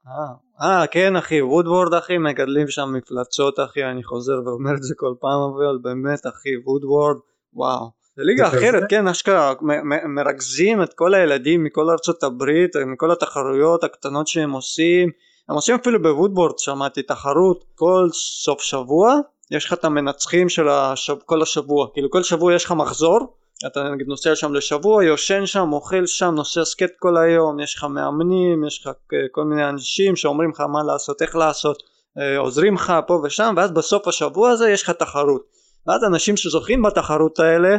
כן אחי, וודוורד אחי, מגדלים שם מפלצות אחי, אני חוזר ואומר את זה כל פעם, אבל באמת אחי, וודוורד, וואו, זה ליגה אחרת, כן, אשכרה, מרכזים את כל הילדים מכל ארצות הברית, מכל התחרויות הקטנות שהם עושים, הם עושים אפילו בוודבורד, שמעתי תחרות כל סוף שבוע, יש לך את המנצחים של כל השבוע, כאילו כל שבוע יש לך מחזור, אתה נגיד נוסע שם לשבוע, יושן שם, אוכל שם, נוסע סקט כל היום, יש לך מאמנים, יש לך כל מיני אנשים שאומרים לך מה לעשות, איך לעשות, עוזרים לך פה ושם, ואז בסוף השבוע הזה יש לך תחרות, ואז אנשים שזוכים בתחרות האלה,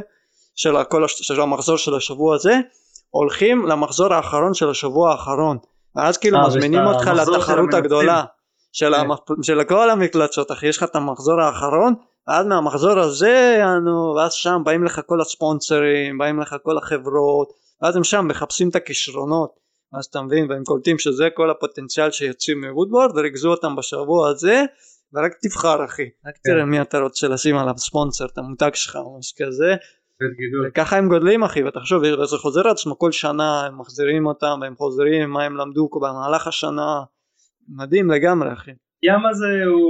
של המחזור של השבוע הזה, הולכים למחזור האחרון של השבוע האחרון, ואז כאילו מזמינים אותך לתחרות הגדולה, של כל המקלצות, אחי, יש לך את המחזור האחרון, עד מהמחזור הזה, ואז שם באים לך כל הספונסרים, באים לך כל החברות, ואז הם שם מחפשים את הכישרונות, אז אתה מבין, והם קולטים שזה כל הפוטנציאל שיוצאים מוודבורד, ורגזו אותם בשבוע הזה, ורק תבחר אחי, רק תראה מי אתה רוצה לשים עליו ספונסר, את המותג שלך או משהו כזה, וככה הם גודלים אחי, ותחשוב, זה חוזר עצמו כל שנה, הם מחזירים אותם, והם חוזרים מה הם למדו במהלך השנה, מדהים לגמרי אחי. ים הזה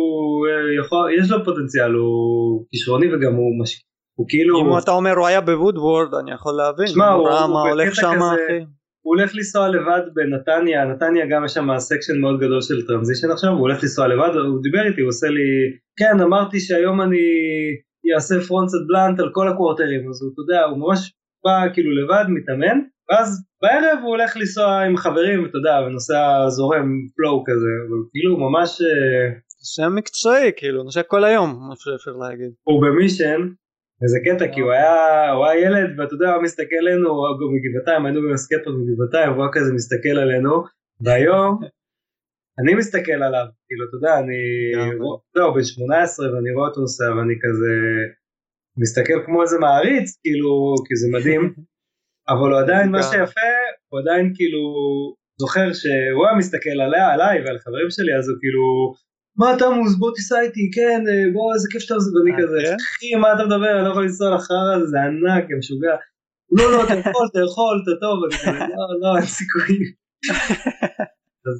יש לו פוטנציאל, הוא כישרוני וגם הוא כאילו... אם אתה אומר הוא היה בוודבורד, אני יכול להבין, הוא הולך שם אחי. הוא הולך לנסוע לבד בנתניה, נתניה גם יש שם סקשן מאוד גדול של טרנזישן עכשיו, הוא הולך לנסוע לבד, הוא דיבר איתי, הוא עושה לי, כן אמרתי שהיום אני אעשה פרונט סט בלנט על כל הקוורטרים, אז הוא, אתה יודע, הוא ממש בא כאילו לבד, מתאמן, ואז בערב הוא הולך לנסוע עם חברים, אתה יודע, ונוסע זורם פלואו כזה, אבל כאילו ממש... נוסע מקצועי, כאילו, נוסע כל היום, מה שאפשר להגיד. הוא במישן, וזה קטע, כי הוא היה ילד, ואתה יודע, הוא מסתכל עלינו, הוא מגבעתיים, היינו במסקטות מגבעתיים, הוא היה כזה מסתכל עלינו, והיום, אני מסתכל עליו, כאילו, אתה יודע, הוא בן 18, ואני רואה אותו נוסע, ואני כזה, מסתכל כמו איזה מעריץ, כאילו, כי זה מדהים, אבל הוא עדיין, מה שיפה, הוא עדיין כאילו, זוכר שהוא היה מסתכל עליי, ועל חברים שלי, אז הוא כאילו, מה אתה מוז, בוא תיסע איתי, כן, בוא, איזה כיף שאתה עושה, ואני כזה, אחי, מה אתה מדבר, אני לא יכול לנסוע לחר הזה, זה ענק, הם משוגע, לא, תאכול, אתה טוב, אני כזה, לא, אין סיכוי. אז,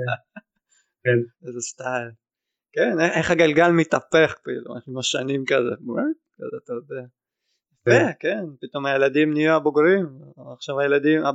כן. איזה סטייל. כן, איך הגלגל מתהפך, כאילו, עם השנים כזה, אתה יודע. כן, פתאום הילדים נהיו הבוגרים, עכשיו הילדים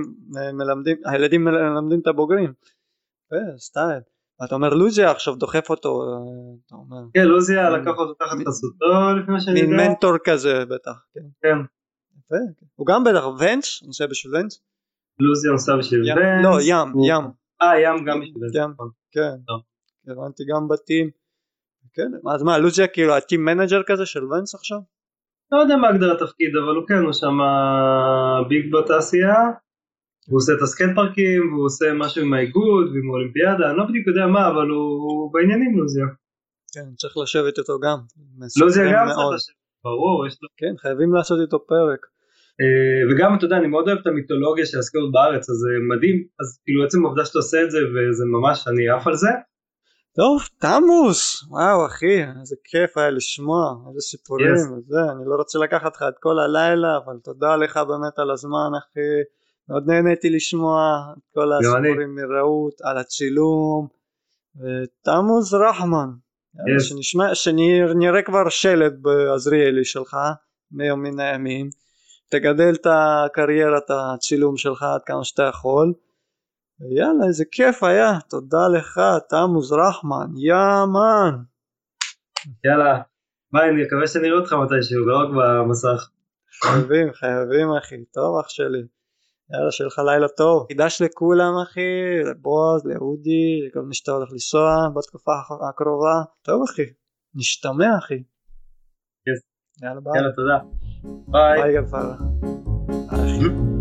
מלמדים את הבוגרים, סטייל. אתה אומר לוזיה עכשיו דוחף אותו, כן, לוזיה לקח אותו תחת חסותו לפני שאני יודע. מין מנטור כזה בטח. כן. הוא גם בטח ונץ, נוסע בשביל ונץ? לוזיה נוסע בשביל ונץ. לא, ים. ים גם בשביל ונץ. כן, הבנתי גם בתים. אז מה, לוזיה כאילו הטים מנג'ר כזה של ונץ עכשיו? לא יודע מה הגדר התפקיד, אבל הוא כן, הוא שם ביג בתעשייה, הוא עושה את הסקייט פארקים, והוא עושה משהו עם האיגוד ועם האולימפיאדה, אני לא בדיוק יודע מה, אבל הוא בעניינים לוזיה. כן, צריך לשבת איתו גם. לוזיה גם צריך לשבת, ברור, יש לו. כן, חייבים לעשות איתו פרק. וגם, אתה יודע, אני מאוד אוהב את המיתולוגיה של הסקייט בארץ, אז זה מדהים, אז כאילו עצם העובדה שאתה עושה את זה, וזה ממש, אני עף על זה. טוב, תמוס, וואו אחי, איזה כיף היה לשמוע, איזה סיפורים, וזה, אני לא רוצה לקחת לך את כל הלילה, אבל תודה לך באמת על הזמן אחי, מאוד נהניתי לשמוע את כל הסיפורים מראות, על הצילום, ותמוס רחמן, שנראה כבר שלט בעזריאלי שלך, מיום מן הימים, תגדל את הקריירת הצילום שלך עד כמה שאתה יכול, יאללה איזה כיף היה, תודה לך תמוז רחמן, יאמן. יאללה, ביי, אני מקווה שנראה אותך מתישהו, לא רק במסך. חייבים אחי, טוב אח שלי, יאללה שיהיה לך לילה טוב, חידש לכולם אחי, לבועז, לאודי, לכל מי שאתה הולך לנסוע בתקופה הקרובה, טוב אחי, נשתמע אחי. יאללה ביי. יאללה תודה. ביי. ביי גפרה.